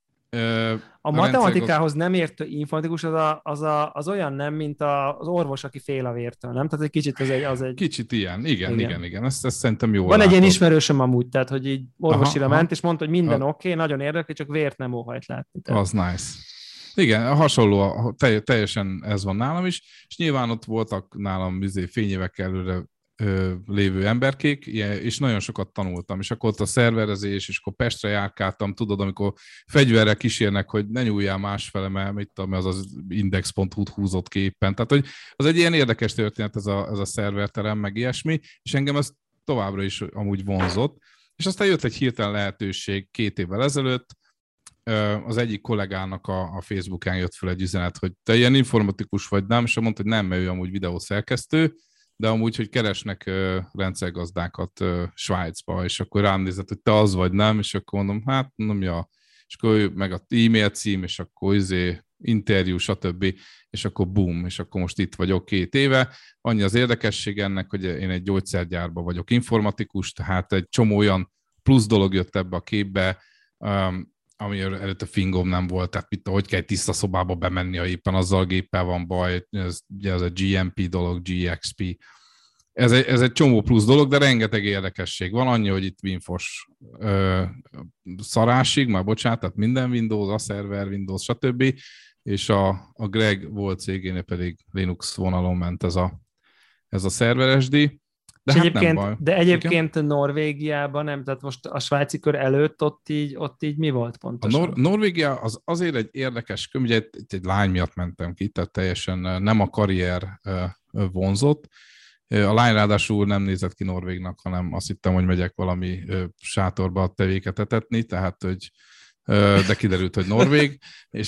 A matematikához nem értő informatikus az olyan nem, mint az orvos, aki fél a vértől, nem? Tehát egy kicsit az egy... Kicsit ilyen, igen. Ezt szerintem jól van látod. Egy ilyen ismerősöm amúgy, tehát hogy így orvosira ment, és mondta, hogy minden oké, nagyon érdekli, csak vért nem óhajt látni. Tehát. Az nice. Igen, hasonló, teljesen ez van nálam is, és nyilván ott voltak nálam fényévek előre lévő emberkék, és nagyon sokat tanultam, és akkor ott a szerverezés, és akkor Pestre járkáltam, tudod, amikor fegyverrel kísérnek, hogy ne nyúljál másfele, mert mit tudom, az index.hu-t húzott képen. Tehát, hogy az egy ilyen érdekes történet ez a szerverterem, meg ilyesmi, és engem ez továbbra is amúgy vonzott. És aztán jött egy hirtelen lehetőség 2 évvel ezelőtt, az egyik kollégának a Facebookán jött fel egy üzenet, hogy te ilyen informatikus vagy, nem, és mondta, hogy nem, mert ő amúgy videószerkesztő, de amúgy, hogy keresnek rendszergazdákat Svájcba, és akkor rám nézett, hogy te az vagy, nem, és akkor mondom, hát nem, ja. És akkor meg a e-mail cím, és akkor interjú, stb., és akkor boom, és akkor most itt vagyok 2 éve. Annyi az érdekesség ennek, hogy én egy gyógyszergyárban vagyok informatikus, tehát egy csomó olyan plusz dolog jött ebbe a képbe, ami előtte fingom nem volt, tehát hogy kell egy tiszta szobába bemenni, ha éppen azzal a géppel van baj, ez a GMP dolog, GXP. Ez egy csomó plusz dolog, de rengeteg érdekesség van, annyi, hogy itt Winfos szarásig, már bocsánat, tehát minden Windows, a szerver, Windows, stb., és a Greg volt cégénél pedig Linux vonalon ment ez a szerveresdi. De egyébként Norvégiában nem, tehát most a svájci kör előtt ott így mi volt pontosan? A Norvégia az azért egy érdekes könyv, ugye egy lány miatt mentem ki, tehát teljesen nem a karrier vonzott. A lány ráadásul nem nézett ki norvégnak, hanem azt hittem, hogy megyek valami sátorba tevéket etetni, tehát hogy de kiderült, hogy norvég,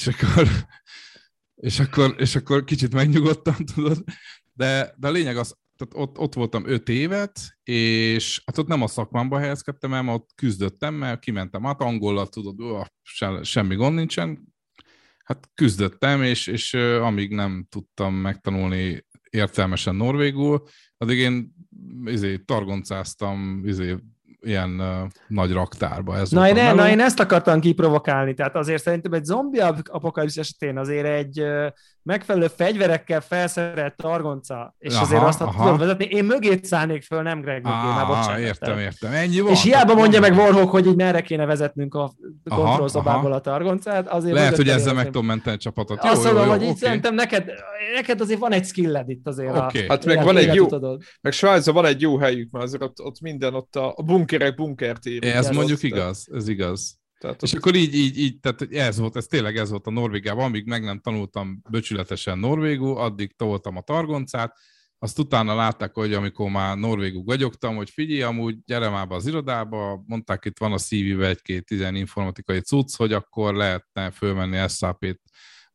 és akkor kicsit megnyugodtam, tudod. De a lényeg az, tehát ott voltam 5 évet, és hát ott nem a szakmámba helyezkedtem el, ott küzdöttem, mert kimentem át, angollal tudod, semmi gond nincsen. Hát küzdöttem, és amíg nem tudtam megtanulni értelmesen norvégul, addig én targoncáztam ilyen nagy raktárba. Én ezt akartam kiprovokálni, tehát azért szerintem egy zombi apokalipszis esetén azért egy megfelelő fegyverekkel felszerelt targonca, és azért azt tudom vezetni, én mögét szállnék föl, nem Greg mögé, már bocsánat. Értem. Ennyi van. És hiába mondja meg Warhawk, hogy így merre kéne vezetnünk a kontrollszobából a targoncát. Azért lehet, hogy ezzel meg tudom menteni a csapatot. Azt mondom, hogy így szerintem neked azért van egy skilled itt azért. Hát meg van egy jó, meg Svájcban van egy jó helyük, mert azért ott minden ott a bunkerek bunkert ér. Ez mondjuk igaz, ez igaz. Tehát és akkor így, tehát ez tényleg ez volt a Norvégiában, amíg meg nem tanultam böcsületesen norvégul, addig toltam a targoncát, azt utána látták, hogy amikor már norvégul gagyogtam, hogy figyelj, amúgy gyere már be az irodába, mondták, itt van a CV-be 1-2 informatikai cucc, hogy akkor lehetne fölmenni SAP-t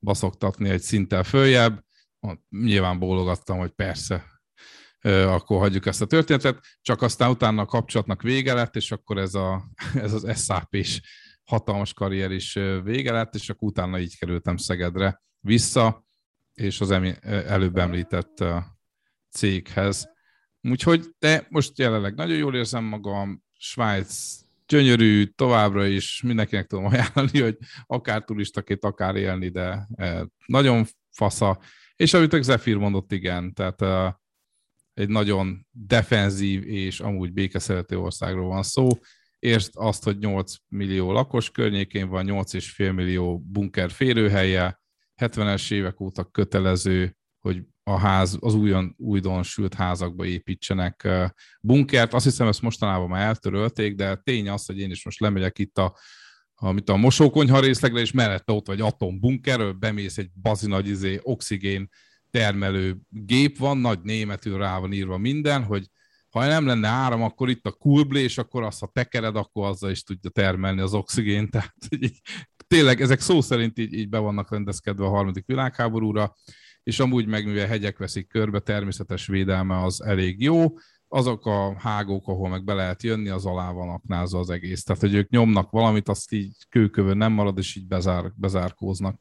baszoktatni egy szinttel följebb. Nyilván bólogattam, hogy persze, akkor hagyjuk ezt a történetet, csak aztán utána a kapcsolatnak vége lett, és akkor ez az SAP-s hatalmas karrier is vége lett, és akkor utána így kerültem Szegedre vissza, és az előbb említett céghez. Úgyhogy, de most jelenleg nagyon jól érzem magam, Svájc gyönyörű, továbbra is mindenkinek tudom ajánlani, hogy akár turistaként, akár élni, de nagyon fasza. És amit a Zephyr mondott, igen, tehát egy nagyon defenzív és amúgy békeszerető országról van szó. Értsd azt, hogy 8 millió lakos környékén van, 8,5 millió bunker férőhelye, 70-es évek óta kötelező, hogy az újdonsült házakba építsenek bunkert. Azt hiszem, ezt mostanában már eltörölték, de tény az, hogy én is most lemegyek itt a mosókonyha részlegre, és mellette ott vagy atombunkerről, bemész egy bazinagy oxigén termelő gép van, nagy németül rá van írva minden, hogy ha nem lenne áram, akkor itt a coolblé, és akkor azt, ha tekered, akkor azzal is tudja termelni az oxigént. Tehát tényleg ezek szó szerint így be vannak rendezkedve a harmadik világháborúra, és amúgy meg, mivel hegyek veszik körbe, természetes védelme az elég jó, azok a hágók, ahol meg be lehet jönni, az alá van aknázva az egész. Tehát, hogy ők nyomnak valamit, azt így kőkövön nem marad, és így bezárkóznak.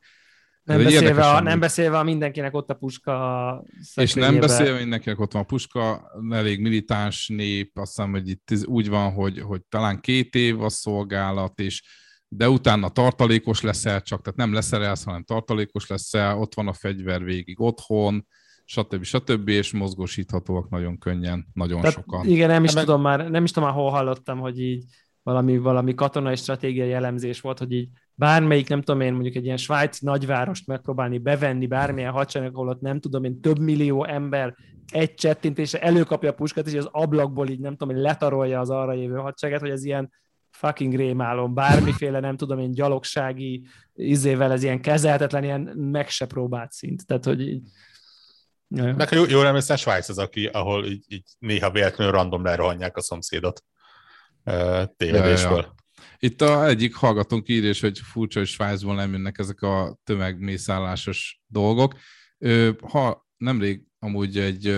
Nem beszélve mindenkinek ott a puska és nem beszélve mindenkinek ott van a puska, elég militáns nép, azt hiszem, hogy itt úgy van, hogy talán 2 év a szolgálat, de utána tartalékos leszel csak, tehát nem leszerelsz, hanem tartalékos leszel, ott van a fegyver végig otthon, stb. És mozgósíthatóak nagyon könnyen, nagyon tehát sokan. Igen, nem is tudom már hol hallottam, hogy így valami katonai stratégiai elemzés volt, hogy így bármelyik, nem tudom én, mondjuk egy ilyen svájci nagyvárost megpróbálni bevenni bármilyen hadsereg, ahol ott nem tudom én, több millió ember egy csettintésre előkapja a puskát, és az ablakból így nem tudom, hogy letarolja az arra jövő hadsereget, hogy ez ilyen fucking rémálom, bármiféle nem tudom én gyalogsági izével, ez ilyen kezelhetetlen, ilyen meg se próbált szint. Tehát, hogy így... Meg jól emlékszem, Svájc az, ahol így néha véletlenül random lerohanják a szomszédot tévedésből. Ja. Itt egyik hallgatónk írés, hogy furcsa, hogy Svájcban nem jönnek ezek a tömegmészállásos dolgok. Ha nemrég amúgy egy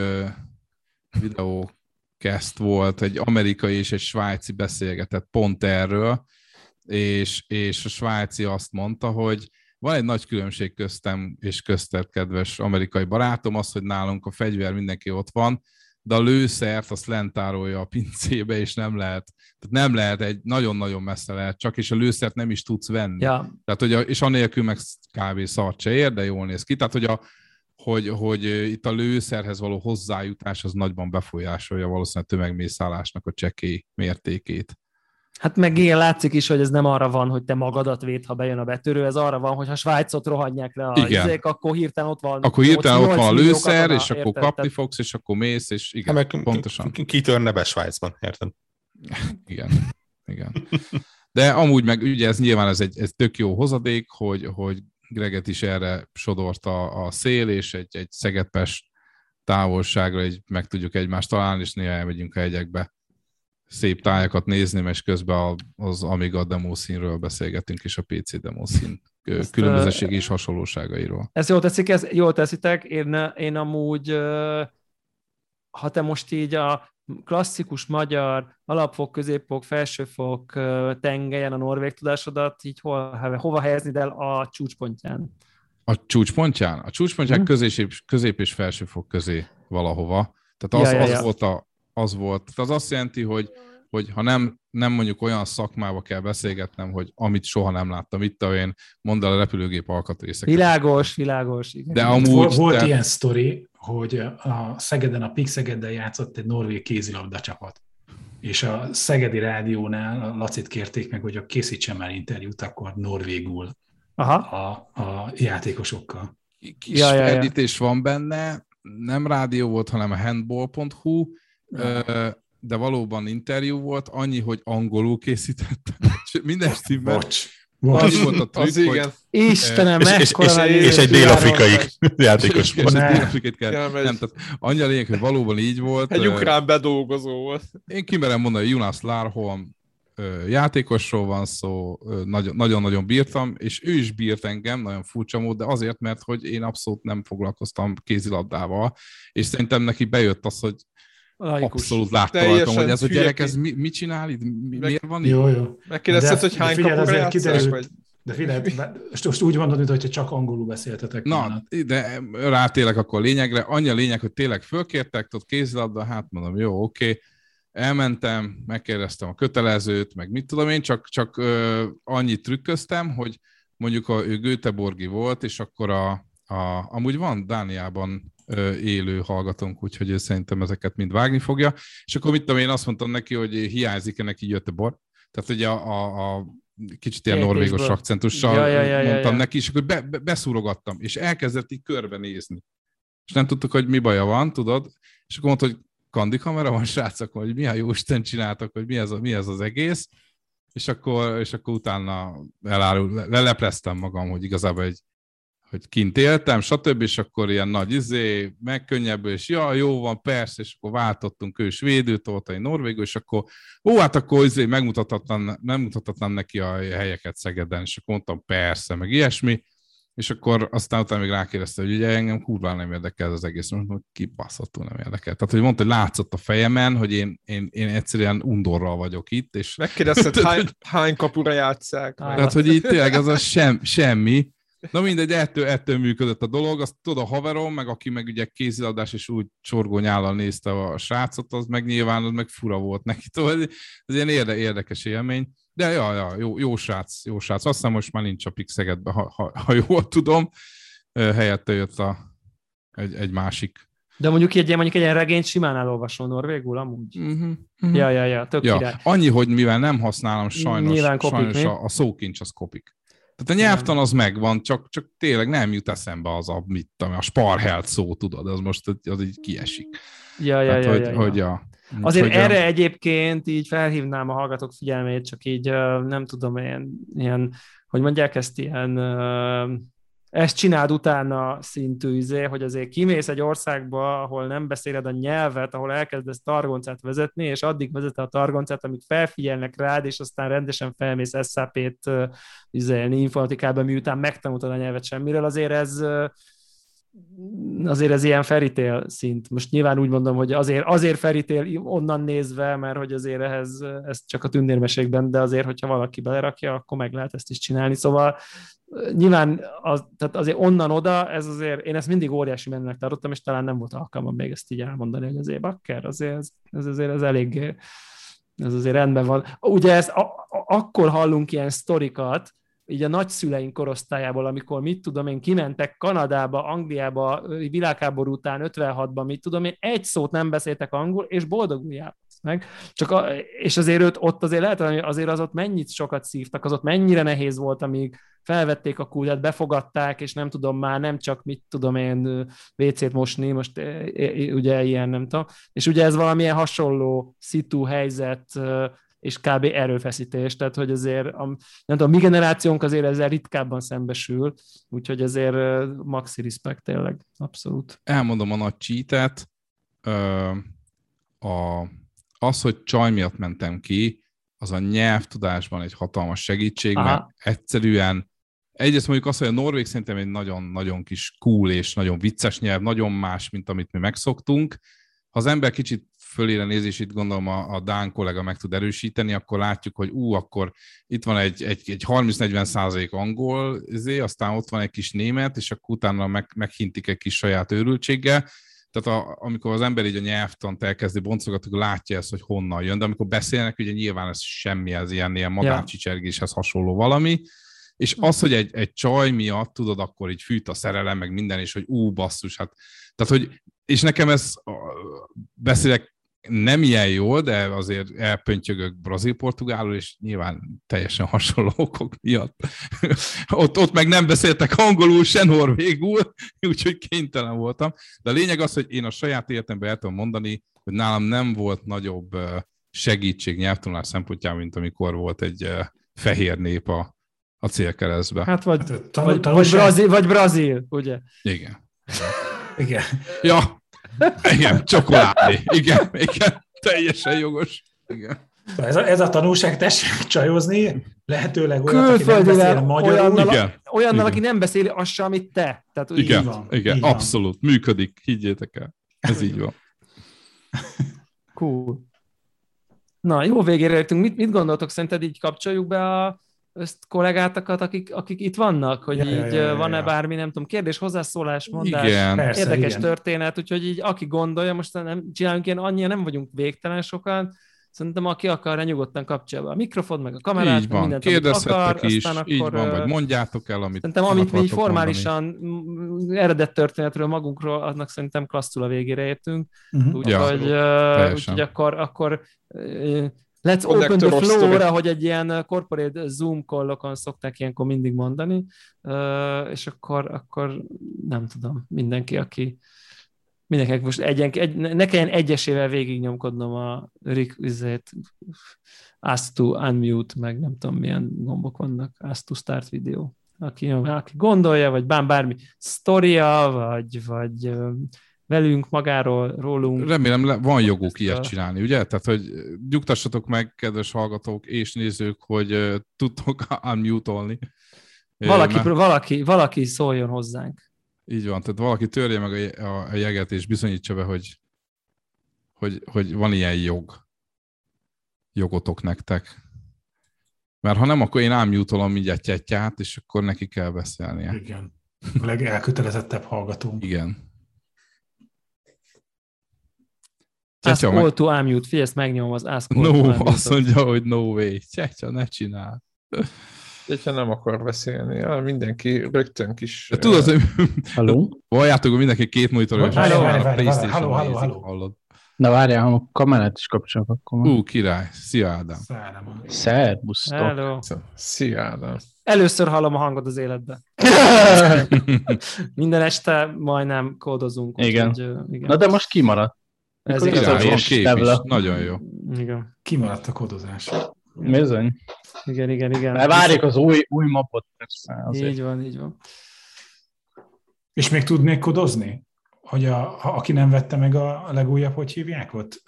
videócast volt, egy amerikai és egy svájci beszélgetett pont erről, és a svájci azt mondta, hogy van egy nagy különbség köztem és közted, kedves amerikai barátom, az, hogy nálunk a fegyver mindenki ott van, de a lőszert azt lent tárolja a pincébe, és nem lehet, egy nagyon-nagyon messze lehet csak, és a lőszert nem is tudsz venni. Ja. Tehát, és anélkül meg kb. Szart se ér, de jól néz ki. Tehát, hogy itt a lőszerhez való hozzájutás az nagyban befolyásolja valószínűleg a tömegmészállásnak a csekély mértékét. Hát meg igen, látszik is, hogy ez nem arra van, hogy te magadat véd, ha bejön a betörő, ez arra van, hogy ha Svájcot rohadják le a izék, akkor hirtelen ott van. Akkor hirtelen ott van a lőszer, katona, és akkor kapni fogsz, és akkor mész, és igen, hát pontosan. Kitörne be Svájcban, érted? Igen. De amúgy meg ugye ez nyilván ez tök jó hozadék, hogy Greget is erre sodorta a szél, és egy Szeged-Pest távolságra meg tudjuk egymást találni, és néha elmegyünk a hegyekbe szép tájakat nézni, és közben az Amiga demószínről beszélgetünk, és a PC demószín különbözőség és hasonlóságairól. Ezt jól teszitek. Én amúgy, ha te most így a klasszikus magyar alapfok, középfok, felsőfok tengelyen a norvég tudásodat, így hova helyeznéd el a csúcspontján? A csúcspontján? A csúcspontján közép és felsőfok közé valahova. Tehát az volt. Tehát az azt jelenti, hogy ha nem mondjuk olyan szakmába kell beszélgetnem, hogy amit soha nem láttam, itt én mondd el a repülőgép alkatrészeket. Világos. Igen. De amúgy volt ilyen sztori, hogy a Szegeden, a PIK Szegeddel játszott egy norvég kézilabda csapat. És a szegedi rádiónál a Lacit kérték meg, hogy készítsen már interjút akkor norvégul a játékosokkal. Kis ferdítés van benne, nem rádió volt, hanem a handball.hu, de valóban interjú volt, annyi, hogy angolul készítettem. Minden stimmel. Az volt a trükk, hogy... Istenem, és egy dél-afrikai játékos volt. Nem, tehát annyi a lényeg, hogy valóban így volt. Egy ukrán bedolgozó volt. Én kimerem mondani, hogy Jonas Larholm játékosról van szó, nagyon-nagyon bírtam, és ő is bírt engem, nagyon furcsa mód, de azért, mert hogy én abszolút nem foglalkoztam kézilabdával, és szerintem neki bejött az, hogy abszolút láttam, hogy ez a gyerek, ez mit csinál itt? Miért van itt? Jó. Megkérdezted, hogy hány kapura játszás? De figyelj, most úgy mondod, mintha csak angolul beszéltetek. Na, de rátélek akkor a lényegre. Annyi a lényeg, hogy tényleg fölkértek, ott kézilabda, hát mondom, jó, oké. Elmentem, megkérdeztem a kötelezőt, meg mit tudom én, csak annyit trükköztem, hogy mondjuk ő Göteborgi volt, és akkor amúgy van Dániában élő hallgatónk, úgyhogy ő szerintem ezeket mind vágni fogja. És akkor mit tudom én, azt mondtam neki, hogy hiányzik-e neki Göteborg. Tehát ugye a kicsit ilyen norvégos akcentussal mondtam neki, és akkor beszúrogattam, és elkezdett így körbenézni. És nem tudtuk, hogy mi baja van, tudod? És akkor mondta, hogy Kandi kamera van, srácok, hogy mi a jóisten csináltak, hogy mi ez az egész, és akkor utána lelepleztem magam, hogy igazából hogy kint éltem, stb., és akkor ilyen nagy megkönnyebbül, és jó van, persze, és akkor váltottunk, ő svédül, toltai norvégül, és akkor hát akkor megmutathatnám neki a helyeket Szegeden, és akkor mondtam, persze, meg ilyesmi, és akkor aztán utána még rákérdezte, hogy ugye engem kurva nem érdekel az egész, mondtam, hogy kibaszottul nem érdekel. Tehát, hogy mondta, hogy látszott a fejemen, hogy én egyszerűen undorral vagyok itt, és... Megkérdezted, hány kapura játsszák? Tehát, hogy itt tényleg az a semmi. Na mindegy, ettől működött a dolog, azt tudod, a haverom, meg aki meg ugye kézilabdás, és úgy csorgónyállal nézte a srácot, az meg nyilván, az meg fura volt neki. Ez ilyen érdekes élmény. De jó srác. Azt hiszem, most már nincs a Pixegedben, ha jól tudom. Helyette jött egy másik. De mondjuk egy ilyen regényt simán elolvasol norvégul, amúgy. Ja, tök király. Annyi, hogy mivel nem használom, sajnos a szókincs az kopik. Tehát a nyelvtan az megvan, csak tényleg nem jut eszembe az a sparhelt szó, tudod, az most az így kiesik. Ja. Azért erre egyébként így felhívnám a hallgatók figyelmét, csak így nem tudom, ilyen hogy mondják ezt, ilyen ezt csináld utána szintű hogy azért kimész egy országba, ahol nem beszéled a nyelvet, ahol elkezdesz targoncát vezetni, és addig vezet a targoncát, amíg felfigyelnek rád, és aztán rendesen felmész SAP-t informatikában, miután megtanultad a nyelvet semmiről, azért ez ilyen fairy tale szint. Most nyilván úgy mondom, hogy azért fairy tale onnan nézve, mert hogy azért ez csak a tündérmesékben, de azért, hogyha valaki belerakja, akkor meg lehet ezt is csinálni. Szóval nyilván tehát azért onnan oda, ez azért, én ezt mindig óriási menőnek tartottam, és talán nem volt alkalmam még ezt így elmondani, hogy azért bakker, ez eléggé, ez azért rendben van. Ugye ezt akkor hallunk ilyen sztorikat, így a nagyszüleink korosztályából, amikor mit tudom én, kimentek Kanadába, Angliába, világháború után 56-ban, mit tudom én, egy szót nem beszéltek angol, és boldogul jártak meg. És azért ott azért lehet, hogy azért az ott mennyit sokat szívtak, az ott mennyire nehéz volt, amíg felvették a kulcsát, befogadták, és nem tudom már, nem csak mit tudom én WC-t mosni, most ugye ilyen nem tudom. És ugye ez valamilyen hasonló szitu helyzet, és kb. Erőfeszítés, tehát hogy azért, nem tudom, mi generációnk azért ezzel ritkábban szembesül, úgyhogy azért maxi respekt tényleg, abszolút. Elmondom a nagy cheatet, az, hogy csaj miatt mentem ki, az a nyelvtudásban egy hatalmas segítség, mert egyszerűen egyrészt mondjuk azt, hogy a norvég szerintem egy nagyon-nagyon kis cool és nagyon vicces nyelv, nagyon más, mint amit mi megszoktunk. Ha az ember kicsit fölére néz, és itt gondolom a dán kollega meg tud erősíteni, akkor látjuk, hogy akkor itt van egy 30-40% angol, aztán ott van egy kis német, és akkor utána meghintik egy kis saját őrültséggel. Tehát amikor az ember így a nyelvtant elkezdi boncogatni, akkor látja ezt, hogy honnan jön, de amikor beszélnek, ugye nyilván ez semmi, ez ilyen madárcsicsergéshez hasonló valami, és az, hogy egy csaj miatt, tudod, akkor így fűt a szerelem, meg minden, és hogy basszus, hát, tehát, hogy, és nekem ez, beszélek nem ilyen jól, de azért elpöntjögök brazil-portugálul, és nyilván teljesen hasonló okok miatt. ott meg nem beszéltek angolul, se norvégul, úgyhogy kénytelen voltam. De a lényeg az, hogy én a saját életemben el tudom mondani, hogy nálam nem volt nagyobb segítség nyelvtanulás szempontjából, mint amikor volt egy fehér nép a célkeresztbe. Hát vagy brazil, ugye? Igen. Igen. Ja. Igen, csokoládé. Igen, teljesen jogos. Igen. Ez a tanulság, tessék csajozni, lehetőleg olyat, aki nem beszél magyarul. Olyannal, aki nem beszéli azt sem, amit te. Tehát, igen, abszolút. Működik, higgyétek el. Ez így van. Cool. Na, jó végére értünk. Mit gondoltok? Szerinted így kapcsoljuk be ezt kollégátokat, akik itt vannak? Hogy van-e bármi, nem tudom, kérdés, hozzászólás, mondás, igen. Érdekes történet, úgyhogy így aki gondolja, most nem csinálunk ilyen, annyira nem vagyunk végtelen sokan, szerintem aki akar, nyugodtan kapcsolja be a mikrofon, meg a kamerát, így van. Mindent, kérdezhettek is, akkor, így van, vagy mondjátok el, amit szerintem amit mi formálisan eredet történetről magunkról, annak szerintem klasszul a végére értünk, úgyhogy akkor let's open the floor-ra, hogy egy ilyen corporate Zoom call-okon szokták ilyenkor mindig mondani, és akkor nem tudom, mindenkinek most ne kelljen egyesével végignyomkodnom a ask to unmute, meg nem tudom milyen gombok vannak, ask to start video. Aki gondolja, vagy bármi sztoria, vagy velünk, magáról, rólunk. Remélem van joguk ilyet csinálni, ugye? Tehát, hogy nyugtassatok meg, kedves hallgatók és nézők, hogy tudtok unmute-olni. Valaki szóljon hozzánk. Így van, tehát valaki törje meg a jeget, és bizonyítsa be, hogy van ilyen jogotok nektek. Mert ha nem, akkor én unmute-olom így egy-egyát, és akkor neki kell beszélnie. Igen. A legelkötelezettebb hallgatónk. Igen. Ask all to unmute, figyelj, ezt megnyomom az ask all to unmute. Azt mondja, hogy no way. Csecha, ne csinál. Ha nem akar beszélni, mindenki rögtön kis... De tudod, hogy... Halló? Valljátok, hogy mindenki két monitorról halló. Na várjál, ha a kamerát is kapcsolok, akkor... Király. Szia, Ádám. Szervusztok. Hello. Szia, Ádám. Először hallom a hangot az életben. Minden este majdnem kódozunk. Igen. Úgy, Na de most kimaradt. Ez kép is. Nagyon jó. Igen. Kimaradt a kódozás. Bizony. Igen. Várjuk az új mapot persze. Azért. Így van. És még tudnék kódozni? Hogy aki nem vette meg a legújabb, hogy hívják ott?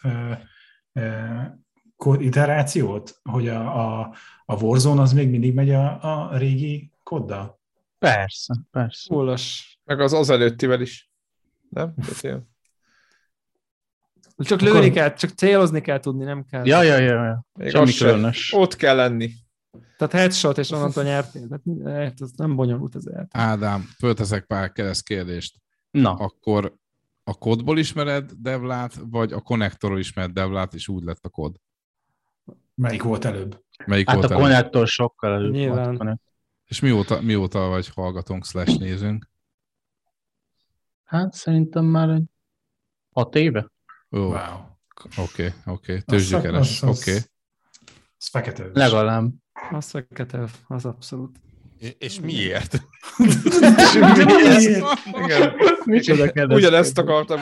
Iterációt? Hogy a Warzone az még mindig megy a régi kóddal? Persze. Fullos. Meg az előttivel is. Nem? Csak lőni kell, csak célozni kell tudni, nem kell. Ja. Semmi különös. Ott kell lenni. Tehát headshot, és onnantól nyertél. Ez nem bonyolult azért. Ádám, fölteszek pár kereszt kérdést. Na. Akkor a kódból ismered Devlát, vagy a konnektorról ismered Devlát, és úgy lett a kód? Melyik volt előbb? A konnektor sokkal előbb. Nyilván. És mióta vagy hallgatónk / nézünk? Hát szerintem már 6 éve. Wow. Oké. Tőzsgyökeres. Oké. Ez fekete. Legalább. Az fekete, az abszolút. És miért? Igen. Ugyanezt akartam.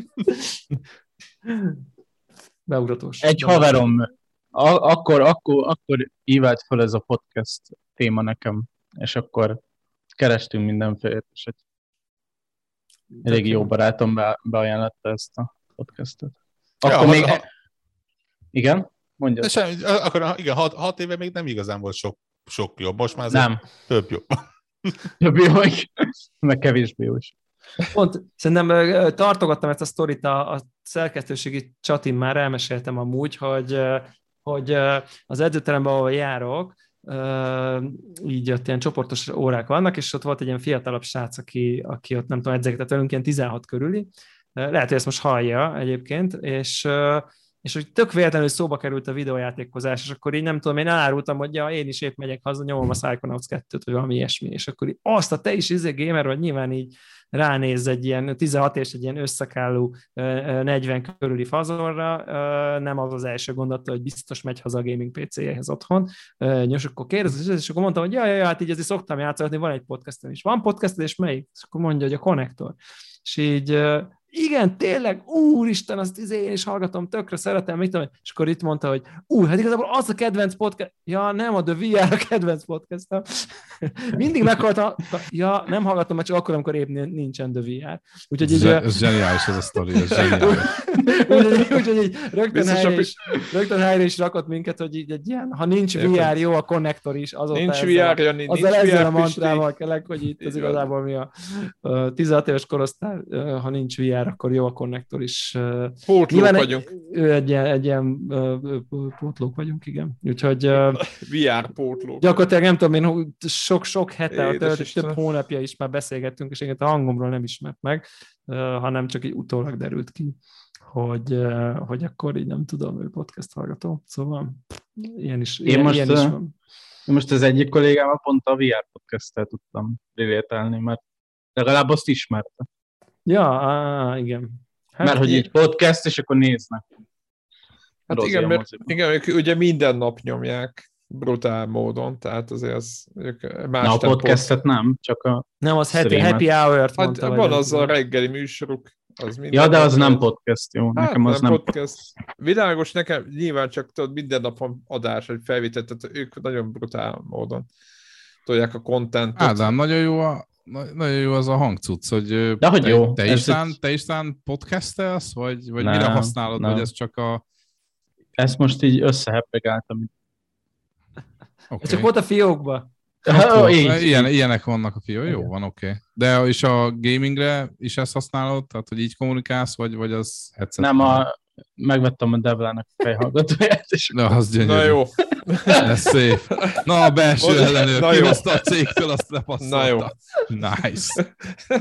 Beugratós. Egy haverom, akkor ívált fel ez a podcast téma nekem, és akkor kerestünk mindenféle, és egy elég jó barátom beajánlotta ezt a podcastot. Akkor még... Igen? Mondjad. Akkor igen, 6 éve még nem igazán volt sok jobb. Most már nem. Több jobb. Több jó, meg kevésbé jó is. Pont, szerintem tartogattam ezt a sztorit a szerkesztőségi csatin, már elmeséltem amúgy, hogy az edzőteremben, ahol járok, így ott ilyen csoportos órák vannak, és ott volt egy ilyen fiatalabb srác, aki ott nem tudom, edzegetett velünk, ilyen 16 körüli. Lehet, hogy ezt most hallja egyébként, és hogy tök véletlenül szóba került a videójátékozás, és akkor így nem tudom, én elárultam, hogy én is épp megyek haza, nyomom a Psychonauts 2-t, vagy valami ilyesmi, és akkor így azt te is gamer vagy, nyilván így ránéz egy ilyen 16 és egy ilyen összekálló 40 körüli fazonra, nem az első gondolata, hogy biztos megy haza a gaming PC-jehez otthon, és akkor kérdez, és akkor mondtam, hogy ja, hát így azért szoktam játszani, van egy podcastem is. Van podcasted, és melyik? És akkor mondja, hogy a Konnektor. És így igen, tényleg, úristen, azt én is hallgatom, tökre szeretem, mit tudom, és akkor itt mondta, hogy hát igazából az a kedvenc podcast, ja, nem, a The VR a kedvenc podcastem, mindig meghallgatom, ja, nem hallgatom, mert csak akkor, amikor épp nincsen The VR. Úgyhogy ez zseniális ez a sztori, ez zseniális. Úgyhogy így rögtön helyre is rakott minket, hogy így egy ilyen, ha nincs VR, jó a konnektor is. Nincs VR, Jani, nincs VR, ezzel a mantrával kelek, hogy itt az igazából mi a 16 éves korosztály, ha nincs VR, akkor jó a konnektor is. Pótlók vagyunk. Egy ilyen pótlók vagyunk, igen. Úgyhogy VR pótlók. gyakorlatilag nem tudom én, sok hete, több hónapja is már beszélgettünk, és a hangomról nem ismert meg, hanem csak így utólag derült ki, hogy akkor így nem tudom, ő podcast hallgató. Szóval ilyen is van. Most az egyik kollégámmal pont a VR podcasttel tudtam relételni, mert legalább azt ismerte. Ja, igen. Hát mert hogy egy podcast, és akkor néznek. Hát igen, mert ők ugye minden nap nyomják brutál módon, tehát azért ők más a podcastet nem, csak a nem, az happy hour-t mondta. Hát van az a reggeli műsoruk. Az ja, de az nem podcast, jó. Hát nekem az nem podcast. Világos, nekem nyilván csak tudod, minden nap van adás, hogy felvétel, tehát ők nagyon brutál módon tolják a contentot. Ádám, nagyon jó az a hangcucc, hogy te is podcastelsz, vagy nem, mire használod, nem. Vagy ez csak a... Ezt most így összeheppegáltam. Okay. Csak volt a fiókba. Ilyenek vannak a fiók, jó van, oké. De és a gamingre is ezt használod? Tehát, hogy így kommunikálsz, vagy az headset? Nem, megvettem a Devlának a fejhallgatóját. Na, az gyönyörű. Na jó. Ez szép. Na, a belső ellenőr. Kihozta a cégtől, azt lepasszolta. Na jó. Nice.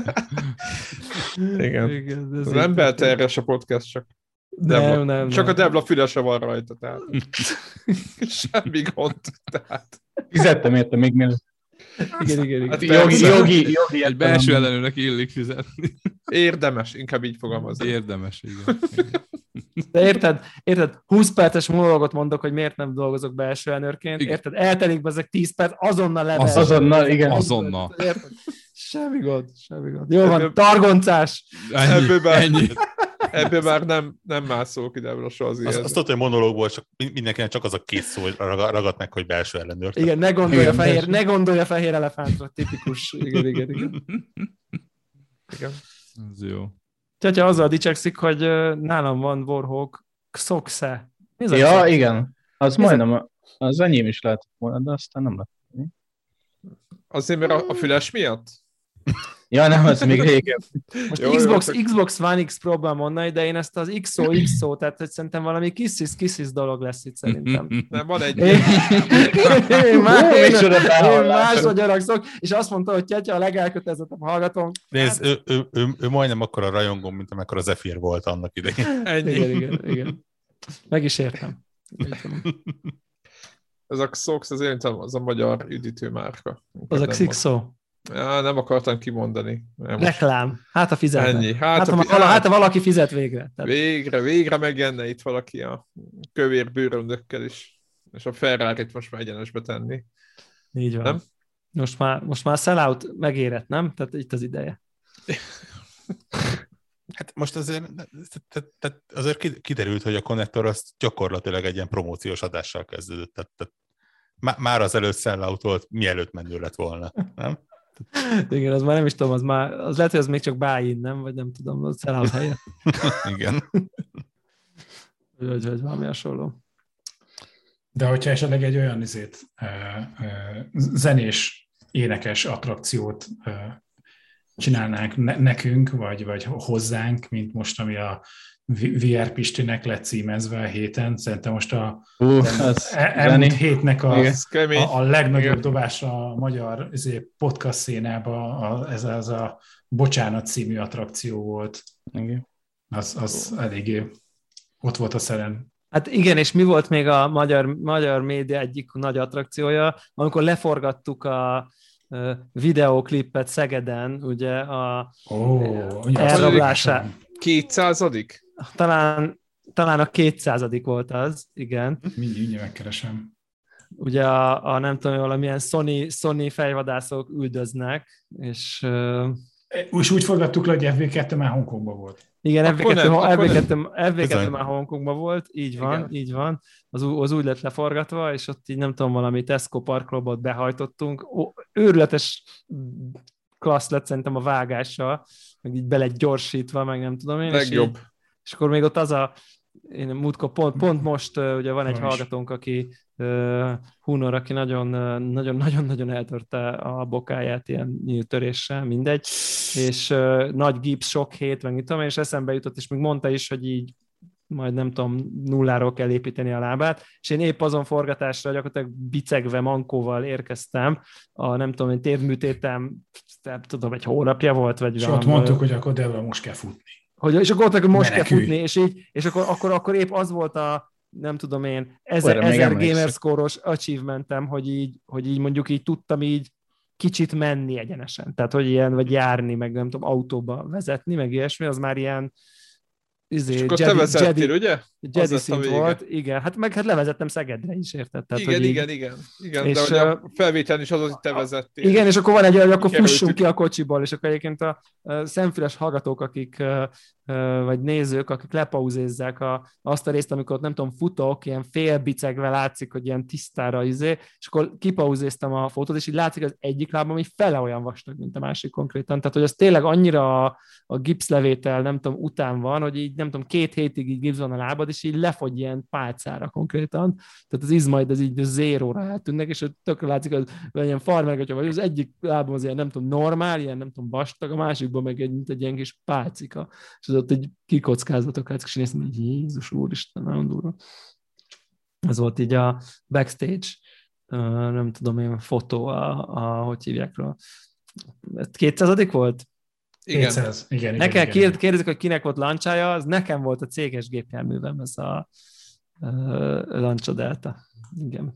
Igen. Nem belterjes a podcast, csak nem. Csak a Devla fülese van rajta, tehát semmi gond. Tehát. Fizettem érte még mielőtt. Igen. Hát jogi egy belső ellenőrnek illik fizetni. Érdemes, inkább így fogalmazni. Érdemes, igen. De érted, 20 perces monológot mondok, hogy miért nem dolgozok belső ellenőrként, érted? Eltelik be ezek 10 perc, azonnal level. Azonnal, igen. Azonnal. Érted? Semmi gond. Jó van, targoncás. Ebből már nem mászol ki, de soha az ilyen. Azt tudod, hogy monológból csak mindenkinek csak az a két szó, hogy ragad meg, hogy belső ellenőr. Igen, ne gondolja fehér elefántra, tipikus. Igen. Ez jó. Tyatya azzal dicsekszik, hogy nálam van Warhawk Xoxe. Ja, igen. Az majdnem, az enyém is lehetett volna, de aztán nem lett. Azért, mert a füles miatt? Ja, nem, az még régen. Most Xbox One X próbál mondani, de én ezt az XO, tehát hogy szerintem valami kissis dolog lesz itt szerintem. Nem, van egy. Én másra gyaragszok, és azt mondta, hogy Tyatya a legelkötelezettebb hallgatón. Nézd, ő majdnem akkor a rajongom, mint amikor az Zephyr volt annak idején. Igen. Meg is értem. Ez a Xox, az a magyar üdítőmárka. Az a Xixo. Ja, nem akartam kimondani. Reklám. Hát a fizet. Ennyi. Hát ha valaki fizet végre. Tehát... Végre megjenne itt valaki a kövér bőröndökkel is. És a Ferrari-t most már egyenesbe tenni. Így van. Nem? Most már sellout megérett, nem? Tehát itt az ideje. Hát most azért kiderült, hogy a konnektor az gyakorlatilag egy ilyen promóciós adással kezdődött. Tehát már az előtt sellout volt, mielőtt menő lett volna, nem? Igen, az már nem is tudom, az lehet, hogy az még csak buy-in, nem? Vagy nem tudom, az sellout helye. Igen. Vagy valami hasonló. De hogyha esetleg egy olyan zenés, énekes attrakciót csinálnánk nekünk, vagy hozzánk, mint most, ami a VR Pistinek lett címezve a héten. Szerintem most elmúlt hétnek a legnagyobb dobása a magyar podcast szénába ez a Bocsánat című attrakció volt. Igen. Az eléggé ott volt a szeren. Hát igen, és mi volt még a magyar média egyik nagy attrakciója, amikor leforgattuk a videóklipet Szegeden, ugye a elrablását. 200. Talán a 200. volt az, igen. Mindjárt megkeresem. Ugye a nem tudom, valamilyen Sony fejvadászok üldöznek, és És úgy forgattuk le, hogy FB2 már Hongkongban volt. Igen, FB2 Bizony. már Hongkongban volt, így van, Igen. így van. Az úgy lett leforgatva, és ott így nem tudom, valami Tesco parklóbot behajtottunk. Őrületes klassz lett szerintem a vágással, meg így bele gyorsítva, meg nem tudom én. Legjobb. És akkor még ott az én múltkor pont most ugye van egy Van is. hallgatónk, aki Hunor, aki nagyon-nagyon eltörte a bokáját ilyen nyíltöréssel, mindegy, és nagy gipsz, sok hét, meg mit tudom én, és eszembe jutott, és még mondta is, hogy így majd nem tudom, nulláról kell építeni a lábát, és én épp azon forgatásra gyakorlatilag bicegve, mankóval érkeztem, a nem tudom, én térdműtétem, nem tudom, egy hónapja volt, vagy És valami. ott mondtuk, hogy akkor Debra most kell futni. És akkor ott, hogy most Menekülj. kell futni, és akkor épp az volt a, nem tudom én, Erre még 1000 emlékszem. gamerscore-os achievementem, hogy így mondjuk így tudtam így kicsit menni egyenesen. Tehát, hogy ilyen, vagy járni, meg nem tudom, autóba vezetni, meg ilyesmi, az már ilyen És akkor te vezettél, ugye? Jedi szint volt, igen. Hát levezettem Szegedre is, érted? Tehát, Igen. És, de hogy a felvételen is az, hogy te vezettél. Igen, és akkor van egy olyan, hogy akkor Kerültük. fussunk ki a kocsiból, és akkor egyébként a szemfüles hallgatók, akik, vagy nézők, akik lepauzézzák azt a részt, amikor ott nem tudom, futok, ilyen félbicegve látszik, hogy ilyen tisztára és akkor kipauzéztem a fotót, és így látszik, az egyik lábam így fele olyan vastag, mint a másik konkrétan. Tehát, hogy az tényleg annyira a gipszlevétel, nem tudom, után van, hogy így nem tudom, 2 hétig így gipsz van a lábad, és így lefogy ilyen pálcára konkrétan. Tehát az izmaid az így zéróra eltűnnek, és tökre látszik, hogy ilyen farmergatja, vagy az egyik lábam az ilyen, nem tudom, normál, ilyen nem tudom, vastag, a másikban meg mint egy ilyen kis pálcika. És az ott egy kikockáztatok látszik, és néztem, hogy Jézus Úristen, nagyon durva. Ez volt így a backstage, nem tudom én, fotó, hogy hívják rá. 200. volt? Igen. 200. Igen. Nekem kérdezik, hogy kinek volt lancsája, az nekem volt a céges gépjárművem, ez a Lancia Delta. Igen.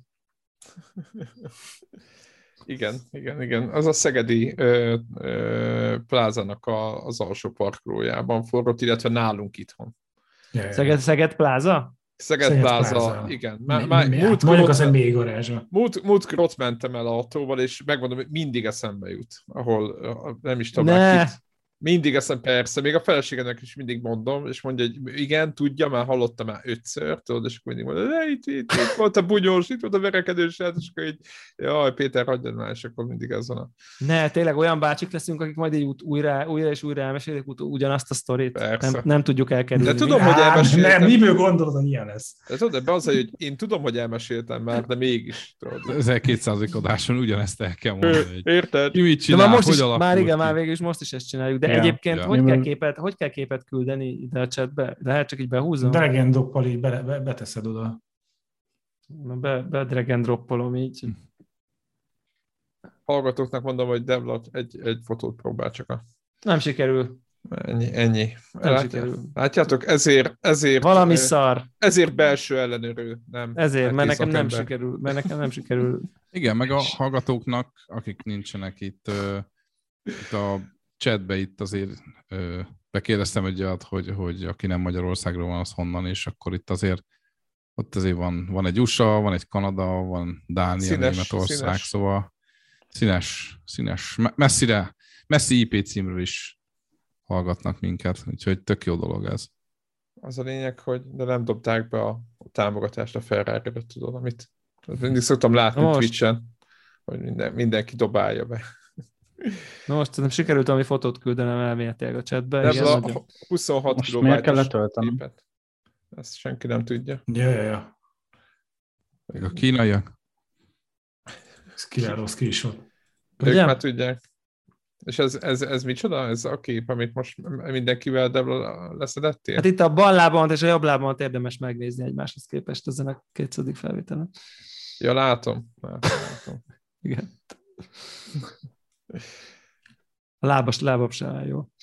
Igen. Az a szegedi plázának az alsó parkolójában forgott, illetve nálunk itthon. Szeged pláza? Szeged pláza, igen. Mondjuk az MBA garázsa. Múltkor ott mentem el autóval, és megmondom, hogy mindig eszembe jut, ahol nem is tudom már kit. Mindig persze, még a feleségemnek is mindig mondom, és mondja, hogy igen, tudja, már hallottam már 5-ször, tudod, és akkor mindig mondom, itt volt a bunyós, itt volt a verekedős, és akkor így, jaj, Péter, hagyjad már, és akkor mindig ez van a... Ne, tényleg olyan bácsik leszünk, akik majd így újra és újra elmesélik ugyanazt a sztorit. Nem tudjuk elkerülni. De tudom, hogy elmeséltem. Nem, miből gondolod, hogy ilyen lesz? De tudod, de az, hogy én tudom, hogy elmeséltem már, de mégis. 1200. adáson ugyanezt el kell mondani. Érted? Ki mit csinál, most hogy is, alakult már végül is most is ezt csináljuk, de egyébként hogy kell képet küldeni ide a chatbe? Lehet csak így behúzom? Drag and droppal így beteszed oda. Be drag and droppolom így. Hallgatóknak mondom, hogy Devlat egy fotót próbál csak Nem sikerül. Ennyi. Látjátok, ezért valami szar. Ezért belső ellenőrő, nem. Ezért, mert nekem nem sikerül. Igen, meg a hallgatóknak, akik nincsenek itt a chatbe, itt azért bekérdeztem egy olyat, hogy aki nem Magyarországról van, az honnan, és akkor itt azért ott azért van egy USA, van egy Kanada, van Dánia, Németország, szóval színes, messzi IP címről is hallgatnak minket, úgyhogy tök jó dolog ez. Az a lényeg, hogy de nem dobták be a támogatást a Ferrari-re, tudod, amit mindig szoktam látni Twitch-en, hogy mindenki dobálja be. Na most nem sikerült valami fotót küldenem elméletileg a chatbe. Ez a 26 most miért kellett töltenem? Ezt senki nem tudja. Ja. Még a kínaiak. Ez kiváló screenshot. Ők már tudják. És ez micsoda? Ez a kép, amit most mindenkivel leszedettél? Hát itt a bal lábamat és a jobb lábamat érdemes megnézni egymáshoz képest ezen a 2. felvételen. Ja, látom. Igen. A lábam sem áll jó.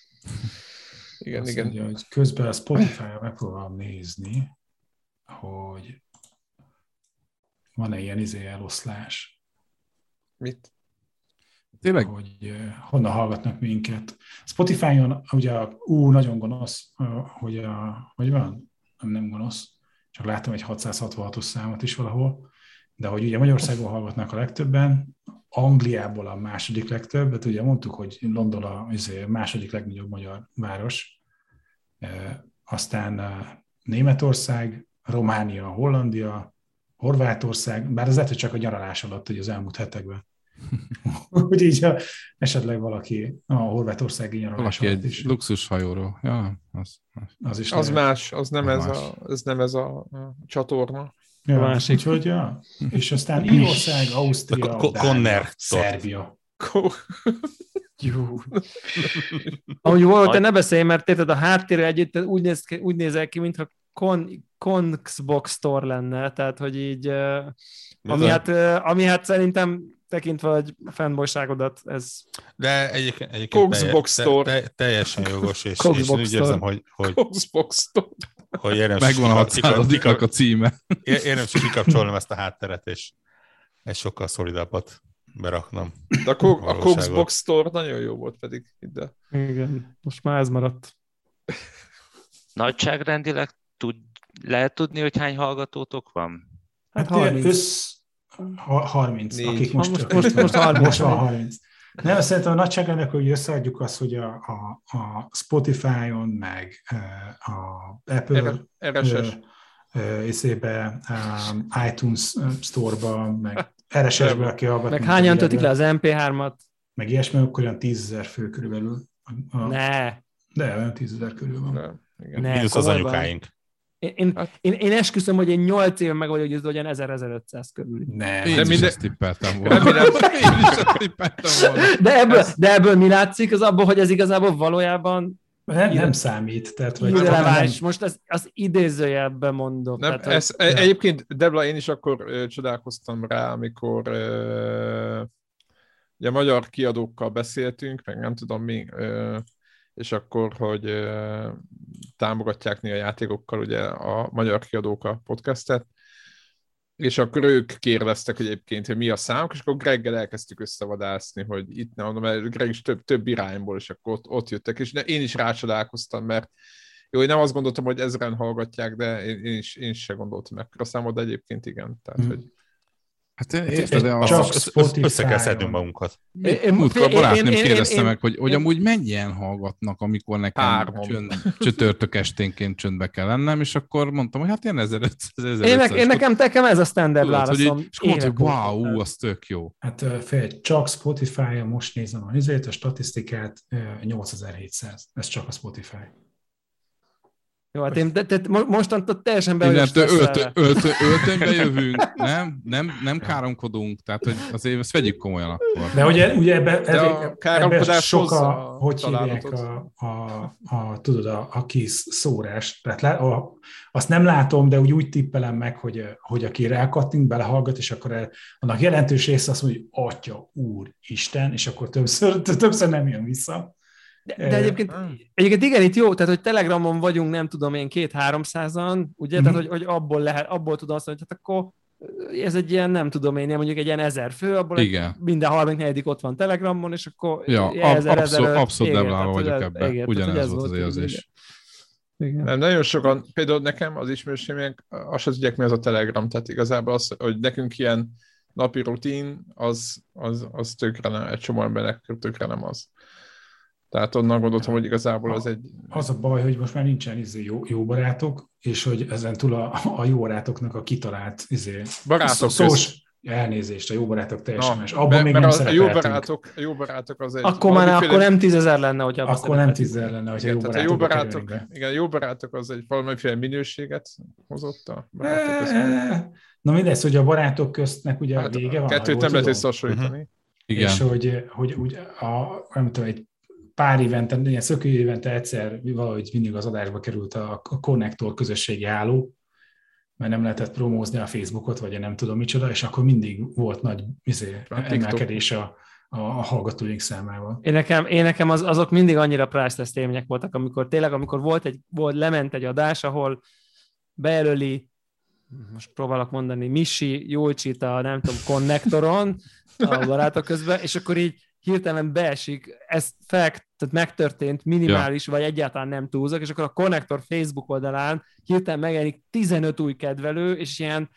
Igen. Mondja, hogy közben a Spotify-ra megpróbálom nézni, hogy van-e ilyen eloszlás. Mit? Tényleg? Hogy honnan hallgatnak minket. Spotify-on ugye nagyon gonosz, hogy van? Nem gonosz, csak láttam egy 666-os számot is valahol, de hogy ugye Magyarországon hallgatnak a legtöbben, Angliából a második legtöbb, ugye mondtuk, hogy London a második legnagyobb magyar város, aztán Németország, Románia, Hollandia, Horvátország, bár az lehet, hogy csak a nyaralás alatt, hogy az elmúlt hetekben. Úgy így, esetleg valaki a horvátországi nyaralás valaki alatt egy is. luxushajóról. Ja, Az is az lehet. más, az nem, ez nem ez a csatorna. Ja, másik. úgyhogy, ja. És aztán Írország, Ausztria, Dánia, Szerbia. Jó. Ahogy volt, te ne beszélj, mert érted, a háttérre együtt úgy nézel ki, mintha Xbox Store lenne, tehát, hogy így, ami hát szerintem tekintve, hogy a fanboyságodat, ez... De egyébként Xbox Store. Teljesen jogos, és úgy érzem, hogy Xbox Store. Hogy érdemes megvan a 600-dik a címe. Érdemes kikapcsolnom ezt a hátteret, és egy sokkal szolidabbat beraknom. De a Xbox Store nagyon jó volt pedig. De. Igen, most már ez maradt. Nagyságrendileg lehet tudni, hogy hány hallgatótok van? Hát 30. 30, akik most 30. van 30. Nem, szerintem a nagyságrendileg, hogy összeadjuk azt, hogy a Spotify-on, meg a Apple iTunes Store-ba, meg RSS-be, aki hallgat. Meg hányan töltik le az MP3-at? Meg ilyesmi, akkor olyan 10 000 fő körülbelül. De olyan 10 000 körül van. Mínusz az anyukáink. Én esküszöm, hogy én 8 éve meg vagyok győződve, hogy 1000-1500 körül. Én is ezt tippeltem volna. De ebből mi látszik? Az abból, hogy ez igazából valójában nem számít. Tehát, irreleváns. Most az idézőjelben mondom. Nem, tehát, egyébként, Debla, én is akkor csodálkoztam rá, amikor ugye magyar kiadókkal beszéltünk, meg nem tudom mi, és akkor, hogy támogatják néha játékokkal ugye a magyar kiadók a podcastet, és akkor ők kérdeztek egyébként, hogy mi a számok, és akkor Greggel elkezdtük összevadászni, hogy itt nem mondom, mert Greg is több irányból, és akkor ott jöttek, és én is rácsodálkoztam, mert jó, én nem azt gondoltam, hogy 1000-en hallgatják, de én is se gondoltam ekkora számot, de egyébként igen. Tehát, hogy... Hát érted, össze kell szednünk magunkat. Múltkor barátnőm kérdezte meg, hogy amúgy mennyien hallgatnak, amikor nekem csütörtök esténként csöndbe kell lennem, és akkor mondtam, hogy hát ilyen 1500. Én nekem ez a standard válaszom. És mondta, hogy wow, az tök jó. Hát csak Spotify-on most nézem a statisztikát, 8700. Ez csak a Spotify. Jó, hát én mostantól teljesen be vagyok öltönybe jövünk, nem káromkodunk, tehát hogy azért ezt vegyük komolyan akkor. De ugye ebbe sok hogy hívják tudod, a kis szórás. Tehát azt nem látom, de úgy tippelem meg, hogy aki rákattint, belehallgat, és akkor annak jelentős része azt mondja, hogy Atya, Úr, Isten, és akkor többször nem jön vissza. De egyébként igen, itt jó, tehát hogy Telegramon vagyunk, nem tudom én, 200-300-an, ugye, tehát hogy abból tudom azt mondani, hogy hát akkor ez egy ilyen, nem tudom én, mondjuk egy ilyen 1000 fő, abból minden 34. ott van Telegramon, és akkor abszolút nem vagyok ebben, ugyanez volt az érzés. Nem, nagyon sokan, például nekem az ismerőseimnek azt sem tudják, mi az a Telegram, tehát igazából az, hogy nekünk ilyen napi rutin, az tökre nem, egy csomó embernek tökre nem az. Tehát onnan gondoltam, hogy igazából az egy... Az a baj, hogy most már nincsen jó barátok, és hogy ezen túl a jó barátoknak a kitalált barátok elnézést, a jó barátok teljesen más. Abban még nem szerepeltünk. A jó barátok az egy... Akkor nem 10 000 lenne, hogy abban akkor nem 10 000 lenne, hogy a jó barátok igen, jó barátok az egy valamiféle minőséget hozott a barátok között. Na mindez, hogy a barátok köztnek ugye a vége van. Kettőt nem lehet összehasonlítani. Igen. És hogy nem tudom, egy pár évente, ilyen szökő évente egyszer valahogy mindig az adásba került a Konnektor közösségi háló, mert nem lehetett promózni a Facebookot, vagy nem tudom micsoda, és akkor mindig volt nagy emelkedés a hallgatóink számával. Én nekem azok mindig annyira priceless élmények voltak, amikor lement egy adás, ahol bejelöli, most próbálok mondani, Misi Jolcsit a nem tudom, Konnektoron a barátok közben, és akkor így hirtelen beesik, ez tehát megtörtént, minimális, vagy egyáltalán nem túlzok, és akkor a Konnektor Facebook oldalán hirtelen megjelenik 15 új kedvelő, és ilyen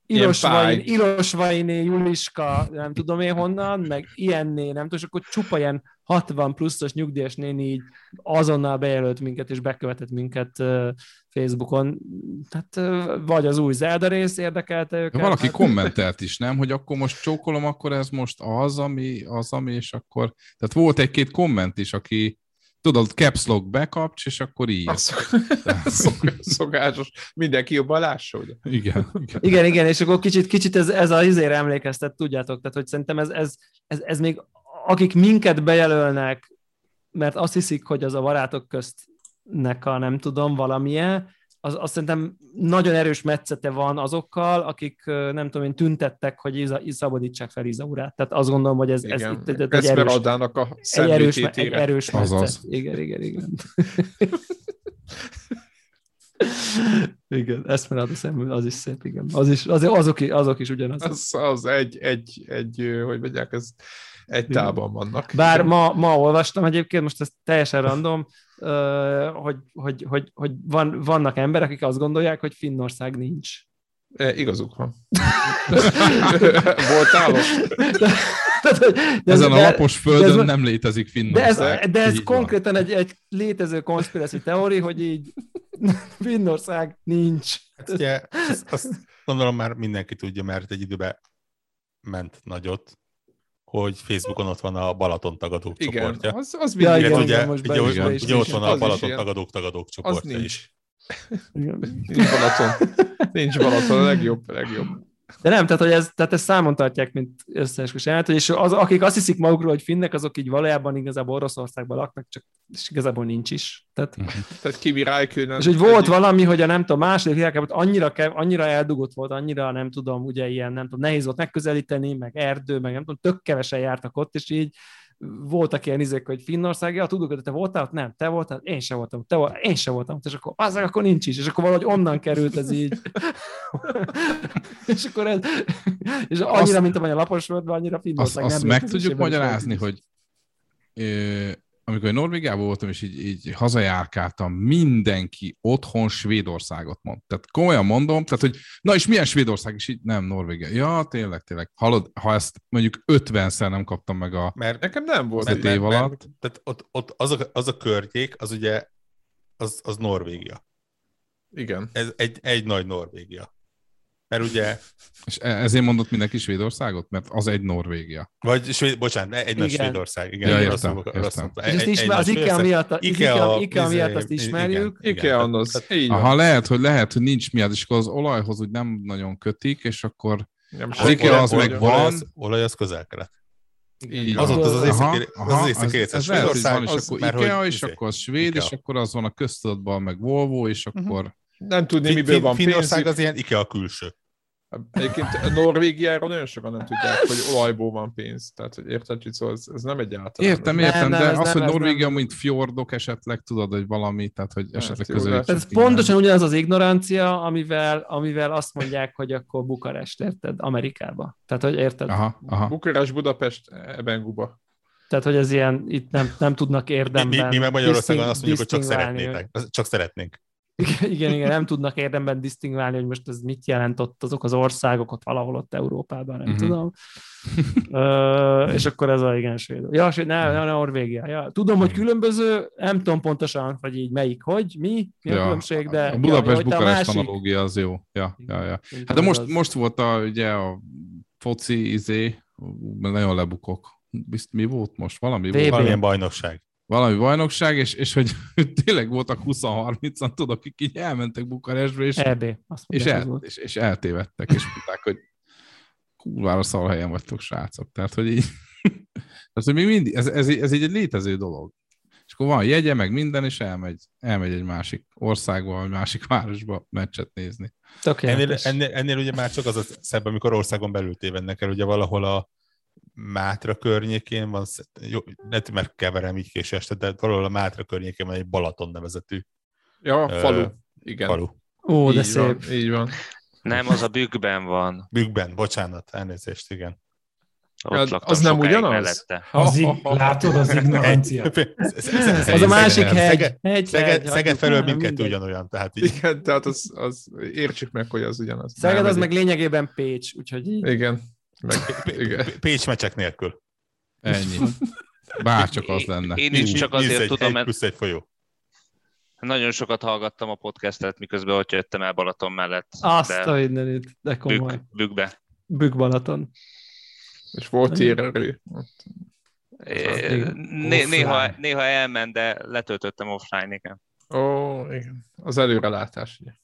Ilosvainé, Juliska, nem tudom én honnan, meg ilyenné, nem tudom, és akkor csupa ilyen 60 pluszos nyugdíjas néni így azonnal bejelölt minket, és bekövetett minket Facebookon. Tehát vagy az új Zelda rész érdekelte őket. Valaki kommentelt is, nem? Hogy akkor most csókolom, akkor ez most az, ami, és akkor... Tehát volt egy-két komment is, aki tudod, caps lock bekapcs, és akkor így. Szokásos. Mindenki jobban lássa, ugye? Igen, és akkor kicsit ez a izére emlékeztet, tudjátok, tehát hogy szerintem ez még, akik minket bejelölnek, mert azt hiszik, hogy az a barátok köztnek a nem tudom, valamilyen, azt szerintem nagyon erős metszete van azokkal, akik nem tudom én tüntettek, hogy szabadítsák fel Izaurát. Tehát azt gondolom, hogy ez itt egy erős metszet. Igen. Igen, Esmeralda szemű, az is szép, igen. Azok is ugyanaz. Az hogy mondják, ez egy tában vannak. Bár ma olvastam egyébként, most ez teljesen random, hogy vannak emberek, akik azt gondolják, hogy Finnország nincs. Igazuk van. Voltál ezen a lapos földön nem létezik Finnország. De ez konkrétan egy létező konspiráció teória, hogy így Finnország nincs. Hát ugye, azt gondolom már mindenki tudja, mert egy időben ment nagyot, hogy Facebookon ott van a Balaton tagadók csoportja. Az mindig van. Ugye ott van a Balaton tagadók csoportja is. Nincs Balaton, a legjobb. De nem, tehát ezt számon tartják, mint összeesküvés elmélet, és akik azt hiszik magukról, hogy finnek, azok így valójában igazából Oroszországban laknak, csak és igazából nincs is. Tehát Kimi Räikkönen. És hogy volt valami, hogy a nem tudom, második világháborút annyira eldugott volt, annyira nem tudom, ugye ilyen, nem tudom, nehéz volt megközelíteni, meg erdő, meg nem tudom, tök kevesen jártak ott, és így voltak ilyen izék, hogy Finnország, ja, tudjuk, hogy te voltál ott? Nem, te voltál? Én sem voltam. Én sem voltam. És akkor akkor nincs is. És akkor valahogy onnan került ez így. És akkor ez, és annyira, mint a lapos földben, annyira Finnország azt meg tudjuk magyarázni, hogy amikor Norvégiában voltam, és így hazajárkáltam, mindenki otthon Svédországot mond. Tehát komolyan mondom, tehát hogy na és milyen Svédország is így? Nem, Norvégia. Ja, tényleg. Hallod, ha ezt mondjuk 50-szer nem kaptam meg a mert nekem nem volt 5 év alatt. Tehát ott az a környék, az ugye, az Norvégia. Igen. Ez egy nagy Norvégia. Mert ugye... És ezért mondott mindenki Svédországot? Mert az egy Norvégia. Vagy, bocsánat, egy nagy Svédország. Igen, ja, értem. És az IKEA miatt azt ismerjük. IKEA az. Aha, lehet, hogy nincs miatt, és akkor az olajhoz úgy nem nagyon kötik, és akkor az IKEA az meg van. Olaj az Közel-Kelet. Az ott az észak Svédország, és akkor IKEA, és akkor az svéd, és akkor az van a köztudatban, meg Volvo, és akkor... Nem tudni, miből van pénz. Finnország az ilyen IKEA külső. Egyébként Norvégiáról nagyon sokan nem tudják, hogy olajból van pénz. Tehát, hogy érted, szóval ez nem egy általán. Értem, de az, hogy Norvégia, mint fjordok esetleg, tudod, hogy valami, tehát, hogy esetleg közelítsük. Ez pontosan ugyanaz az ignorancia, amivel azt mondják, hogy akkor Bukarest, érted, Amerikába. Tehát, hogy érted? Aha. Bukarest, Budapest, Ebenguba. Tehát, hogy ez ilyen, itt nem tudnak érdemben. Mi meg Magyarországon azt mondjuk, hogy csak szeretnénk. Igen, nem tudnak érdemben disztingválni, hogy most ez mit jelent ott azok az országok, ott valahol ott Európában, nem tudom. És akkor ez a igen svéd. Ja, Norvégia. Ja. Tudom, hogy különböző, nem tudom pontosan, hogy így melyik, hogy, mi a különbség, de... A Budapest-Bukarest analógia az jó. Ja. Hát de most volt ugye a foci nagyon lebukok. Mi volt most? Valamilyen bajnokság. Valami bajnokság, és hogy tényleg voltak 20-30-an, tudok, akik így elmentek Bukarestbe, és eltévedtek, és mondták, hogy kurvára szar helyen vagytok, srácok. Tehát, hogy így, tehát, hogy még mindig, ez így egy létező dolog. És akkor van jegye, meg minden, és elmegy egy másik országba, egy másik városba meccset nézni. Ennél ugye már csak az a szebb, amikor országon belül tévednek el, ugye valahol a Mátra környékén van, lehet, mert keverem így késő este, de valahol a Mátra környékén van egy Balaton nevezetű falu. Igen. Falu. Ó, de szép. Így van. Nem, az a Bükkben van. Bükkben, bocsánat, elnézést, igen. Ott laktam az nem sokáig ugyanaz? mellette. Látod az ignorancia? Az a másik hegy. Szeged felől mindkettő ugyanolyan. Tehát így. Igen, tehát az értsük meg, hogy az ugyanaz. Szeged az meg lényegében Pécs, úgyhogy így. Igen. Pécs mecsek nélkül. Ennyi. Bárcsak az lenne. Én is csak azért tudom, mert plusz egy folyó. nagyon sokat hallgattam a podcastet, miközben ott jöttem el Balaton mellett. Azt a mindenit, de komoly. Bükkbe. Bükk Balaton. És volt érelő. Néha elment, de letöltöttem offline, igen. Ó, igen. Az előrelátás, ugye.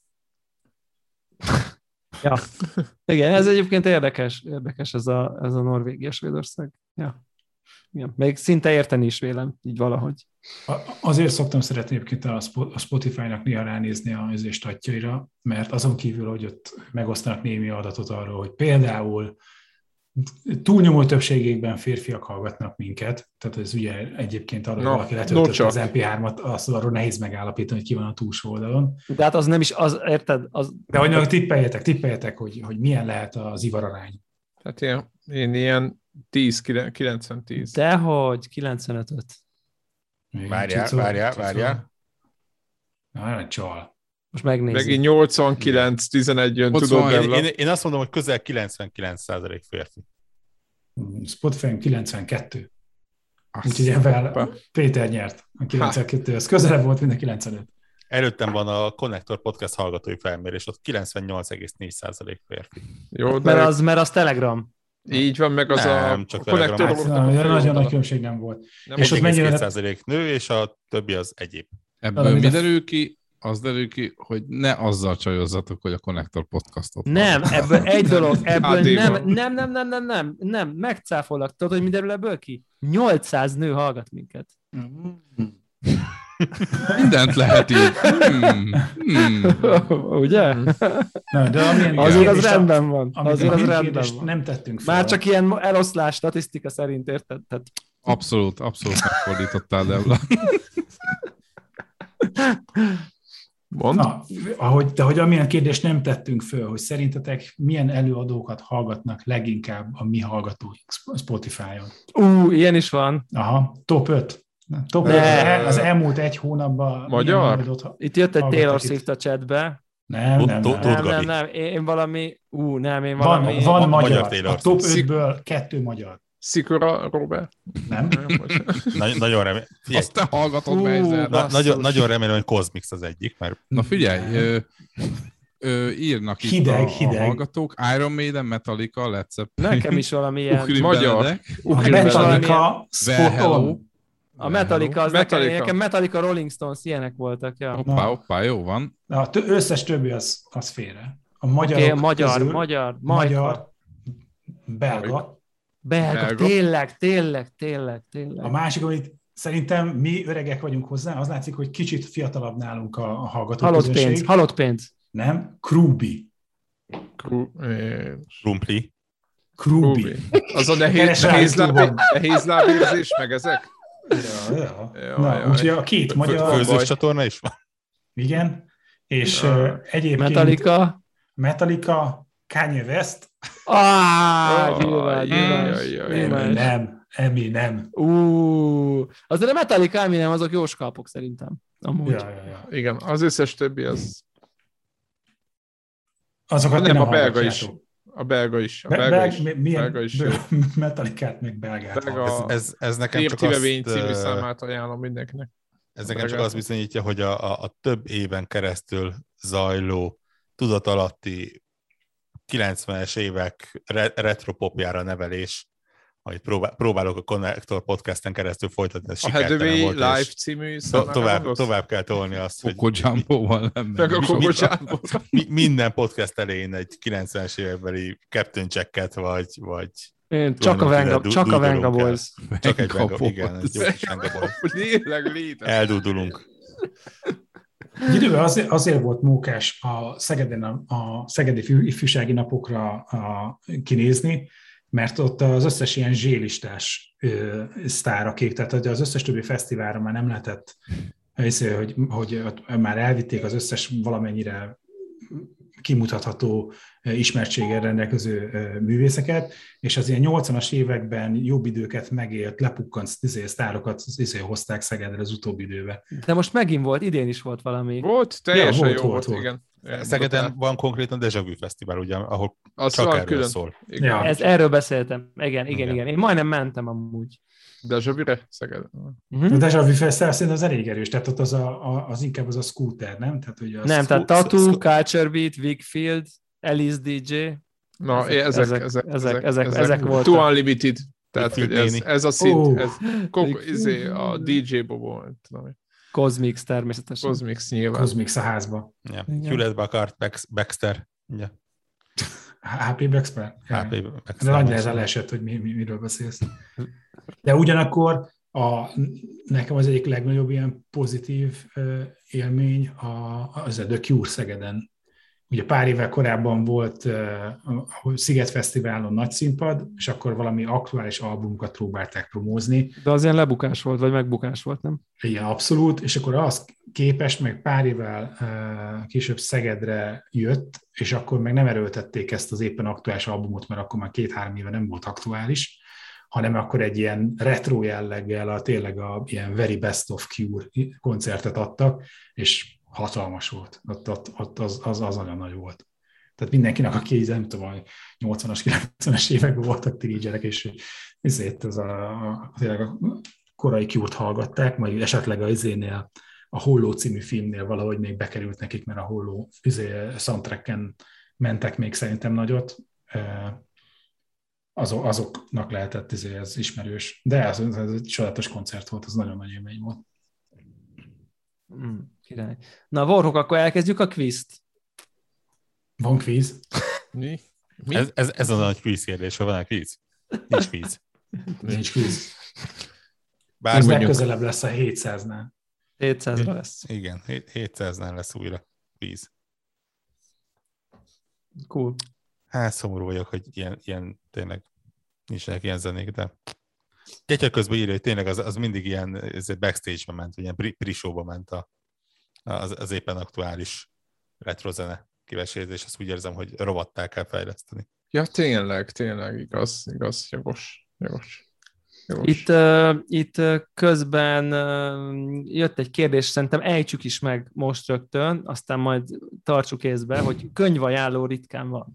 Ja. Igen, ez egyébként érdekes ez a Norvégia, Svédország. Ja. Igen. Még szinte érteni is vélem, így valahogy. Azért szoktam szeretni egyébként a Spotify-nak néha ránézni az statjaira, mert azon kívül, hogy ott megosztanak némi adatot arról, hogy például túlnyomó többségében férfiak hallgatnak minket, tehát ez ugye egyébként arra, hogy valaki letöltötte az MP3-at, azt arról nehéz megállapítani, hogy ki van a túlsó oldalon. De hát az nem is, érted? De hogy tippeljetek, hogy milyen lehet az ivararány. Hát én ilyen 90-10. Dehogy, 95-5. Várjál. Na, csal. Most megnézzük. Megint 89-11 jön, tudod, én azt mondom, hogy közel 99% férfi. Spotify 92. Úgyhogy ebben Péter nyert. A 92, ez közelebb volt, mint a 95. Előttem van a Connector Podcast hallgatói felmérés, ott 98,4% férfi. Jó, de... mert az Telegram. Így van, meg az nem, a Connector. Nagyon nagy különbség nem volt. És ott mennyire 2% nő, és a többi az egyéb. Ebből mi derül ki? Az derül ki, hogy ne azzal csajozzatok, hogy a Connector podcastot. Nem, ebből egy dolog, ebből nem, megcáfollak. Tudod, hogy mi derül ebből ki? 800 nő hallgat minket. Mindent lehet így. Ugye? De az rendben van. Az rendben van. Nem tettünk fel. Már csak ilyen eloszlás statisztika szerint, érted? Tehát... Abszolút megfordítottál, Debla. Hogy amilyen kérdést nem tettünk föl, hogy szerintetek milyen előadókat hallgatnak leginkább a mi hallgatóink Spotify-on? Ilyen is van. Aha, top 5. Top 5 az elmúlt egy hónapban. Magyar? Itt jött egy Taylor Swift a chatbe. Nem. Én valami... én valami... Van magyar. A top 5-ből 2 magyar. Szikora, Robert? Nem. Nagyon remélem. Azt te hallgatod be ezzel. Nagyon remélem, hogy Cosmix az egyik, mert... Na figyelj, írnak itt hideg. A hallgatók, Iron Maiden, Metallica, Led Zeppelin. Nekem is valami ilyen... Magyar. Metallica, Spot On. A Metallica, az nekem Metallica, Rolling Stones, ilyenek voltak. Ja. Hoppá, jó van. Összes többi az félre. A magyarok közül, magyar, belga, tényleg. A másik, amit szerintem mi öregek vagyunk hozzá, az látszik, hogy kicsit fiatalabb nálunk a hallgatóközönség. Halott pénz. Nem? Krubi. Krumpli. Krubi. Az a nehéz lábérzés, meg ezek? Ja. Úgyhogy a két magyar... Főzős csatorna is van. Igen. És egyébként... Metallica, Kanye West. Nyilván. Eminem. Azért a Metallica, Eminem, azok jó skalpok szerintem. Amúgy. Ja. Igen, az összes többi az... Azokat nem a belga is. A belga is. Belga is jó. Metallicát meg belgát. Ez nekem csak azt... című számát ajánlom mindenkinek. Ez nekem csak azt bizonyítja, hogy a több éven keresztül zajló tudatalatti 90-es évek retropopjára nevelés, amit próbálok a Connector podcasten keresztül folytatni, ez sikertelen volt. A Hathaway Live című tovább kell tolni azt, hogy minden podcast elején egy 90-es évekbeli Captain Jacket, vagy csak a Venga Boys. Csak egy Venga, igen, egy jó kis Venga Boys. Eldúdulunk. Időben azért volt mókás a Szegeden a szegedi ifjúsági napokra kinézni, mert ott az összes ilyen zsélistás sztárakék, tehát az összes többi fesztiválra már nem lehetett, hogy már elvitték az összes valamennyire kimutatható ismertséggel rendelkező művészeket, és az ilyen 80-as években jobb időket megélt, lepukkant sztárokat hozták Szegedre az utóbbi időben. De most megint volt, idén is volt valami. Volt, teljesen jó volt, igen. Szegeden van konkrétan Deja Vu Fesztivál, ugye, ahol az csak erről külön szól. Ja. Erről beszéltem. Igen. Én majdnem mentem amúgy. Deja Vu-re? Szeged. A Deja Vu Fesztivál szerintem az elég erős, tehát ott az inkább az a scooter, nem? Tehát, hogy nem, tehát Tattoo, Culture Beat, Wickfield, Alice DJ. Na, ezek voltak. Too Unlimited. Tehát ez a szint, a DJ Bobo, tudom. Cosmix természetesen. Cosmix nyilván. Cosmix a házba. Yeah. Hewlett Packard, Baxter. Yeah. HP Baxter? HP Baxter. De nagy nehezen leesett, hogy miről beszélsz. De ugyanakkor nekem az egyik legnagyobb ilyen pozitív élmény az a The Cure Szegeden. Ugye pár évvel korábban volt a Sziget Fesztiválon nagy színpad, és akkor valami aktuális albumukat próbálták promózni. De az ilyen lebukás volt, vagy megbukás volt, nem? Igen, abszolút, és akkor az képest meg pár évvel később Szegedre jött, és akkor meg nem erőltették ezt az éppen aktuális albumot, mert akkor már 2-3 éve nem volt aktuális, hanem akkor egy ilyen retro jelleggel, tényleg ilyen very best of Cure koncertet adtak, és hatalmas volt. Ott az nagyon nagy volt. Tehát mindenkinek, aki nem tudom, 80-as, 90-es években voltak tínédzserek, és ezért tényleg a korai Cure-t hallgatták, majd esetleg a Holló című filmnél valahogy még bekerült nekik, mert a Holló soundtracken mentek még szerintem nagyot. Azoknak lehetett ez ismerős. De ez egy csodálatos koncert volt, az nagyon nagy élmény volt. Király. Na, Warhawk, akkor elkezdjük a quizt. Van quiz? Mi? Ez az a nagy quiz kérdés, hogy van-e quiz? Nincs quiz. Nincs quiz. Bár ez mondjuk... legközelebb lesz a 700-nál. 700-ra lesz. Igen, 700-nál lesz újra quiz. Cool. Hát szomorú vagyok, hogy ilyen tényleg nincsenek ilyen zenék, de Gyetya közben írja, hogy tényleg az mindig ilyen backstage-be ment, vagy ilyen pre-show-ba ment az éppen aktuális retro zene kivesézés, azt úgy érzem, hogy rovattá kell fejleszteni. Ja, tényleg, igaz, jogos. Itt közben jött egy kérdés, szerintem ejtsük is meg most rögtön, aztán majd tartsuk észbe, hogy könyvajánló ritkán van.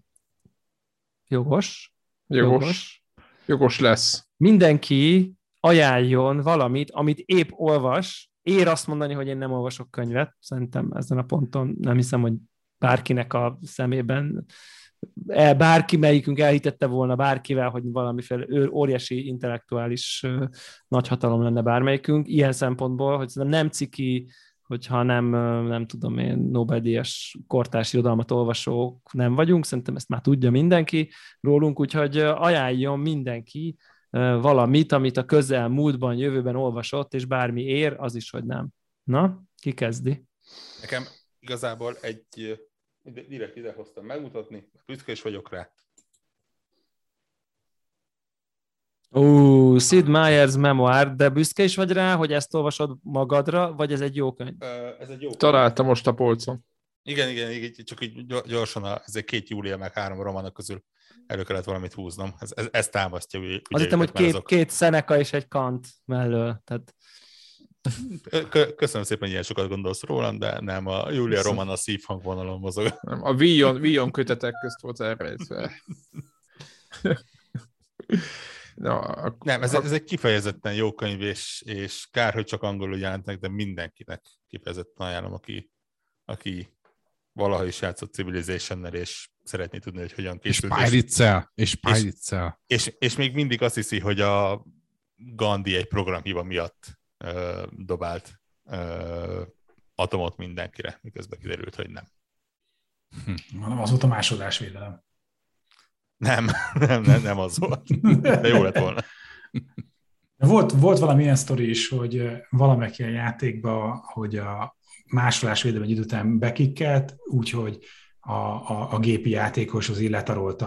Jogos lesz. Mindenki ajánljon valamit, amit épp olvas. Ér azt mondani, hogy én nem olvasok könyvet. Szerintem ezen a ponton nem hiszem, hogy bárkinek a szemében bárki melyikünk elhitette volna bárkivel, hogy valamiféle óriási intellektuális nagyhatalom lenne bármelyikünk. Ilyen szempontból, hogy nem ciki, hogyha nem tudom én, Nobel-díjas kortárs irodalmat olvasók nem vagyunk, szerintem ezt már tudja mindenki rólunk, úgyhogy ajánljon mindenki valamit, amit a közelmúltban, jövőben olvasott, és bármi ér, az is, hogy nem. Na, ki kezdi? Nekem igazából direkt ide hoztam megmutatni, büszke is vagyok rá. Sid Meier's Memoir, de büszke is vagy rá, hogy ezt olvasod magadra, vagy ez egy jó könyv? Ez egy jó könyv. Találtam most a polcon. Igen, csak így gyorsan ez egy 2 Júlia meg 3 romanok közül elő kellett valamit húznom. Ez támasztja. Azt hittem, hogy két Seneca és egy Kant mellől. Tehát... Köszönöm szépen, hogy ilyen sokat gondolsz rólam, de nem, a Júlia roman a szívhangvonalon mozog. Nem, a Vion kötetek közt volt elrejtve. Nem, ez egy kifejezetten jó könyv, és kár, hogy csak angolul jelentnek, de mindenkinek kifejezetten ajánlom, aki valaha is játszott Civilizationnel, és szeretné tudni, hogy hogyan készült. És Spiritszel. És még mindig azt hiszi, hogy a Gandhi egy programhiba miatt dobált atomot mindenkire, miközben kiderült, hogy nem. Az volt a másodásvédelem. Nem az volt. De jó lett volna. Volt valamilyen sztori is, hogy valamelyik ilyen játékban, hogy a másolásvédelem egy idő után bekikkelt, úgyhogy a gépi játékos az illetárolta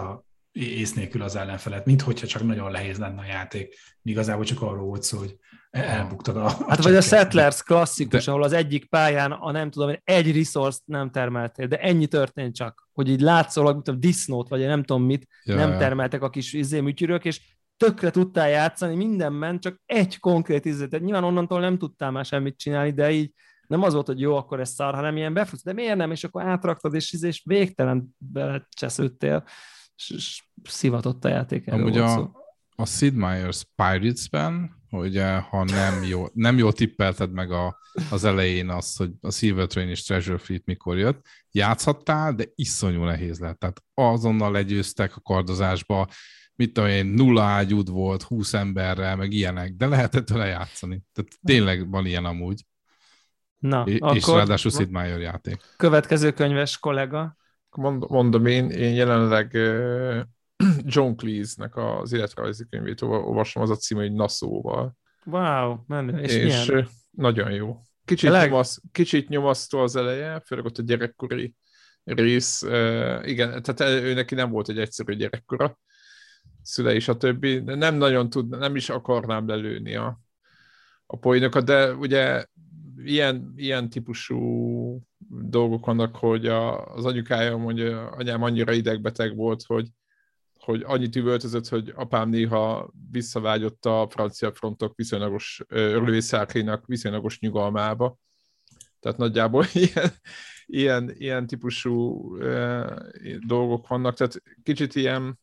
ész nélkül az ellenfelet, mint hogyha csak nagyon nehéz lenne a játék. Igazából csak arról volt szó, hogy elbuktad a hát vagy a Settlers klasszikus, ahol az egyik pályán nem tudom, egy resource-t nem termeltél, de ennyi történt csak, hogy így látszólag, mint a disznót, vagy nem tudom mit, nem termeltek a kis műtyűrök, és tökre tudtál játszani, minden ment, csak egy konkrét tehát nyilván onnantól nem tudtál már semmit csinálni, de így nem az volt, hogy jó, akkor ez szar, hanem ilyen befutsz, de miért nem, és akkor átraktad, és végtelen belecsesződtél, és szivatott a játék. Amúgy a Sid Meier's Pirates-ben, hogy ha nem jól tippelted meg az elején azt, hogy a Silver Train és Treasure Fleet mikor jött, játszhattál, de iszonyú nehéz lett. Tehát azonnal legyőztek a kardozásba, mit tudom én, 0 ágyúd volt, 20 emberrel, meg ilyenek, de lehetett vele játszani. Tehát tényleg van ilyen amúgy. Na, és ráadásul Sid Meier játék. Következő könyves kollega. Mondom, én jelenleg John Cleese-nek az életrajzi könyvét olvasom, az a címe, hogy Nassauval. Wow, menő. És milyen? Nagyon jó. Kicsit nyomasztó az eleje, főleg ott a gyerekkori rész. Igen, tehát ő neki nem volt egy egyszerű gyerekkora, szülei, stb. Nem nagyon nem is akarnám lelőni a poénokat, de ugye ilyen típusú dolgok vannak, hogy az anyukája mondja, anyám annyira idegbeteg volt, hogy annyit üvöltözött, hogy apám néha visszavágyott a francia frontok viszonylagos lövészárkénak viszonylagos nyugalmába. Tehát nagyjából ilyen típusú dolgok vannak. Tehát kicsit ilyen,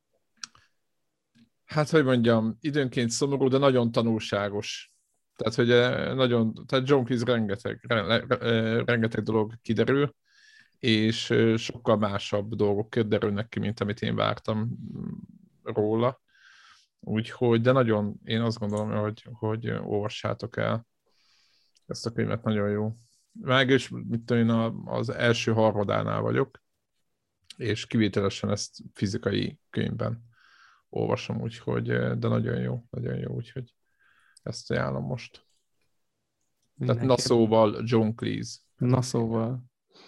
hát hogy mondjam, időnként szomorú, de nagyon tanulságos. Tehát, hogy tehát John Cleese rengeteg dolog kiderül, és sokkal másabb dolgok derülnek ki, mint amit én vártam róla. Úgyhogy, de nagyon, én azt gondolom, hogy olvassátok el ezt a könyvet, nagyon jó. Meg is, mit tudom én, az első harmadánál vagyok, és kivételesen ezt fizikai könyvben olvasom, úgyhogy, de nagyon jó, úgyhogy ezt ajánlom most. Tehát Nassauval John Cleese. Nassauval.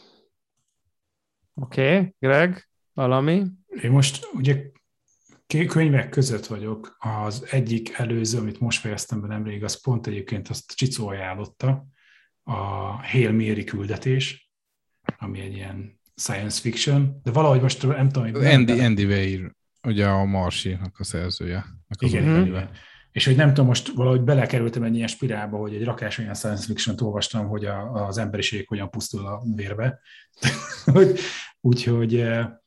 Oké, Greg, valami? Én most ugye könyvek között vagyok. Az egyik előző, amit most fejeztem be nemrég, az pont egyébként azt Csicó ajánlotta, a Hail Mary küldetés, ami egy ilyen science fiction, de valahogy most nem tudom, hogy... Andy Weir, ugye a Marsi-nak a szerzője. Igen. És hogy nem tudom, most valahogy belekerültem egy ilyen spirálba, hogy egy rakás olyan science fiction-t olvastam, hogy az emberiség hogyan pusztul a vérbe. Úgyhogy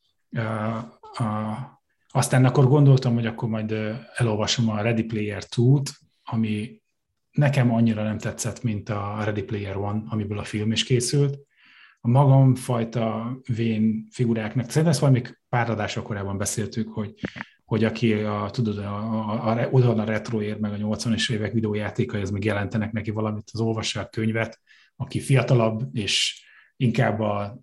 aztán akkor gondoltam, hogy akkor majd elolvasom a Ready Player 2-t, ami nekem annyira nem tetszett, mint a Ready Player One, amiből a film is készült. A magamfajta vén figuráknak, szerintem ezt valami pár adásra korábban beszéltük, hogy aki oda van a retroért, meg a 80-es évek videójátékai, az meg jelentenek neki valamit, az olvassa a könyvet, aki fiatalabb, és inkább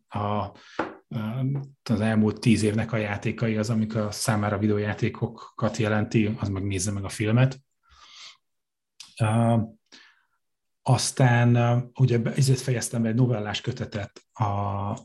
az elmúlt 10 évnek a játékai az, amik a számára videójátékokat jelenti, az meg nézze meg a filmet. Aztán ugye ezért fejeztem be egy novellás kötetet, a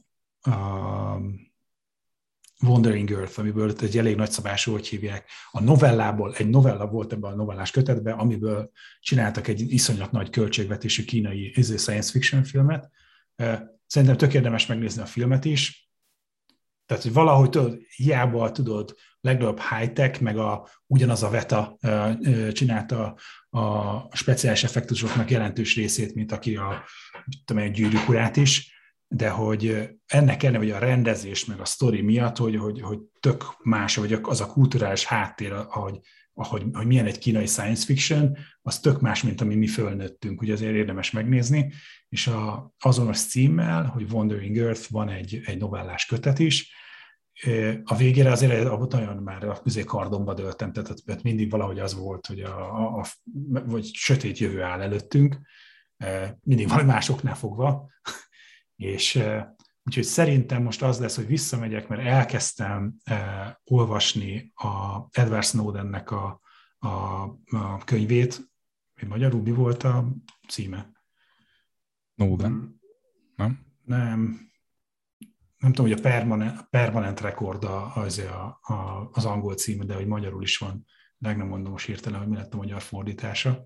Wandering Earth, amiből egy elég nagyszabású, hogy hívják. A novellából, egy novella volt ebben a novellás kötetben, amiből csináltak egy iszonyat nagy költségvetésű kínai science fiction filmet. Szerintem tök érdemes megnézni a filmet is. Tehát, hogy valahogy tudod, hiába tudod, legnagyobb high-tech, meg ugyanaz a Veta csinálta a speciális effektusoknak jelentős részét, mint aki a Gyűrűk urát is, de hogy ennek ellenére, hogy a rendezés, meg a sztori miatt, hogy tök más, vagy az a kulturális háttér, hogy milyen egy kínai science fiction, az tök más, mint ami mi fölnőttünk, ugye azért érdemes megnézni, és azonos címmel, hogy Wandering Earth, van egy novellás kötet is. A végére azért nagyon már a kardomba döltem, tehát mindig valahogy az volt, hogy vagy sötét jövő áll előttünk, mindig valami másoknál fogva, és úgyhogy szerintem most az lesz, hogy visszamegyek, mert elkezdtem olvasni a Edward Snowdennek a könyvét. Magyarul mi volt a címe? Snowden. Nem? Nem. nem tudom, hogy a permanent record az angol címe, de hogy magyarul is van. Nem mondom most hirtelen, hogy mi lett a magyar fordítása.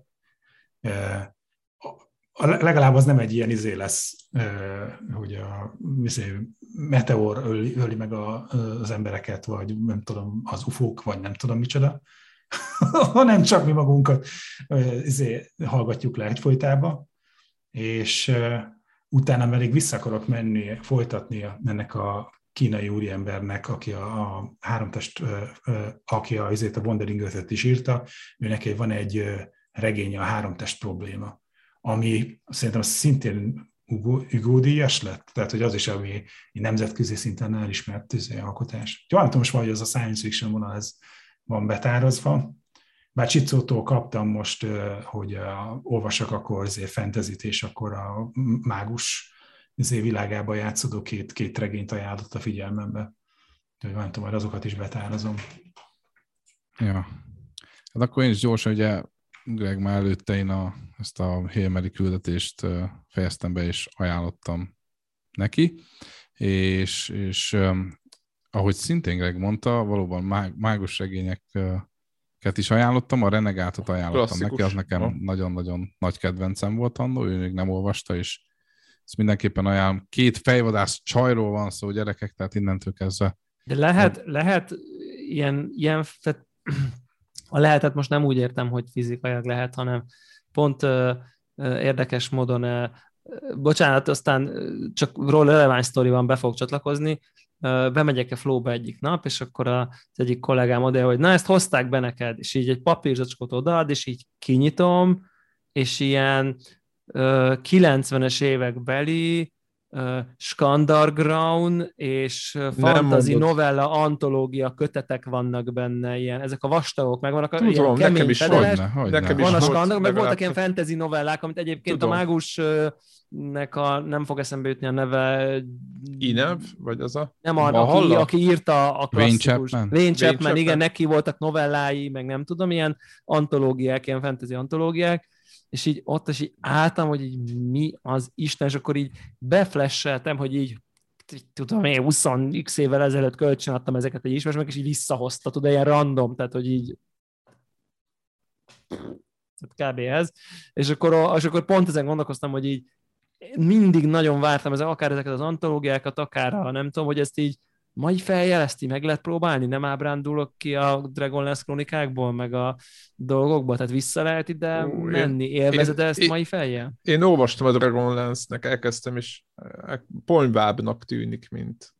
Legalább az nem egy ilyen lesz, hogy a meteor öli meg az embereket, vagy nem tudom, az ufók, vagy nem tudom micsoda, hanem csak mi magunkat hallgatjuk le egyfolytában, és utána pedig vissza akarok menni, folytatni ennek a kínai úriembernek, aki a háromtest, aki a Wandering Earth-et is írta, őnek van egy regénye, a háromtest probléma, ami szerintem szintén Hugo-díjas lett, tehát hogy az is, ami nemzetközi szinten elismert alkotás. Nem tudom most, hogy az a science fiction vonal ez van betározva, bár Csicótól kaptam most, hogy olvassak akkor fantasyt, és akkor a mágus világában játszódó két regényt ajánlott a figyelmembe. Úgyhogy nem tudom, majd azokat is betározom. Ja. Hát akkor én is gyorsan, ugye Greg már előtte én ezt a Hail Mary küldetést fejeztem be, és ajánlottam neki, és ahogy szintén Greg mondta, valóban mágus regényeket is ajánlottam, a Renegátot ajánlottam neki, az nekem nagyon-nagyon nagy kedvencem volt annó, ő még nem olvasta, és ezt mindenképpen ajánlom. 2 fejvadász csajról van szó, gyerekek, tehát innentől kezdve. De lehet ilyen tehát a lehetet most nem úgy értem, hogy fizikailag lehet, hanem pont érdekes módon, bocsánat, aztán csak releváns sztoriban be fog csatlakozni, bemegyek a Flow-ba egyik nap, és akkor az egyik kollégám oda, hogy na, ezt hozták be neked, és így egy papírzacskót odaad, és így kinyitom, és ilyen 90-es évek beli Skandargraun és fantasy novella antológia kötetek vannak benne, ilyen, ezek a vastagok, meg vannak tudom, ilyen kemény nekem is fedeles, nekem van a is Skandar, meg voltak ilyen fantasy novellák, amit egyébként tudom. a mágusnek nem fog eszembe jutni a neve. Inev, vagy az a... Nem, aki írta a klasszikus. Wayne Chapman, igen, neki voltak novellái, meg nem tudom, ilyen antológiák, ilyen fantasy antológiák, és így ott is így álltam, hogy így mi az Isten, és akkor így beflasheltem, hogy így tudom én, 20x évvel ezelőtt kölcsönadtam ezeket egy ismerősnek, és így visszahozta, tudod, ilyen random, tehát hogy így kb. Ez. És akkor pont ezen gondolkoztam, hogy így mindig nagyon vártam akár ezeket az antológiákat, akár nem tudom, hogy ezt így mai fejjel ezt így meg lehet próbálni, nem ábrándulok ki a Dragonlance kronikákból, meg a dolgokból, tehát vissza lehet ide menni. Élvezed ezt mai fejjel? Én olvastam a Dragonlance-nek, elkezdtem, és ponyvábbnak tűnik,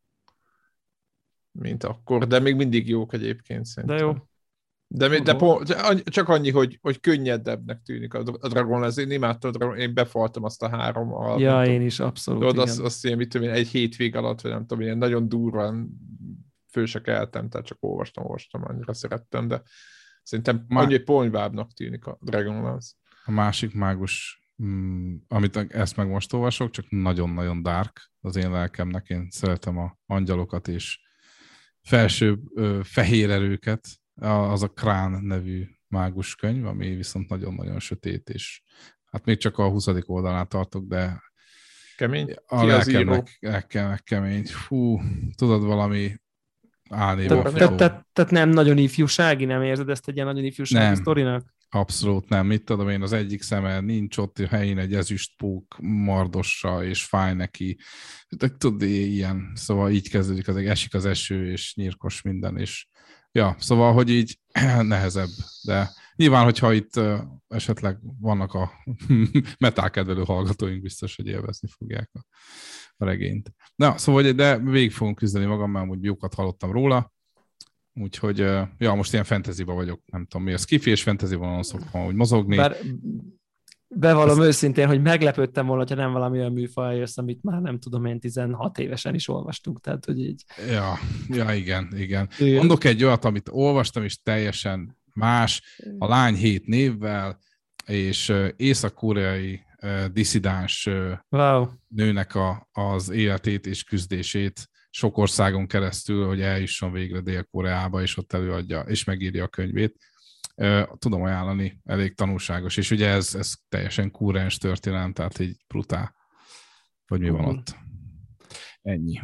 mint akkor, de még mindig jók egyébként szerintem. De jó. De csak annyi, hogy könnyedebbnek tűnik a Dragonlance. Én imádtam, én befaltam azt a 3 alatt. Ja, én is, abszolút. De azt ilyen, mit tudom én, egy hétvég alatt, vagy nem tudom, ilyen nagyon durván föl se keltem, tehát csak olvastam, annyira szerettem, de szerintem annyi ponyvábbnak tűnik a Dragonlance. A másik mágus, amit ezt meg most olvasok, csak nagyon-nagyon dark az én lelkemnek. Én szeretem a angyalokat és felső fehér erőket. Az a Krán nevű mágus könyv, ami viszont nagyon-nagyon sötét, és hát még csak a 20. oldalán tartok, de kemény? A lelkemnek kemény. Fú, tudod, valami álnéven futó. Tehát nem nagyon ifjúsági, nem érzed ezt egy ilyen nagyon ifjúsági sztorinak? Abszolút nem. Mit tudom én, az egyik szeme nincs ott helyén egy ezüstpók mardossa, és fáj neki. Tudod, ilyen. Szóval így kezdődik, esik az eső, és nyírkos minden, és ja, szóval, hogy így nehezebb, de nyilván, hogyha itt esetleg vannak a metálkedvelő hallgatóink, biztos, hogy élvezni fogják a regényt. Na, szóval, de végig fogom küzdeni magam, mert amúgy jókat hallottam róla, úgyhogy, ja, most ilyen fantasyba vagyok, nem tudom mi, a skifi és fantasyban szoktam úgy mozogni. Bár bevallom őszintén, hogy meglepődtem volna, hogyha nem valami olyan műfaj jössz, amit már nem tudom, én 16 évesen is olvastunk, tehát hogy így. Ja, igen. Mondok egy olyat, amit olvastam, és teljesen más, a Lány 7 névvel, és észak-koreai disszidáns nőnek az életét és küzdését sok országon keresztül, hogy eljusson végre Dél-Koreába, és ott előadja, és megírja a könyvét. Tudom ajánlani, elég tanulságos, és ugye ez teljesen kúrens történelem, tehát így brutál, hogy mi van ott. Ennyi.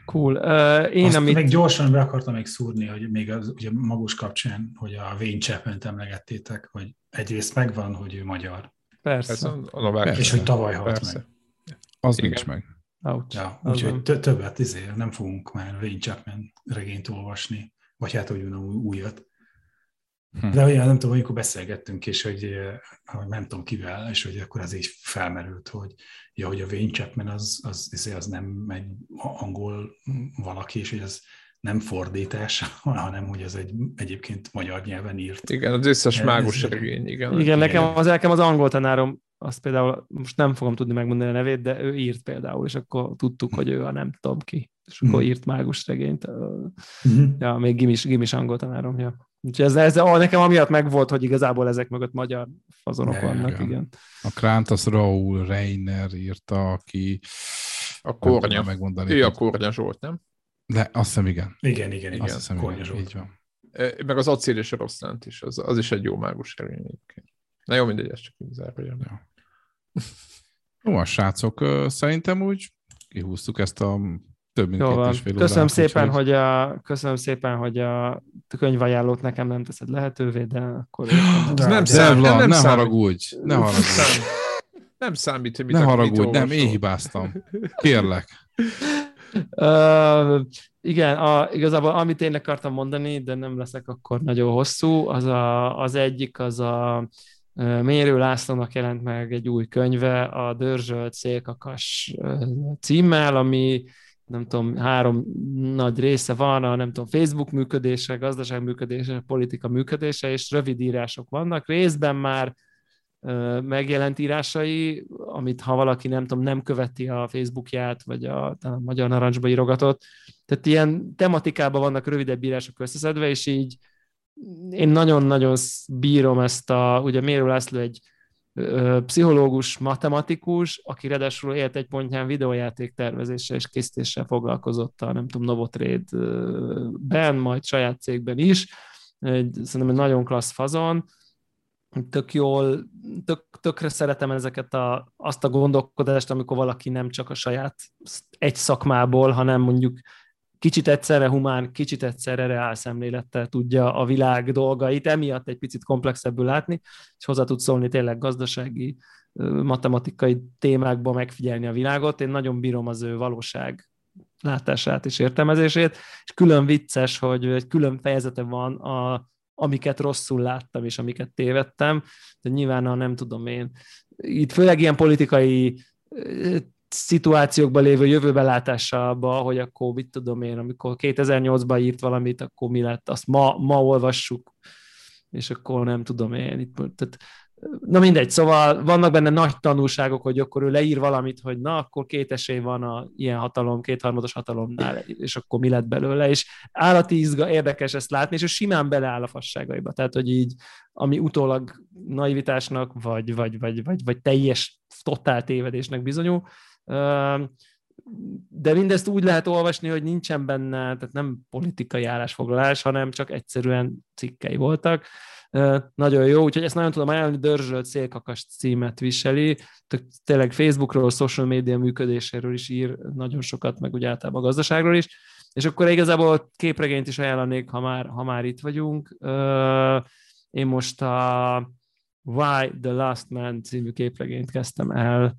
Cool. Még gyorsan be akartam még szúrni, hogy még ugye Magus kapcsán, hogy a Wayne Chapman-t emlegettétek, hogy egyrészt megvan, hogy ő magyar. Persze. És hogy tavaly halt meg. Az nincs meg. Ja, úgyhogy többet nem fogunk már Wayne Chapman regényt olvasni, vagy hát hogy újat. De olyan nem tudom, amikor beszélgettünk, és hogy nem tudom kivel, és hogy akkor az így felmerült, hogy hogy a Wayne Chapman az nem egy angol valaki, és hogy ez nem fordítás, hanem hogy ez egyébként magyar nyelven írt. Igen, az összes mágus regény. Igen, nekem az angol tanárom, azt például most nem fogom tudni megmondani a nevét, de ő írt például, és akkor tudtuk, hogy ő a nem tudom ki, és akkor írt mágus regényt. Ja, még gimis angol tanárom, ja. Úgyhogy ez nekem amiatt megvolt, hogy igazából ezek mögött magyar fazonok vannak, igen. A Kránt az Raúl Reiner írta, aki... A Kornya. Ő a Kornya Zsolt, nem? De azt hiszem, igen. Igen. Azt hiszem, Kornya igen. Így van. Meg az Acél és a Rosszlánt is, az is egy jó mágus regény egyébként. Na jó, mindegy, ez csak így zárja. Ja. Jó, a srácok, szerintem úgy kihúztuk ezt a több mint 2,5 órát. Köszönöm szépen, hogy a könyvajánlót nekem nem teszed lehetővé, de akkor... Ne haragudj. Nem számít, hogy mit ne haragudj, nem, én hibáztam. Kérlek. Igen, igazából amit én akartam mondani, de nem leszek akkor nagyon hosszú, az egyik a Mérő Lászlónak jelent meg egy új könyve, a Dörzsölt Szélkakas címmel, ami nem tudom, 3 nagy része van, a nem tudom, Facebook működése, gazdaság működése, politika működése, és rövid írások vannak. Részben már megjelent írásai, amit ha valaki nem követi a Facebookját, vagy a Magyar Narancsba írogatott. Tehát ilyen tematikában vannak rövidebb írások összeszedve, és így én nagyon-nagyon bírom ezt ugye Mérő László egy pszichológus, matematikus, aki ráadásul élt egy pontján videójáték tervezéssel és készítéssel foglalkozott a Novotrade-ben, majd saját cégben is. Szerintem egy nagyon klassz fazon. Tökre szeretem azt a gondolkodást, amikor valaki nem csak a saját egy szakmából, hanem mondjuk kicsit egyszerre humán, kicsit egyszerre reálszemlélettel tudja a világ dolgait, emiatt egy picit komplexebbül látni, és hozzá tud szólni tényleg gazdasági, matematikai témákban megfigyelni a világot. Én nagyon bírom az ő valóság látását és értelmezését, és külön vicces, hogy egy külön fejezete van amiket rosszul láttam, és amiket tévedtem, de nyilván nem tudom én. Itt főleg ilyen politikai szituációkban lévő jövőbelátásába, hogy akkor mit tudom én, amikor 2008-ban írt valamit, akkor mi lett, azt ma olvassuk, és akkor nem tudom én. Tehát, na mindegy, szóval vannak benne nagy tanulságok, hogy akkor ő leír valamit, hogy na, akkor 2 esély van a ilyen hatalom, 2/3 hatalomnál, és akkor mi lett belőle, és állati érdekes ezt látni, és ő simán beleáll a fasságaiba, tehát, hogy így, ami utólag naivitásnak, vagy teljes, totál tévedésnek bizonyul, de mindezt úgy lehet olvasni, hogy nincsen benne, tehát nem politikai állásfoglalás, hanem csak egyszerűen cikkei voltak. Nagyon jó, úgyhogy ezt nagyon tudom ajánlani, Dörzsölt Szélkakas címet viseli, tényleg Facebookról, social media működéséről is ír nagyon sokat, meg úgy általában a gazdaságról is, és akkor igazából képregényt is ajánlanék, ha már itt vagyunk. Én most a Why the Last Man című képregényt kezdtem el,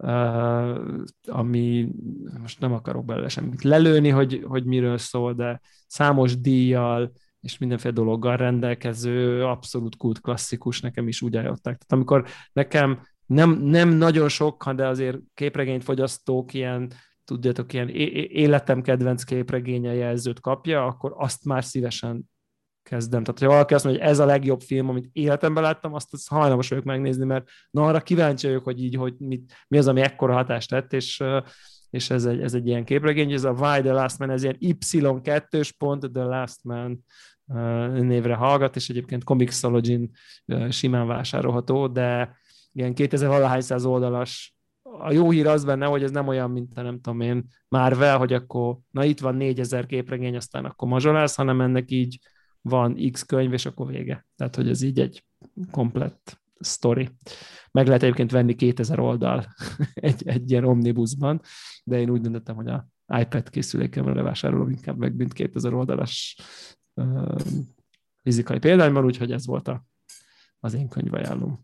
ami most nem akarok belőle semmit lelőni, hogy miről szól, de számos díjjal és mindenféle dologgal rendelkező, abszolút kult klasszikus, nekem is úgy ajánlották. Tehát amikor nekem nem nagyon sok, de azért képregényt fogyasztók ilyen, tudjátok, ilyen életem kedvenc képregénye jelzőt kapja, akkor azt már szívesen kezdem. Tehát, ha valaki azt mondja, hogy ez a legjobb film, amit életemben láttam, azt hajlamos vagyok megnézni, mert arra kíváncsi vagyok, hogy mi az, ami ekkora hatást tett, és ez egy ilyen képregény, ez a Why the Last Man, ez ilyen Y2. The Last Man névre hallgat, és egyébként Comixologyn simán vásárolható, de ilyen 2000-valahány oldalas. A jó hír az benne, hogy ez nem olyan, mint a nem tudom én Marvel, hogy akkor na itt van 4000 képregény, aztán akkor mazsolálsz, hanem ennek így van X könyv, és akkor vége. Tehát, hogy ez így egy komplett sztori. Meg lehet egyébként venni 2000 oldal egy ilyen omnibusban, de én úgy döntöttem, hogy a iPad készülékemre vásárolom inkább meg, mint 2000 oldalas fizikai példányban, úgyhogy ez volt az én könyvajánlóm.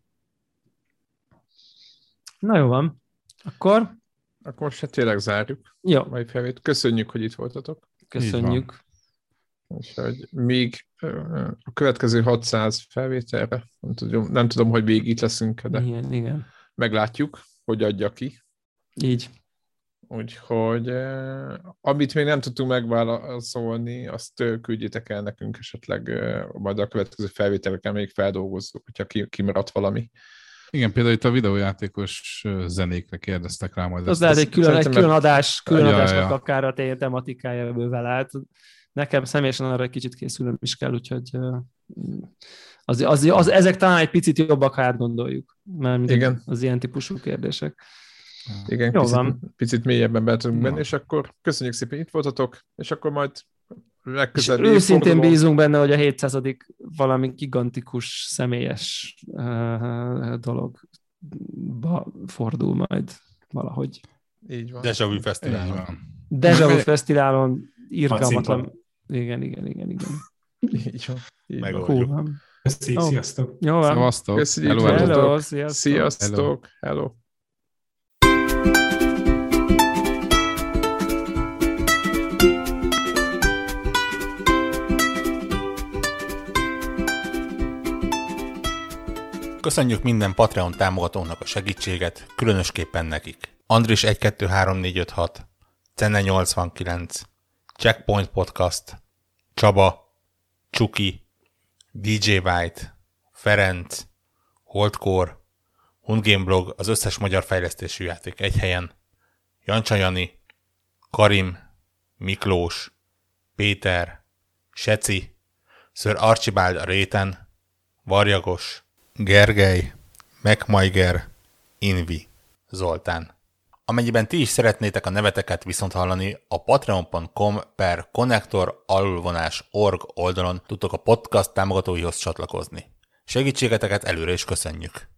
Na jó van, akkor most hát tényleg zárjuk. Jó. Mai felvét. Köszönjük, hogy itt voltatok. Köszönjük. Úgyhogy még a következő 600 felvételre, nem tudom, hogy végig itt leszünk, de igen. meglátjuk, hogy adja ki. Így. Úgyhogy amit még nem tudtunk megválaszolni, azt küldjétek el nekünk esetleg, majd a következő felvételeken még feldolgozzuk, hogyha kimaradt valami. Igen, például itt a videójátékos zenékre kérdeztek rá majd. Az lehet egy külön adásnak akár a tematikája bővel állt. Nekem személyesen arra egy kicsit készülöm is kell, úgyhogy ezek talán egy picit jobbak, ha átgondoljuk. Mert igen. Az ilyen típusú kérdések. Igen, picit mélyebben be tudunk menni, és akkor köszönjük szépen, itt voltatok, és akkor majd legközelebb. Őszintén bízunk benne, hogy a 700. valami gigantikus, személyes dologba fordul majd valahogy. Így van. Deja Vu Fesztiválon. Deja Vu Fesztiválon irgalmatlan. Igen. Így van. Megoldjuk. Sziasztok. Jó van. Szevasztok. Köszönjük. Hello. Sziasztok. Hello. Köszönjük minden Patreon támogatónak a segítséget, különösképpen nekik. Andris 123456, Cenne 89, Checkpoint Podcast, Csaba, Csuki, DJ White, Ferenc, Holdcore, Hundgame Blog, az összes magyar fejlesztésű játék egy helyen, Jancsa Jani, Karim, Miklós, Péter, Seci, Sir Archibald a réten, Varjagos, Gergely, MacMaiger, Invi, Zoltán. Amennyiben ti is szeretnétek a neveteket viszont hallani, a patreon.com/connector_org oldalon tudtok a podcast támogatóihoz csatlakozni. Segítségeteket előre is köszönjük!